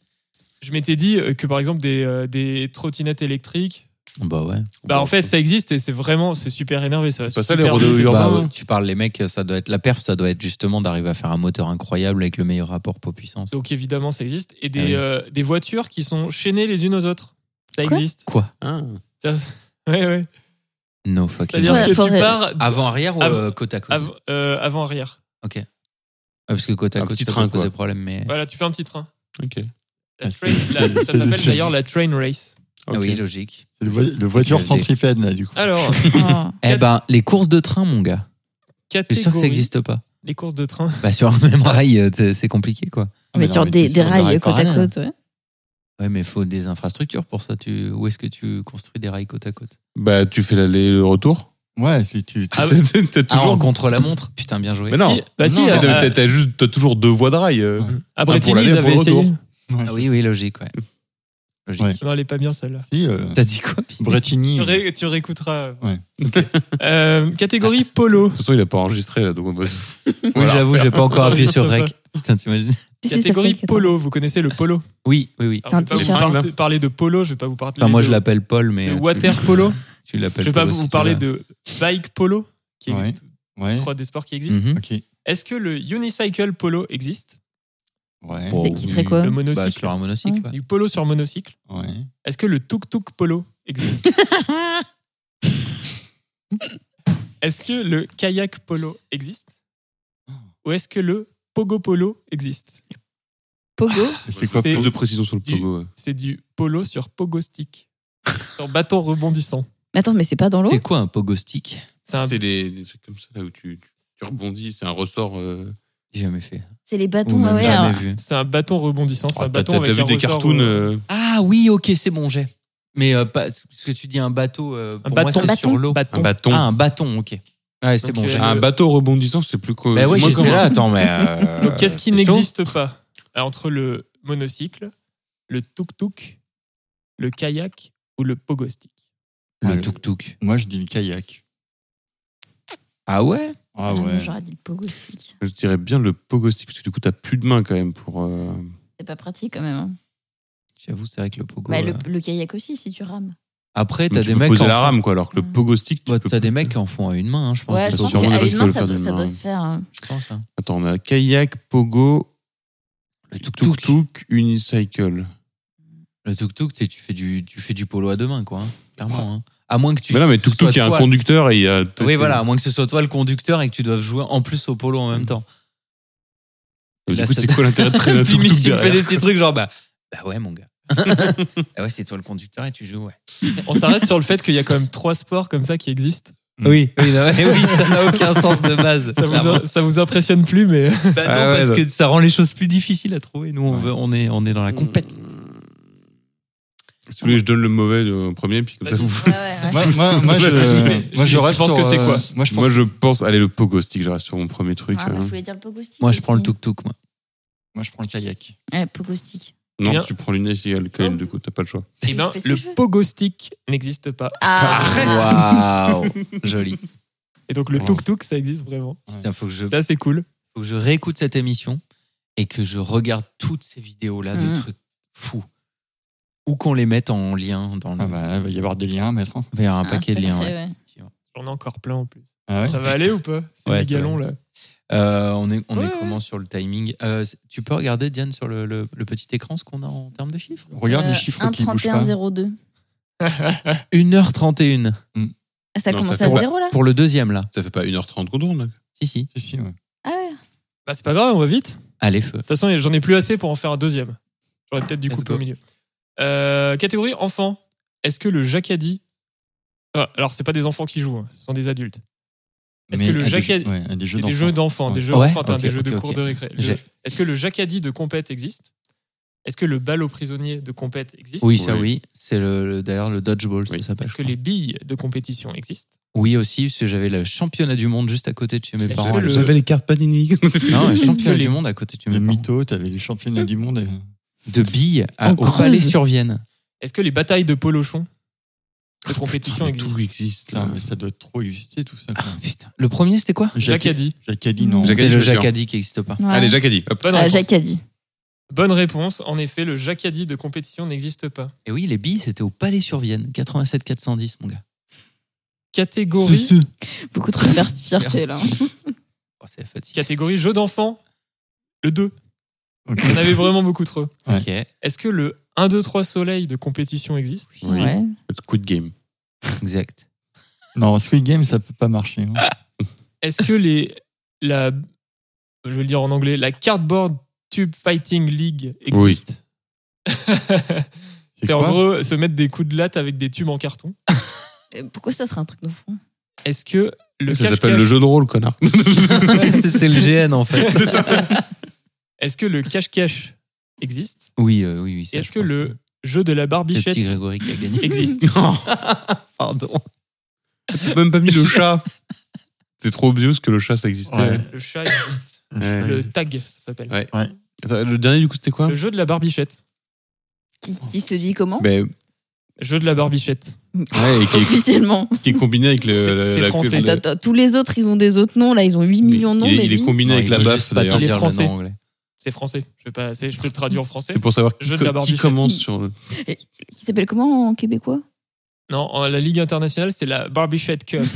que par exemple des trottinettes électriques, Bah ouais. bah en fait ça existe et c'est super énervé ça. C'est pas ça, Super les rodéos vite. urbains. Bah, non. tu parles, les mecs, ça doit être la perf, ça doit être justement d'arriver à faire un moteur incroyable avec le meilleur rapport poids-puissance. Donc évidemment ça existe et Ah des voitures qui sont chaînées les unes aux autres. Ça Quoi existe. Quoi? Ah. Ça- ouais. No fucking. C'est-à-dire Ouais, que tu faudrait- pars Avant-arrière ou Av- côte à côte? avant arrière. Ok. Ouais, parce que côte à Un côte, petit ça train, peut poser quoi. problème, mais. Voilà, tu fais un petit train. Ok. La Ah, train- c'est- ça s'appelle d'ailleurs la train race. Ah Ok. oui, logique. C'est le voiture centripède, là, du coup. Alors, Ah. Eh ben, les courses de train, mon gars. Je suis sûr que ça catégorie, n'existe pas. les courses de train. Bah, sur un même rail, c'est compliqué, quoi. Mais non, sur mais des c'est sur des rails rails côte à parallèles. côte, ouais. Ouais, mais il faut des infrastructures pour ça. Où est-ce que tu construis des rails côte à côte? Bah, tu fais l'aller et le retour. Ouais, T'as toujours contre la montre. Putain, bien joué. Mais non. T'as toujours 2 voies de rail. À Bretigny, ils avaient essayé. Ouais, oui, logique, ouais. Ouais. Non, elle est pas bien celle-là. Si, T'as dit quoi, Bretigny. Tu réécouteras. Ouais. Catégorie polo. De toute façon, il a pas enregistré là, donc on va. Oui, j'avoue, j'ai pas encore appuyé sur rec. Putain, t'imagines? Catégorie polo. Vous connaissez le polo? Oui. Alors, je vais pas vous parler de polo, je vais pas vous parler moi, je l'appelle Paul, mais. De water polo. Tu l'appelles. Je vais pas vous parler de bike polo, qui est 3 des sports qui existent. Ok. Est-ce que le unicycle polo existe? Ouais. Qui serait quoi? Le monocycle. Sur un monocycle. Du polo sur monocycle. Ouais. Est-ce que le tuk-tuk polo existe? Est-ce que le kayak polo existe? Ou est-ce que le pogo polo existe? Pogo? C'est quoi plus de précision sur le pogo? C'est du polo sur pogo stick. Sur bâton rebondissant. Mais attends, mais c'est pas dans l'eau? C'est quoi un pogo stick? C'est des trucs comme ça là où tu rebondis, c'est un ressort. J'ai jamais fait. C'est les bâtons, ouais. Jamais vu. C'est un bâton rebondissant, c'est un bâton avec T'as vu des cartoons Ah oui, ok, c'est bon, j'ai. Mais parce que tu dis un bateau, pour moi, c'est sur l'eau. Un bâton. Ah, un bâton, ok. Ouais, c'est bon, j'ai. Un bateau rebondissant, c'est plus quoi. Bah ouais, j'étais là, attends, mais. Donc, qu'est-ce qui n'existe pas entre le monocycle, le tuk-tuk, le kayak ou le pogo stick? Le tuk-tuk. Moi, je dis le kayak. Ah ouais? Ah ouais. J'aurais dit le pogo stick. Je dirais bien le pogo stick, parce que du coup, t'as plus de main quand même pour. C'est pas pratique quand même. Hein. J'avoue, c'est vrai que le pogo. Bah, le kayak aussi, si tu rames. Après, t'as tu des peux mecs. poser la rame, quoi, alors que le pogo stick. T'as des mecs qui en font à une main, hein, je pense. Ouais, je pense sûrement qu'à des une gens main, qui veulent ça faire doit des se faire. Hein. Je pense. Hein. Attends, on a kayak, pogo, le tuk-tuk. tuk-tuk, unicycle. Le tuk-tuk, tu fais du polo à deux mains, quoi. Hein, clairement. Hein. À moins que tu. Mais non, mais tuk-tuk, il y a un conducteur et il y a. Oui, voilà, à moins que ce soit toi le conducteur et que tu doives jouer en plus au polo en même temps. Du coup, c'est quoi l'intérêt de traîner un Puis tuk-tuk tu derrière? fais des petits trucs genre, bah ouais, mon gars. Ah ouais, c'est toi le conducteur et tu joues, ouais. On s'arrête sur le fait qu'il y a quand même 3 sports comme ça qui existent. Oui, ça n'a aucun sens de base. Ça vous impressionne plus, mais. Bah non, parce que ça rend les choses plus difficiles à trouver. Nous, on est dans la compète. Si vous voulez, je donne le mauvais en premier, puis comme ça vous. Moi, je reste pense sur, que c'est quoi? Moi, je pense, allez, le pogo stick, je reste sur mon premier truc. Ah, moi, je voulais dire le pogo stick. Moi, je prends le tuk-tuk, moi. Moi, je prends le kayak. Ouais, pogo stick. Non, bien. tu prends l'unicycle quand même, du coup, t'as pas le choix. Eh ben, le pogo stick n'existe pas. Arrête. Waouh, joli. Et donc, le tuk-tuk, ça existe vraiment. Putain, Ça, c'est cool. Faut que je réécoute cette émission et que je regarde toutes ces vidéos-là de trucs fous. Ou qu'on les mette en lien dans le. Ah bah, il va y avoir des liens à mettre. Il va y avoir un paquet de liens. Ouais. J'en ai encore plein en plus. Ah ouais, ça va aller ou pas? C'est méga long là. On est comment sur le timing? Tu peux regarder, Diane, sur le petit écran ce qu'on a en termes de chiffres? Regarde les chiffres qui bougent pas. 1:31:02. 1h31. Ça commence à 0 là? Pour le deuxième là. Ça fait pas 1h30 qu'on tourne là? Si, ouais. Ah ouais. Bah, c'est pas grave, on va vite. Allez, feu. De toute façon, j'en ai plus assez pour en faire un deuxième. J'aurais peut-être dû couper au milieu. Catégorie enfant. Est-ce que le jacadi. Alors, c'est pas des enfants qui jouent, ce sont des adultes. Est-ce que le jacadi. C'est des jeux d'enfants, des jeux enfantins, des jeux de cours de récré. Est-ce que le jacadi de compète existe? Est-ce que le ballot prisonnier de compète existe? Oui, ça oui. C'est d'ailleurs le dodgeball, ça s'appelle. Est-ce que les billes de compétition existent? Oui aussi, parce que j'avais le championnat du monde juste à côté de chez mes parents. J'avais les cartes Panini. Non, le championnat du monde à côté de chez mes parents. Le mytho, t'avais les championnats du monde. De billes au Palais-sur-Vienne. Est-ce que les batailles de polochon de compétition existent? Tout existe là. là. Mais ça doit trop exister tout ça. Putain. Le premier c'était quoi? Jacadi. Jacadi, non. C'est le jacadi qui n'existe pas. Ouais. Allez, jacadi. Jacadi. Bonne réponse. En effet, le jacadi de compétition n'existe pas. Et oui, les billes c'était au Palais-sur-Vienne, 87 410 mon gars. Catégorie. Beaucoup trop de fierté là. C'est fatigué. Catégorie jeu d'enfant. Le 2. Okay. Il y en avait vraiment beaucoup trop. Ouais. Ok. Est-ce que le 1, 2, 3 soleil de compétition existe? Oui. Ouais. Squid Game. Exact. Non, Squid Game, ça peut pas marcher. Hein. Est-ce que je vais le dire en anglais, la Cardboard Tube Fighting League existe? C'est en gros se mettre des coups de latte avec des tubes en carton. Pourquoi ça serait un truc d'enfant? Est-ce que le Ça s'appelle le jeu de rôle, connard. C'est le GN en fait. C'est ça. Est-ce que le cache-cache existe? Oui. Est-ce que le jeu de la C'est le barbichette petit Grégory qui a gagné. existe. Pardon. T'as même pas mis le chat. C'est trop obvious que le chat, ça existait. Ouais. Le chat existe. Ouais. Le tag, ça s'appelle. Ouais. Attends, le dernier, du coup, c'était quoi? Le jeu de la barbichette. Qui se dit comment? Ben, Jeu de la barbichette. ouais, et Officiellement. qui est combiné avec C'est français. Attends, tous les autres, ils ont des autres noms. Là, ils ont 8 millions de noms. il est lui- combiné Non, avec il la faut baffe, juste pas d'ailleurs. Il est dire le français. nom anglais. C'est français. Je peux le traduire en français. C'est pour savoir Jeu de la qui barbichette. commence sur le... Qui s'appelle comment en québécois? Non, la Ligue internationale, c'est la Barbichette Cup.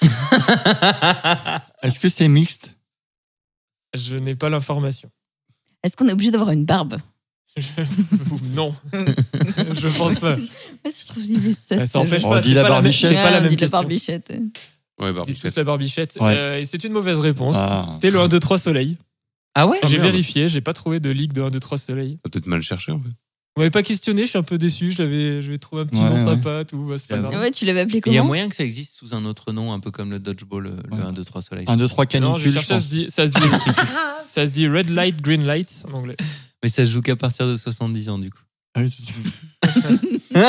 Est-ce que c'est mixte? Je n'ai pas l'information. Est-ce qu'on est obligé d'avoir une barbe? Non, je pense pas. Je trouve que ça, Ça empêche On pas. dit c'est la pas même- barbichette. C'est pas la on même dit la question. barbichette. Ouais, On dit barbichette. tous la barbichette. Ouais. Et c'est une mauvaise réponse. Ah. C'était le 1, 2, 3 soleil. Ah ouais? J'ai merde. vérifié, j'ai pas trouvé de ligue de 1, 2, 3 soleil. T'as peut-être mal cherché, en fait. Vous m'avez pas questionné, je suis un peu déçu. J'avais trouvé un petit Ouais, nom ouais. sympa, tout. Bah, c'est pas J'avoue. grave. Ouais, tu l'avais appelé Il y a comment? moyen que ça existe sous un autre nom, un peu comme le dodgeball, le 1, 2, 3 soleil. 1, 2, 3 Non, j'ai canicules, je cherché, pense. ça se dit red light, green light en anglais. Mais ça se joue qu'à partir de 70 ans, du coup. Ah oui, c'est ça.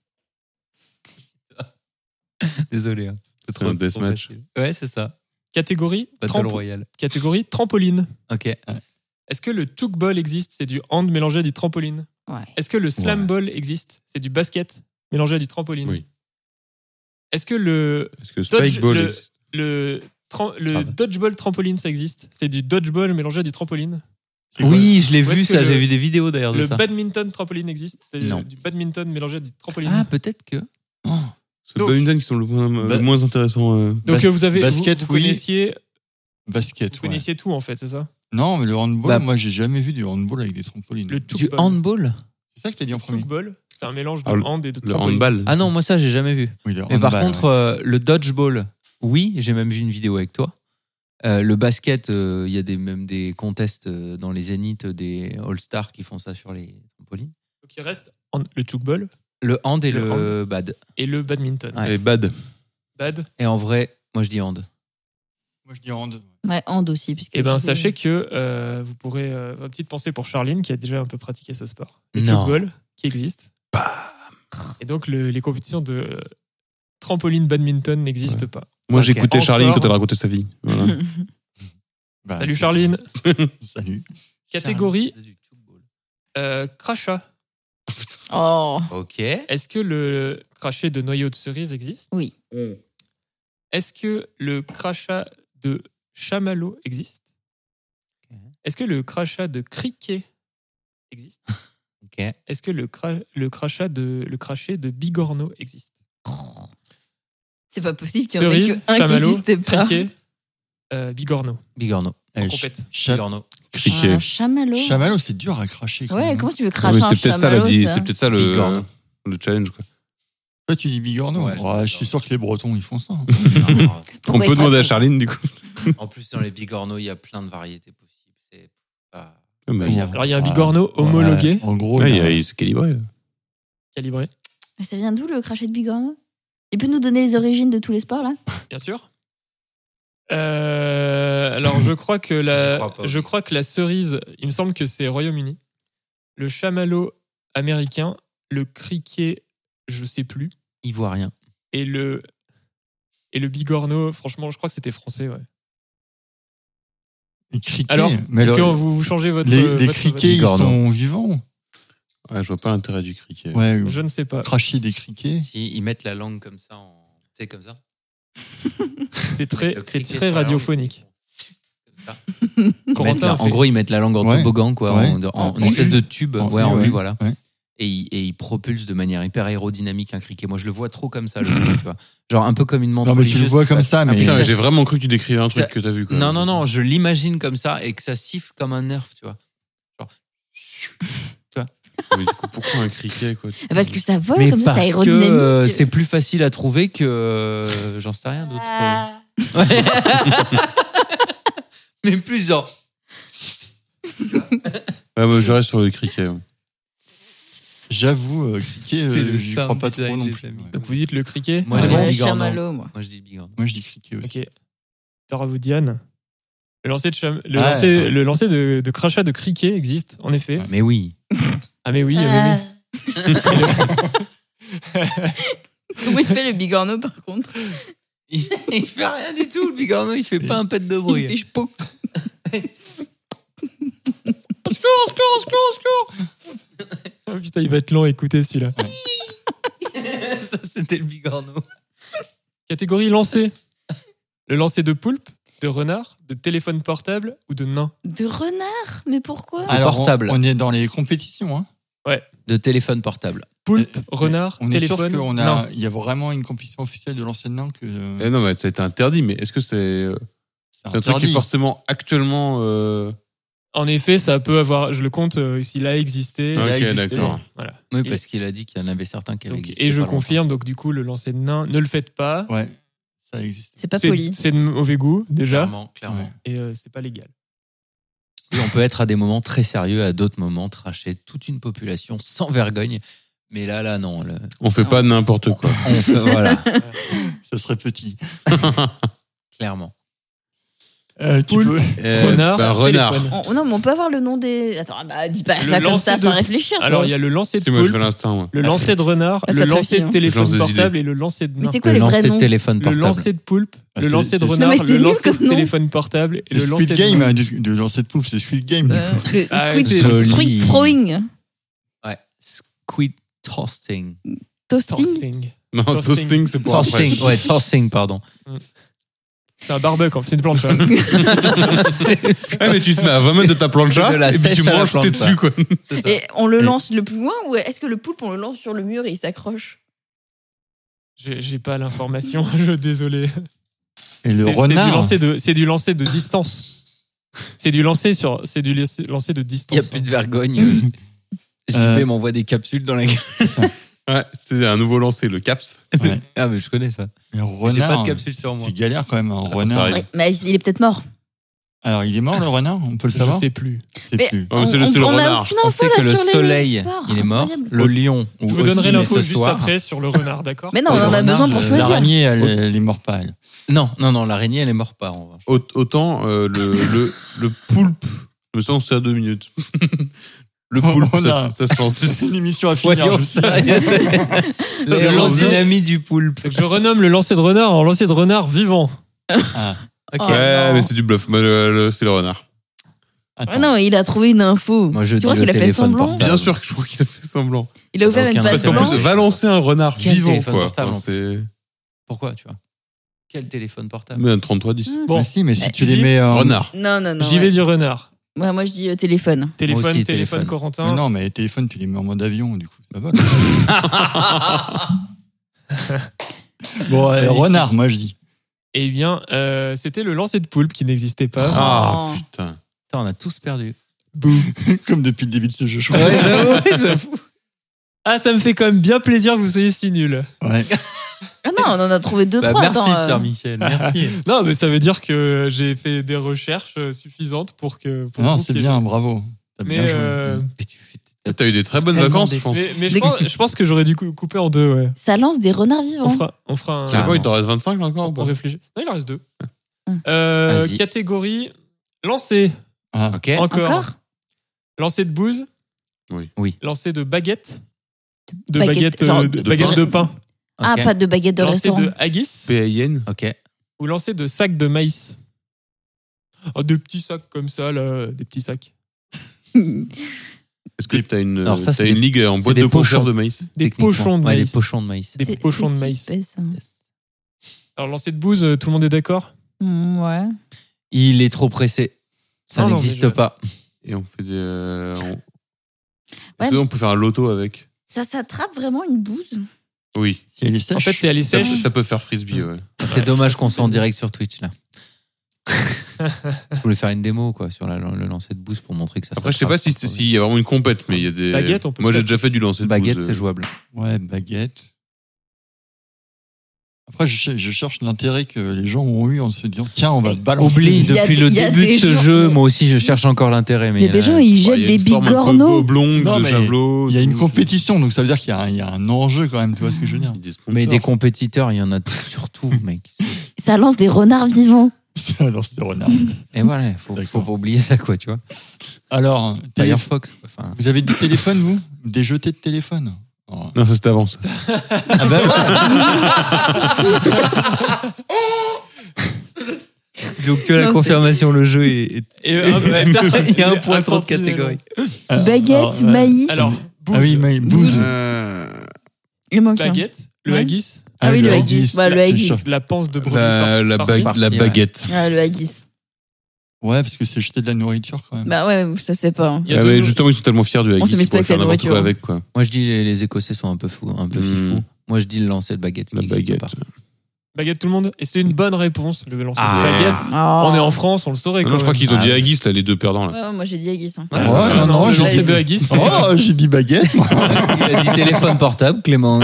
Désolé. Hein. C'est un deathmatch. Ouais, c'est ça. Catégorie, Battle Royale. catégorie trampoline. Ok. Est-ce que le tchoukball existe? C'est du hand mélangé à du trampoline. Ouais. Est-ce que le slam ball existe? C'est du basket mélangé à du trampoline. Oui. Est-ce que le Est-ce que Spikeball existe? le Grave. dodgeball trampoline, ça existe? C'est du dodgeball mélangé à du trampoline. Oui, je l'ai Où vu est-ce ça, que j'ai le- vu des vidéos d'ailleurs de Le ça. badminton trampoline existe? C'est Non. du badminton mélangé à du trampoline. Ah, peut-être que. C'est le Donc- badminton qui sont le Ba- moins intéressant. Donc vous avez basket, vous oui. connaissiez, Basket, vous ouais. connaissiez tout en fait, c'est ça? Non, mais le handball, Bah- moi, j'ai jamais vu du handball avec des trampolines. Le Du tchoukball. handball? C'est ça que t'as dit en premier? Tchoukball, c'est un mélange de Ah, hand et de Le trampoline. handball. Ah non, moi ça, j'ai jamais vu. Oui, le Mais par handball, contre, ouais. le dodgeball, oui, j'ai même vu une vidéo avec toi. Le basket, il y a même des contests dans les zéniths des All-Stars qui font ça sur les trampolines. Donc il reste le tchoukball Le hand et Le le bad. et le badminton. Ouais. Et bad. Bad. Et en vrai, moi je dis hand. Moi, je dis hand. Ouais, hand aussi. Puisque Eh ben, tu- sachez que vous pourrez. Une petite pensée pour Charline qui a déjà un peu pratiqué ce sport. Le Non. tchoukball qui existe. Et donc les compétitions de trampoline badminton n'existent pas. Moi, Ok. j'écoutais Charline Encore. quand elle racontait sa vie. Voilà. Bah, Salut Charline. Salut. Catégorie Charles, du tchoukball. crachat. Oh, Ok. Est-ce que le crachet de noyau de cerise existe? oui. Est-ce que le crachat de chamallow existe? Ok. Est-ce que le crachat de criquet existe? Ok. Est-ce que le crachet de bigorneau existe? C'est pas possible qu'il y en ait Cerise, qu'un qui chamallow, n'existe pas. criquet, bigorneau. Bigorneau. En Eh, compète. Bigorneau. Criquet. Un chamallow. Chamallow, c'est dur à cracher. quand Ouais, même. comment tu veux Ouais, cracher un c'est peut-être ça, chamallow, ça c'est peut-être ça Bigorneau. le challenge. Quoi. Toi, tu dis bigorneau. Ouais, je dis Ouais, je suis bigorneau. sûr que les Bretons, ils font ça. hein. Non, On Pourquoi peut il demander à frappe Charline, du coup. en plus, dans les bigorneaux, il y a plein de variétés possibles. C'est pas. Ah, mais Ouais, Alors il y a un bigorneau homologué, Ouais, en gros, ouais, il y a- il s'est calibré. là. calibré, Mais ça vient d'où le crachet de bigorneau? Il peut nous donner les origines de tous les sports là? bien sûr. Alors je crois que J'y crois pas. la cerise, il me semble que c'est Royaume-Uni. Le chamallow américain, le criquet, je sais plus, Ivoirien. et le bigorneau, franchement, je crois que c'était français, ouais. les criquets. Alors, mais est-ce que alors, vous changez votre les votre- criquets, ils bigorneau. sont vivants. Ouais, je vois pas l'intérêt du criquet. Ouais, Je ne sais pas. cracher des criquets. Si ils mettent la langue comme ça, tu sais, comme ça. C'est très Le criquet sur très la langue, radiophonique. comme ça. Corentin a En fait. gros, ils mettent la langue en Ouais. toboggan, quoi, Ouais. en En espèce U. de tube, En ouais, U, en ouais. U, voilà. Ouais. Et ils propulsent de manière hyper aérodynamique un criquet. Moi, je le vois trop comme ça, le truc, tu vois. Genre un peu comme une montre Non, mais tu le religieuse vois qui comme fasse- ça, mais- Ah, Putain, ça- mais j'ai vraiment cru que tu décrivais un truc ça- que t'as vu. Quoi. Non, non, non, je l'imagine comme ça et que ça siffle comme un nerf, tu vois. Mais du coup, pourquoi un criquet quoi Parce que ça vole Mais comme ça, parce c'est que aérodynamique. c'est plus facile à trouver que j'en sais rien d'autre. Ouais. Mais plus genre. Ouais, moi, je reste sur le criquet. Ouais. J'avoue, criquet, C'est le j'y crois sound pas trop design non des plus. amis. Ouais. Donc vous dites le criquet. Moi, C'est je dis bon le bigorneau. chamallow, moi. Moi, je dis le bigorneau. Moi, je dis criquet aussi. Ok. Alors à vous, Diane. Le lancer Ah, de crachat de criquet existe, en effet. Mais oui. Ah mais oui, oui, oui. Comment il fait le bigorneau par contre? Il fait rien du tout, le bigorneau, il fait pas un pet de bruit. Il fait chpo. Oh, putain, il va être long à écouter celui-là. Ça, c'était le bigorneau. Catégorie lancer. Le lancer de poulpe, de renard, de téléphone portable ou de nain. De renard? Mais pourquoi? Alors, portable. on est dans les compétitions. Hein. De téléphone portable. Poulpe, renard, On est sûr téléphone. qu'il y a vraiment une compétition officielle de lancer de nain que. Non, mais ça a été interdit, mais est-ce que c'est un truc qui interdit. est forcément actuellement. En effet, ça peut avoir. Je le compte s'il a existé. Il a Ok, existé. d'accord. Voilà. Oui, Et- parce qu'il a dit qu'il y en avait certains qui avaient Donc, existé et je pas longtemps. confirme, donc du coup, le lancer de nain, ne le faites pas. Ouais, ça existe. C'est pas poli. C'est de mauvais goût, déjà. Clairement. Ouais. Et c'est pas légal. Et on peut être à des moments très sérieux, à d'autres moments tracher toute une population sans vergogne. Mais là, non. On fait pas n'importe quoi. Voilà, Ça serait petit. clairement. Tu peux. Renard, renard. téléphone. Non, mais on peut avoir le nom des. Attends, bah dis pas Le ça comme lancer ça de- sans réfléchir. toi. Alors, il y a le lancer de Si, moi, je poulpe, fais l'instinct, moi. le lancer de renard, Ah, ça le te lancer réussit, de hein. Je téléphone lance des portable et le lancer de Mais nain. c'est quoi Le les vrais lancer de noms? téléphone Le portable. lancer de poulpe, Ah, le c'est- lancer de c'est- renard, Non, mais c'est le nul lancer de comme nom. téléphone portable et C'est le lancer Squid de Game, nain. hein, de lancer de poulpe, c'est Squid Game. Le Ah, squid c'est joli. fruit throwing. Ouais. Squid toasting. Toasting. Toasting. Non, toasting, c'est pour après. Tossing, ouais, tossing, pardon. C'est un barbecue, c'est une plancha. Ah, mais tu te mets à 20 mètres de ta plancha De la et puis sèche tu à la manges tes plancha. dessus, quoi. C'est ça. Et on le lance le plus loin ou est-ce que le poulpe on le lance sur le mur et il s'accroche? J'ai pas l'information, désolé. Et le C'est renard. c'est du lancer de distance. C'est du lancer de Il n'y distance. a plus de vergogne. JB m'envoie des capsules dans la gueule. Ouais, c'est un nouveau lancer, le CAPS. Ouais. Ah, mais je connais ça. Le renard. J'ai pas de capsule sur moi. C'est galère quand même, un ça renard. arrive. Ouais, mais il est peut-être mort. Alors, il est mort, le renard? On peut le Je savoir? sais plus. C'est Mais plus. Oh, c'est le on a renard. aucune On info sait là que le sur les soleil, sports. il est mort. Incroyable. Le lion, Je vous donnerai aussi, l'info mais ce juste soir. après sur le renard, d'accord? Mais non, on en a Le besoin renard, pour choisir. L'araignée, elle est morte pas, elle. Non, l'araignée, elle est morte pas, en revanche. Autant le poulpe, je me sens que c'est à 2 minutes. Le poulpe, ça se lance. C'est une émission à finir. Voyons je ça. sais. Le lance-dynamite du poulpe. Donc je renomme le lancer de renard en lancer de renard vivant. Ah, Ok. Ouais, mais c'est du bluff. Moi, c'est le renard. attends. Ah non, il a trouvé une info. Moi, je tu dis crois le qu'il a fait téléphone semblant? portable. Bien sûr que je crois qu'il a fait semblant. Il a ouvert Ça une n'a page Parce qu'en blanche. plus, va lancer un renard Quel vivant, téléphone quoi. portable, en c'est Pourquoi, tu vois? Quel téléphone portable? mais un 3310. Bon, Ah si, mais si Eh, tu tu les dis mets en. Renard. Non, non, non. j'y vais du renard. Ouais, moi je dis téléphone. Téléphone, aussi, téléphone, téléphone. Mais Corentin. non, mais les téléphones, tu les mets en mode avion, du coup, ça va. Bon, renard, moi je dis. Eh bien, c'était le lancer de poulpe qui n'existait pas. Ah, Oh. putain. Putain, on a tous perdu. Bouh. Comme depuis le début de ce jeu, je Ouais, crois. j'avoue. Ah, ça me fait quand même bien plaisir que vous soyez si nuls. Ouais. Ah non, on en a trouvé deux, Bah, trois. merci, attends, Pierre-Michel. Merci. Non, mais ça veut dire que j'ai fait des recherches suffisantes pour que. Pour Non, vous c'est qu'il y ait- bien, bravo. T'as Mais, bien joué. Et tu fais- T'as eu des très bonnes Tellement vacances, je des- pense. mais je pense que j'aurais dû couper en deux, ouais. Ça lance des renards vivants. On fera un. C'est quoi, il t'en reste 25 là encore ou On pas réfléchit. Non, il en reste deux. Vas-y. Catégorie lancer. Ah, Ok. Encore Lancer de bouse. Oui. Oui. Lancer de baguette. De Baguette, baguette, genre de, baguette de pain. Ah, Ok. pas de baguette de Lancer restaurant. de haggis. PAIN. Ok. Ou lancer de sacs de maïs. Oh, des petits sacs comme ça, là. Des petits sacs. Est-ce que t'as une, Alors ça, t'as c'est une des- ligue en c'est boîte des de conserve pochons. de maïs? Des Techniquement. pochons de Ouais, maïs. des pochons de maïs. Des C'est- pochons de c'est maïs. suspect, ça. Alors, lancer de bouse, tout le monde est d'accord? Ouais. Il est trop pressé. Ça Non, non, n'existe mais je- pas. Et on fait des. Ouais, Est-ce qu'on peut faire un loto avec? Ça s'attrape vraiment une bouse. Oui. si elle est sèche. En fait, c'est aller Ça, sèche. ça peut faire frisbee, ouais. C'est dommage qu'on soit en direct sur Twitch, là. Je voulais faire une démo, quoi, sur le lancer de boost pour montrer que ça Après, je sais pas s'il y a vraiment une compète, mais il y a des. Baguette, on peut Moi, j'ai peut-être- déjà fait du lancer de Baguette, bouse, c'est jouable. Ouais, baguette. Après, je cherche l'intérêt que les gens ont eu en se disant tiens, on va balancer. Oublie, Il y a- depuis le il y a début de des ce gens- jeu, moi aussi, je cherche encore l'intérêt. Mais Il y a des gens, ils Ouais, jettent il y a des une forme un peu bigorneaux. oblongue Non, de mais javelot. Il y a une tout. compétition, donc ça veut dire qu'il y a un enjeu quand même, tu vois ce que je veux dire. Des sponsors. Mais des compétiteurs, il y en a surtout, mec. Ça lance des renards vivants. Alors, c'était renard. Et voilà, faut pas oublier ça, quoi, tu vois. Alors, Firefox. Enfin... Vous avez des téléphones, vous? Des jetés de téléphone? Oh. Non, ça c'était avant. Ça. Ah ben Donc tu as la confirmation, le jeu est... il y a un point trop de catégories. Baguette, maïs. Alors, bouse. Ah oui, bouse. Il manque un. Baguette, le haggis. Ah oui, le haggis. Bah, le haggis. La panse de brebis. La baguette. Ah, le haggis. Ouais, parce que c'est jeter de la nourriture quand même. Bah ouais, ça se fait pas. Hein. Justement, ils sont tellement fiers du haggis. On se met pas avec la nourriture. Avec, quoi. Moi, je dis les Écossais sont un peu fous, un peu fifous. Moi, je dis le lancer de baguette. La baguette. Pas. Baguette, tout le monde. Et c'était une bonne réponse, le lancer de baguette. Oh. On est en France, on le saurait. Non, je crois qu'ils ont dit haggis, là, les deux perdants. Là. Ouais, moi j'ai dit haggis. Hein. Non, j'ai lancé de haggis. Oh, j'ai dit baguette. Il a dit téléphone portable, Clément.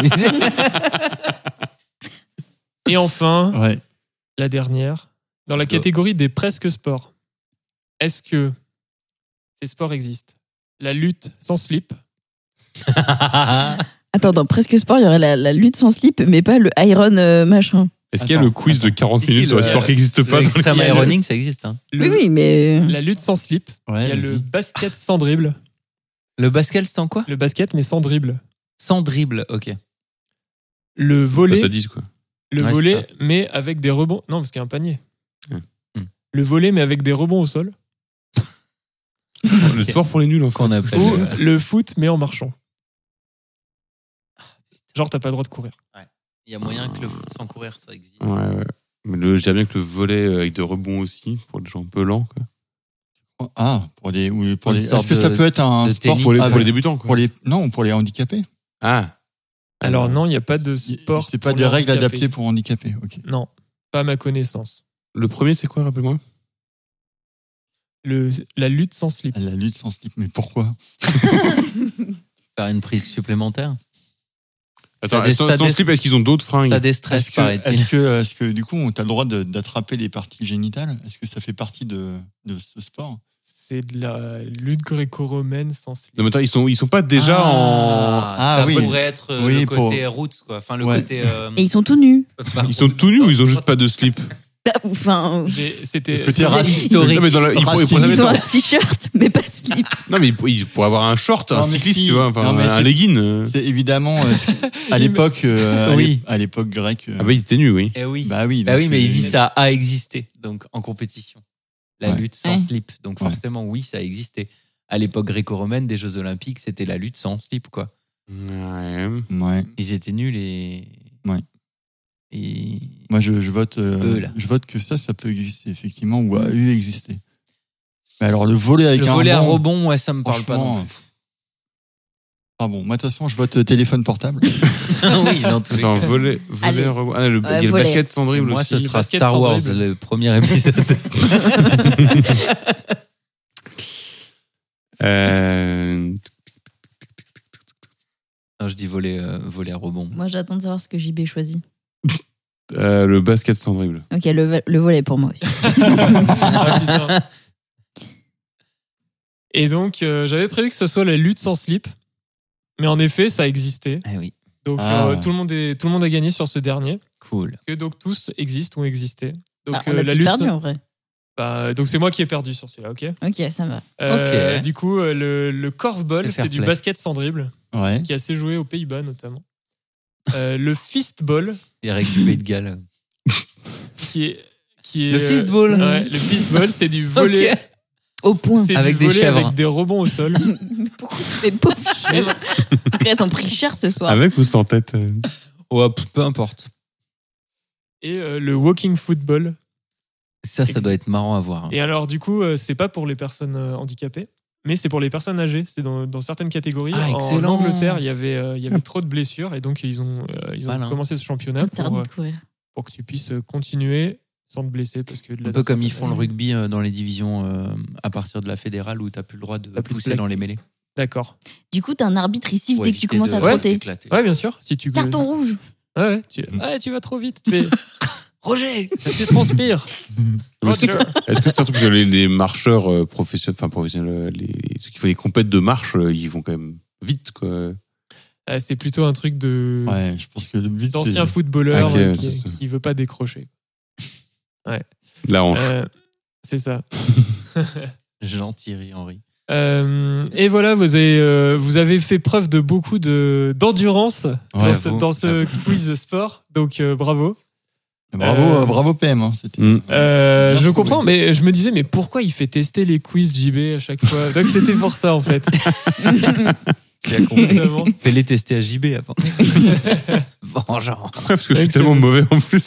Et enfin, la dernière, dans la catégorie des presque sports. Est-ce que ces sports existent? La lutte sans slip. Attends, dans presque sport, il y aurait la lutte sans slip, mais pas le iron machin. Est-ce qu'il y a le quiz de 40 minutes sur les sports qui n'existent pas? L'extreme ironing, ça existe. Hein. Oui, mais... La lutte sans slip. Il y a le basket sans dribble. Le basket sans quoi? Le basket, mais sans dribble. Sans dribble, ok. Le volley. Ça dit quoi? Le volley, mais avec des rebonds. Non, parce qu'il y a un panier. Le volley, mais avec des rebonds au sol. Le sport pour les nuls, qu'on appelle. Ou le foot, mais en marchant. Genre, t'as pas le droit de courir. Ouais. Il y a moyen que le foot sans courir, ça existe. Ouais. Mais je dirais bien que le volley avec des rebonds aussi, pour les gens un peu lents, quoi. Ah, pour les. Est-ce que ça peut être un sport pour les débutants, quoi. Pour les handicapés? Ah. Alors non, il n'y a pas de sport. C'est pas des règles adaptées pour handicapés. Ok. Non, pas à ma connaissance. Le premier, c'est quoi, rappelez-moi? La lutte sans slip. La lutte sans slip, mais pourquoi? Faire une prise supplémentaire. Attends, sans slip, est-ce qu'ils ont d'autres fringues? Ça déstresse, paraît-il. Est-ce que du coup, tu as le droit d'attraper les parties génitales? Est-ce que ça fait partie de ce sport? C'est de la lutte gréco-romaine sans slip. Non, mais attends, ils sont pas déjà ça pourrait être le côté roots, quoi. Enfin, le côté. Et ils sont tout nus. Ils sont tout nus ou ils ont juste pas de slip? Enfin, c'était historique. Non, mais ils ont un t-shirt, mais pas de slip. Non, mais il pourrait avoir un short, un cycliste, tu vois, un legging. C'est évidemment à l'époque, à l'époque grecque. Ah bah il était nu, oui. Eh oui. Bah oui. Bah oui, mais il dit ça a existé, donc en compétition. La lutte sans slip, donc forcément oui, ça a existé. À l'époque gréco-romaine des Jeux Olympiques, c'était la lutte sans slip, quoi. Ouais. Ils étaient nuls et. Ouais. Et... Moi, je vote que ça peut exister, effectivement, ou a eu existé. Mais alors, le volley avec un volley à rebond, ouais, ça me parle pas non plus. Ah bon, moi, de toute façon, je vote téléphone portable. Oui, dans tous les cas. Volley à rebond. Ah, il y a le basket sans dribble aussi. Moi, ce sera Star Wars, le premier épisode. Non, je dis volley à rebond. Moi, j'attends de savoir ce que JB choisit. Le basket sans dribble. Ok, le volley pour moi aussi. Et donc, j'avais prévu que ce soit la lutte sans slip. Mais en effet, ça existait. Eh oui. Donc, tout le monde a gagné sur ce dernier. Cool. Que donc, tous existent ou existaient. Donc, on a la lutte. perdu en vrai. Donc, c'est moi qui ai perdu sur celui-là, ok? Ok, ça va. Du coup, le korfball, c'est du basket sans dribble. Ouais. Qui est assez joué aux Pays-Bas, notamment. Le fistball. Eric du Pays de Galles. Qui est le fistball. Ouais, le fistball, c'est du volley. Okay. Au point. C'est avec du volley des chèvres. avec des rebonds au sol. Pourquoi ces pauvres chèvres? Après, elles ont pris cher ce soir. Avec ou sans tête? Ouais, peu importe. Et le walking football. Ça doit être marrant à voir. Et alors, du coup, c'est pas pour les personnes handicapées, mais c'est pour les personnes âgées. C'est dans certaines catégories. En Angleterre, il y avait trop de blessures et donc ils ont commencé ce championnat pour que tu puisses continuer sans te blesser. Parce que un peu comme ils font le rugby dans les divisions à partir de la fédérale où tu n'as plus le droit de pousser dans les mêlés. D'accord. Du coup, tu as un arbitre ici dès que tu commences à trotter. Ouais, bien sûr. Si tu Carton rouge. Ouais, tu vas trop vite. Tu fais... Roger, tu transpires. Est-ce que c'est un truc que les marcheurs professionnels, ceux qui font des compètes de marche, ils vont quand même vite, quoi? C'est plutôt un truc de. Ouais, je pense que le but d'ancien footballeur qui veut pas décrocher. Ouais. La hanche. C'est ça. Jean-Thierry Henry. Et voilà, vous avez fait preuve de beaucoup d'endurance dans ce quiz sport. Donc, bravo. Bravo PM. Hein, je comprends, mais je me disais, mais pourquoi il fait tester les quiz JB à chaque fois? Donc, c'était pour ça, en fait. Tu as compris. Fais-les tester à JB avant. Vengeance. Parce que je suis tellement mauvais en plus.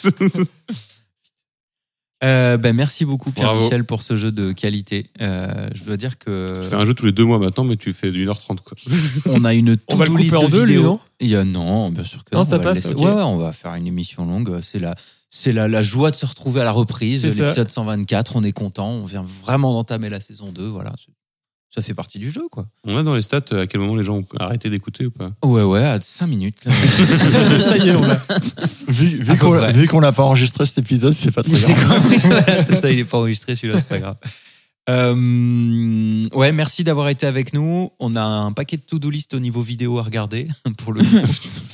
Merci beaucoup Pierre-Michel pour ce jeu de qualité. Je dois dire que tu fais un jeu tous les 2 mois maintenant, mais tu fais d'1h30 quoi. On a une on va le couper en 2 lui, non? Non, bien sûr que non. Ça passe. Okay. Ouais, on va faire une émission longue. C'est la joie de se retrouver à la reprise. L'épisode 124, on est content. On vient vraiment d'entamer la saison 2. Voilà. Ça fait partie du jeu, quoi. On a dans les stats à quel moment les gens ont arrêté d'écouter ou pas? Ouais, à 5 minutes. Ça y est, on l'a. Vu qu'on l'a pas enregistré cet épisode, c'est pas très grave. Voilà, c'est ça, il est pas enregistré celui-là, c'est pas grave. Merci d'avoir été avec nous. On a un paquet de to-do list au niveau vidéo à regarder, pour le coup.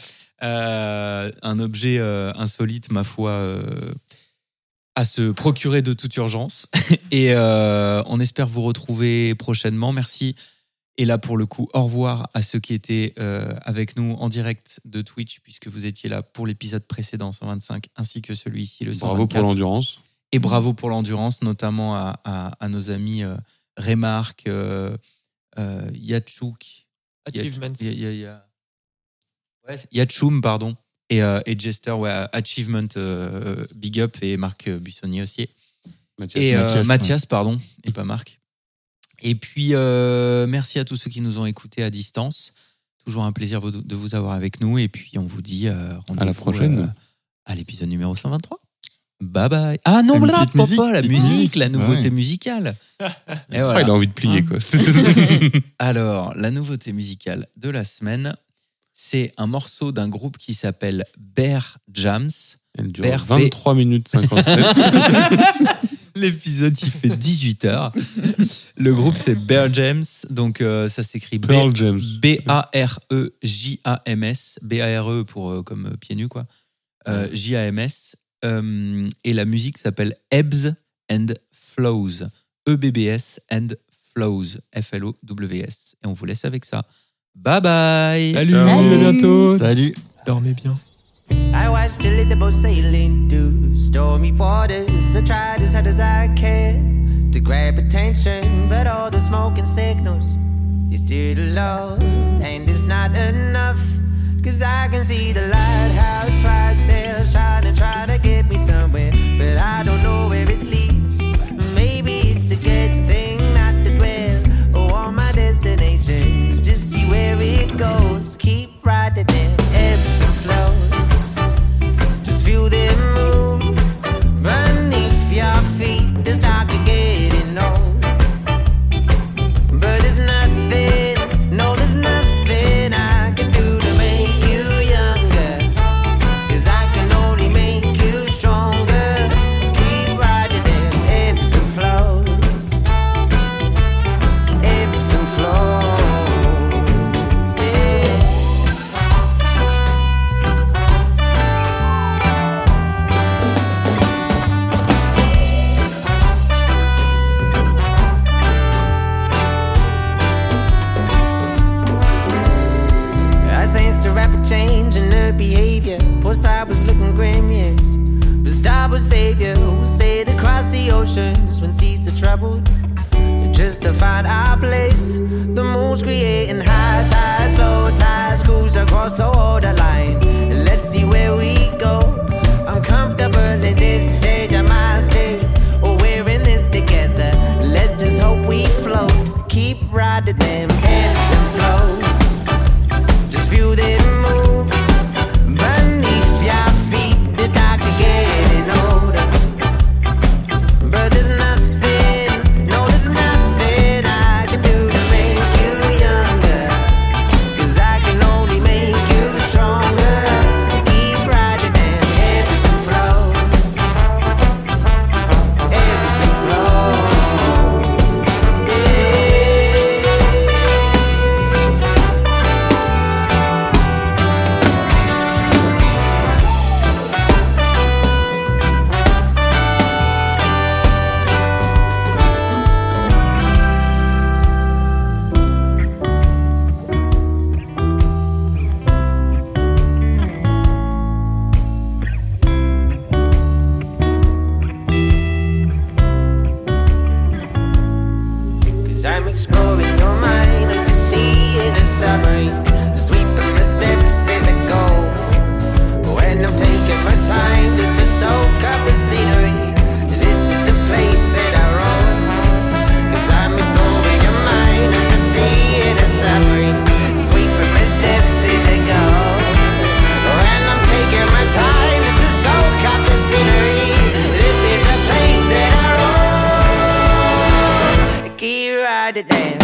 Un objet insolite, ma foi, à se procurer de toute urgence. Et on espère vous retrouver prochainement. Merci. Et là, pour le coup, au revoir à ceux qui étaient avec nous en direct de Twitch, puisque vous étiez là pour l'épisode précédent, 125, ainsi que celui-ci, le 124. Bravo pour l'endurance. Et bravo pour l'endurance, notamment à nos amis Remark, Yachuk. Achievements. Yachum, pardon. Et Jester, Achievement, Big Up, et Marc Buissonnier aussi. Mathias, pardon, et pas Marc. Et puis, merci à tous ceux qui nous ont écoutés à distance. Toujours un plaisir de vous avoir avec nous. Et puis, on vous dit rendez-vous à la prochaine. À l'épisode numéro 123. Bye bye. Ah non, la musique, la nouveauté musicale. Et voilà. Il a envie de plier, quoi. Alors, la nouveauté musicale de la semaine, c'est un morceau d'un groupe qui s'appelle Bear Jams. Elle dure 23 minutes 57. L'épisode, il fait 18 heures. Le groupe, c'est Bear Jams. Donc, ça s'écrit B-A-R-E-J-A-M-S. B-A-R-E pour comme pieds nus, quoi. J-A-M-S. Et la musique s'appelle Ebbs and Flows. E-B-B-S and Flows. F-L-O-W-S. Et on vous laisse avec ça. Bye bye. Salut. À bientôt. Salut. Dormez bien. I watched a little boat sailing through stormy waters. I tried as hard as I can to grab attention, but all the smoke and signals, they stood alone. And it's not enough, 'cause I can see the lighthouse right there shining, trying to get me somewhere, but I don't know where it leads. Maybe it's a good thing not to dwell on my destinations, just see where it goes. Keep riding it, ebbs and flows. Feel them move beneath your feet. This dark and getting old, but there's nothing, no, there's nothing I can do to make you younger, 'cause I can only make you stronger. Keep riding them ebbs and flows, ebbs and flows, yeah. Rapid change in her behavior. Poor side was looking grim, yes. But star was savior who sailed across the oceans when seas are troubled, just to find our place. The moon's creating high tides, low tides, cruise across the borderline. Let's see where we go. I'm comfortable at this stage, I might stay, or we're in this together. Let's just hope we float. Keep riding them ebbs and flows. Feel them move beneath your feet. This dark is getting older, but there's nothing, no, there's nothing I can do to make you younger, 'cause I can only make you stronger. exploring your mind, like the sea in a submarine. Sweeping the steps as I go. When I'm taking my time just to soak up the scenery. This is the place that I roam. 'Cause I'm exploring your mind, like the sea in a submarine. Sweeping my steps as I go. When I'm taking my time just to soak up the scenery. This is the place that I roam. Keep riding down.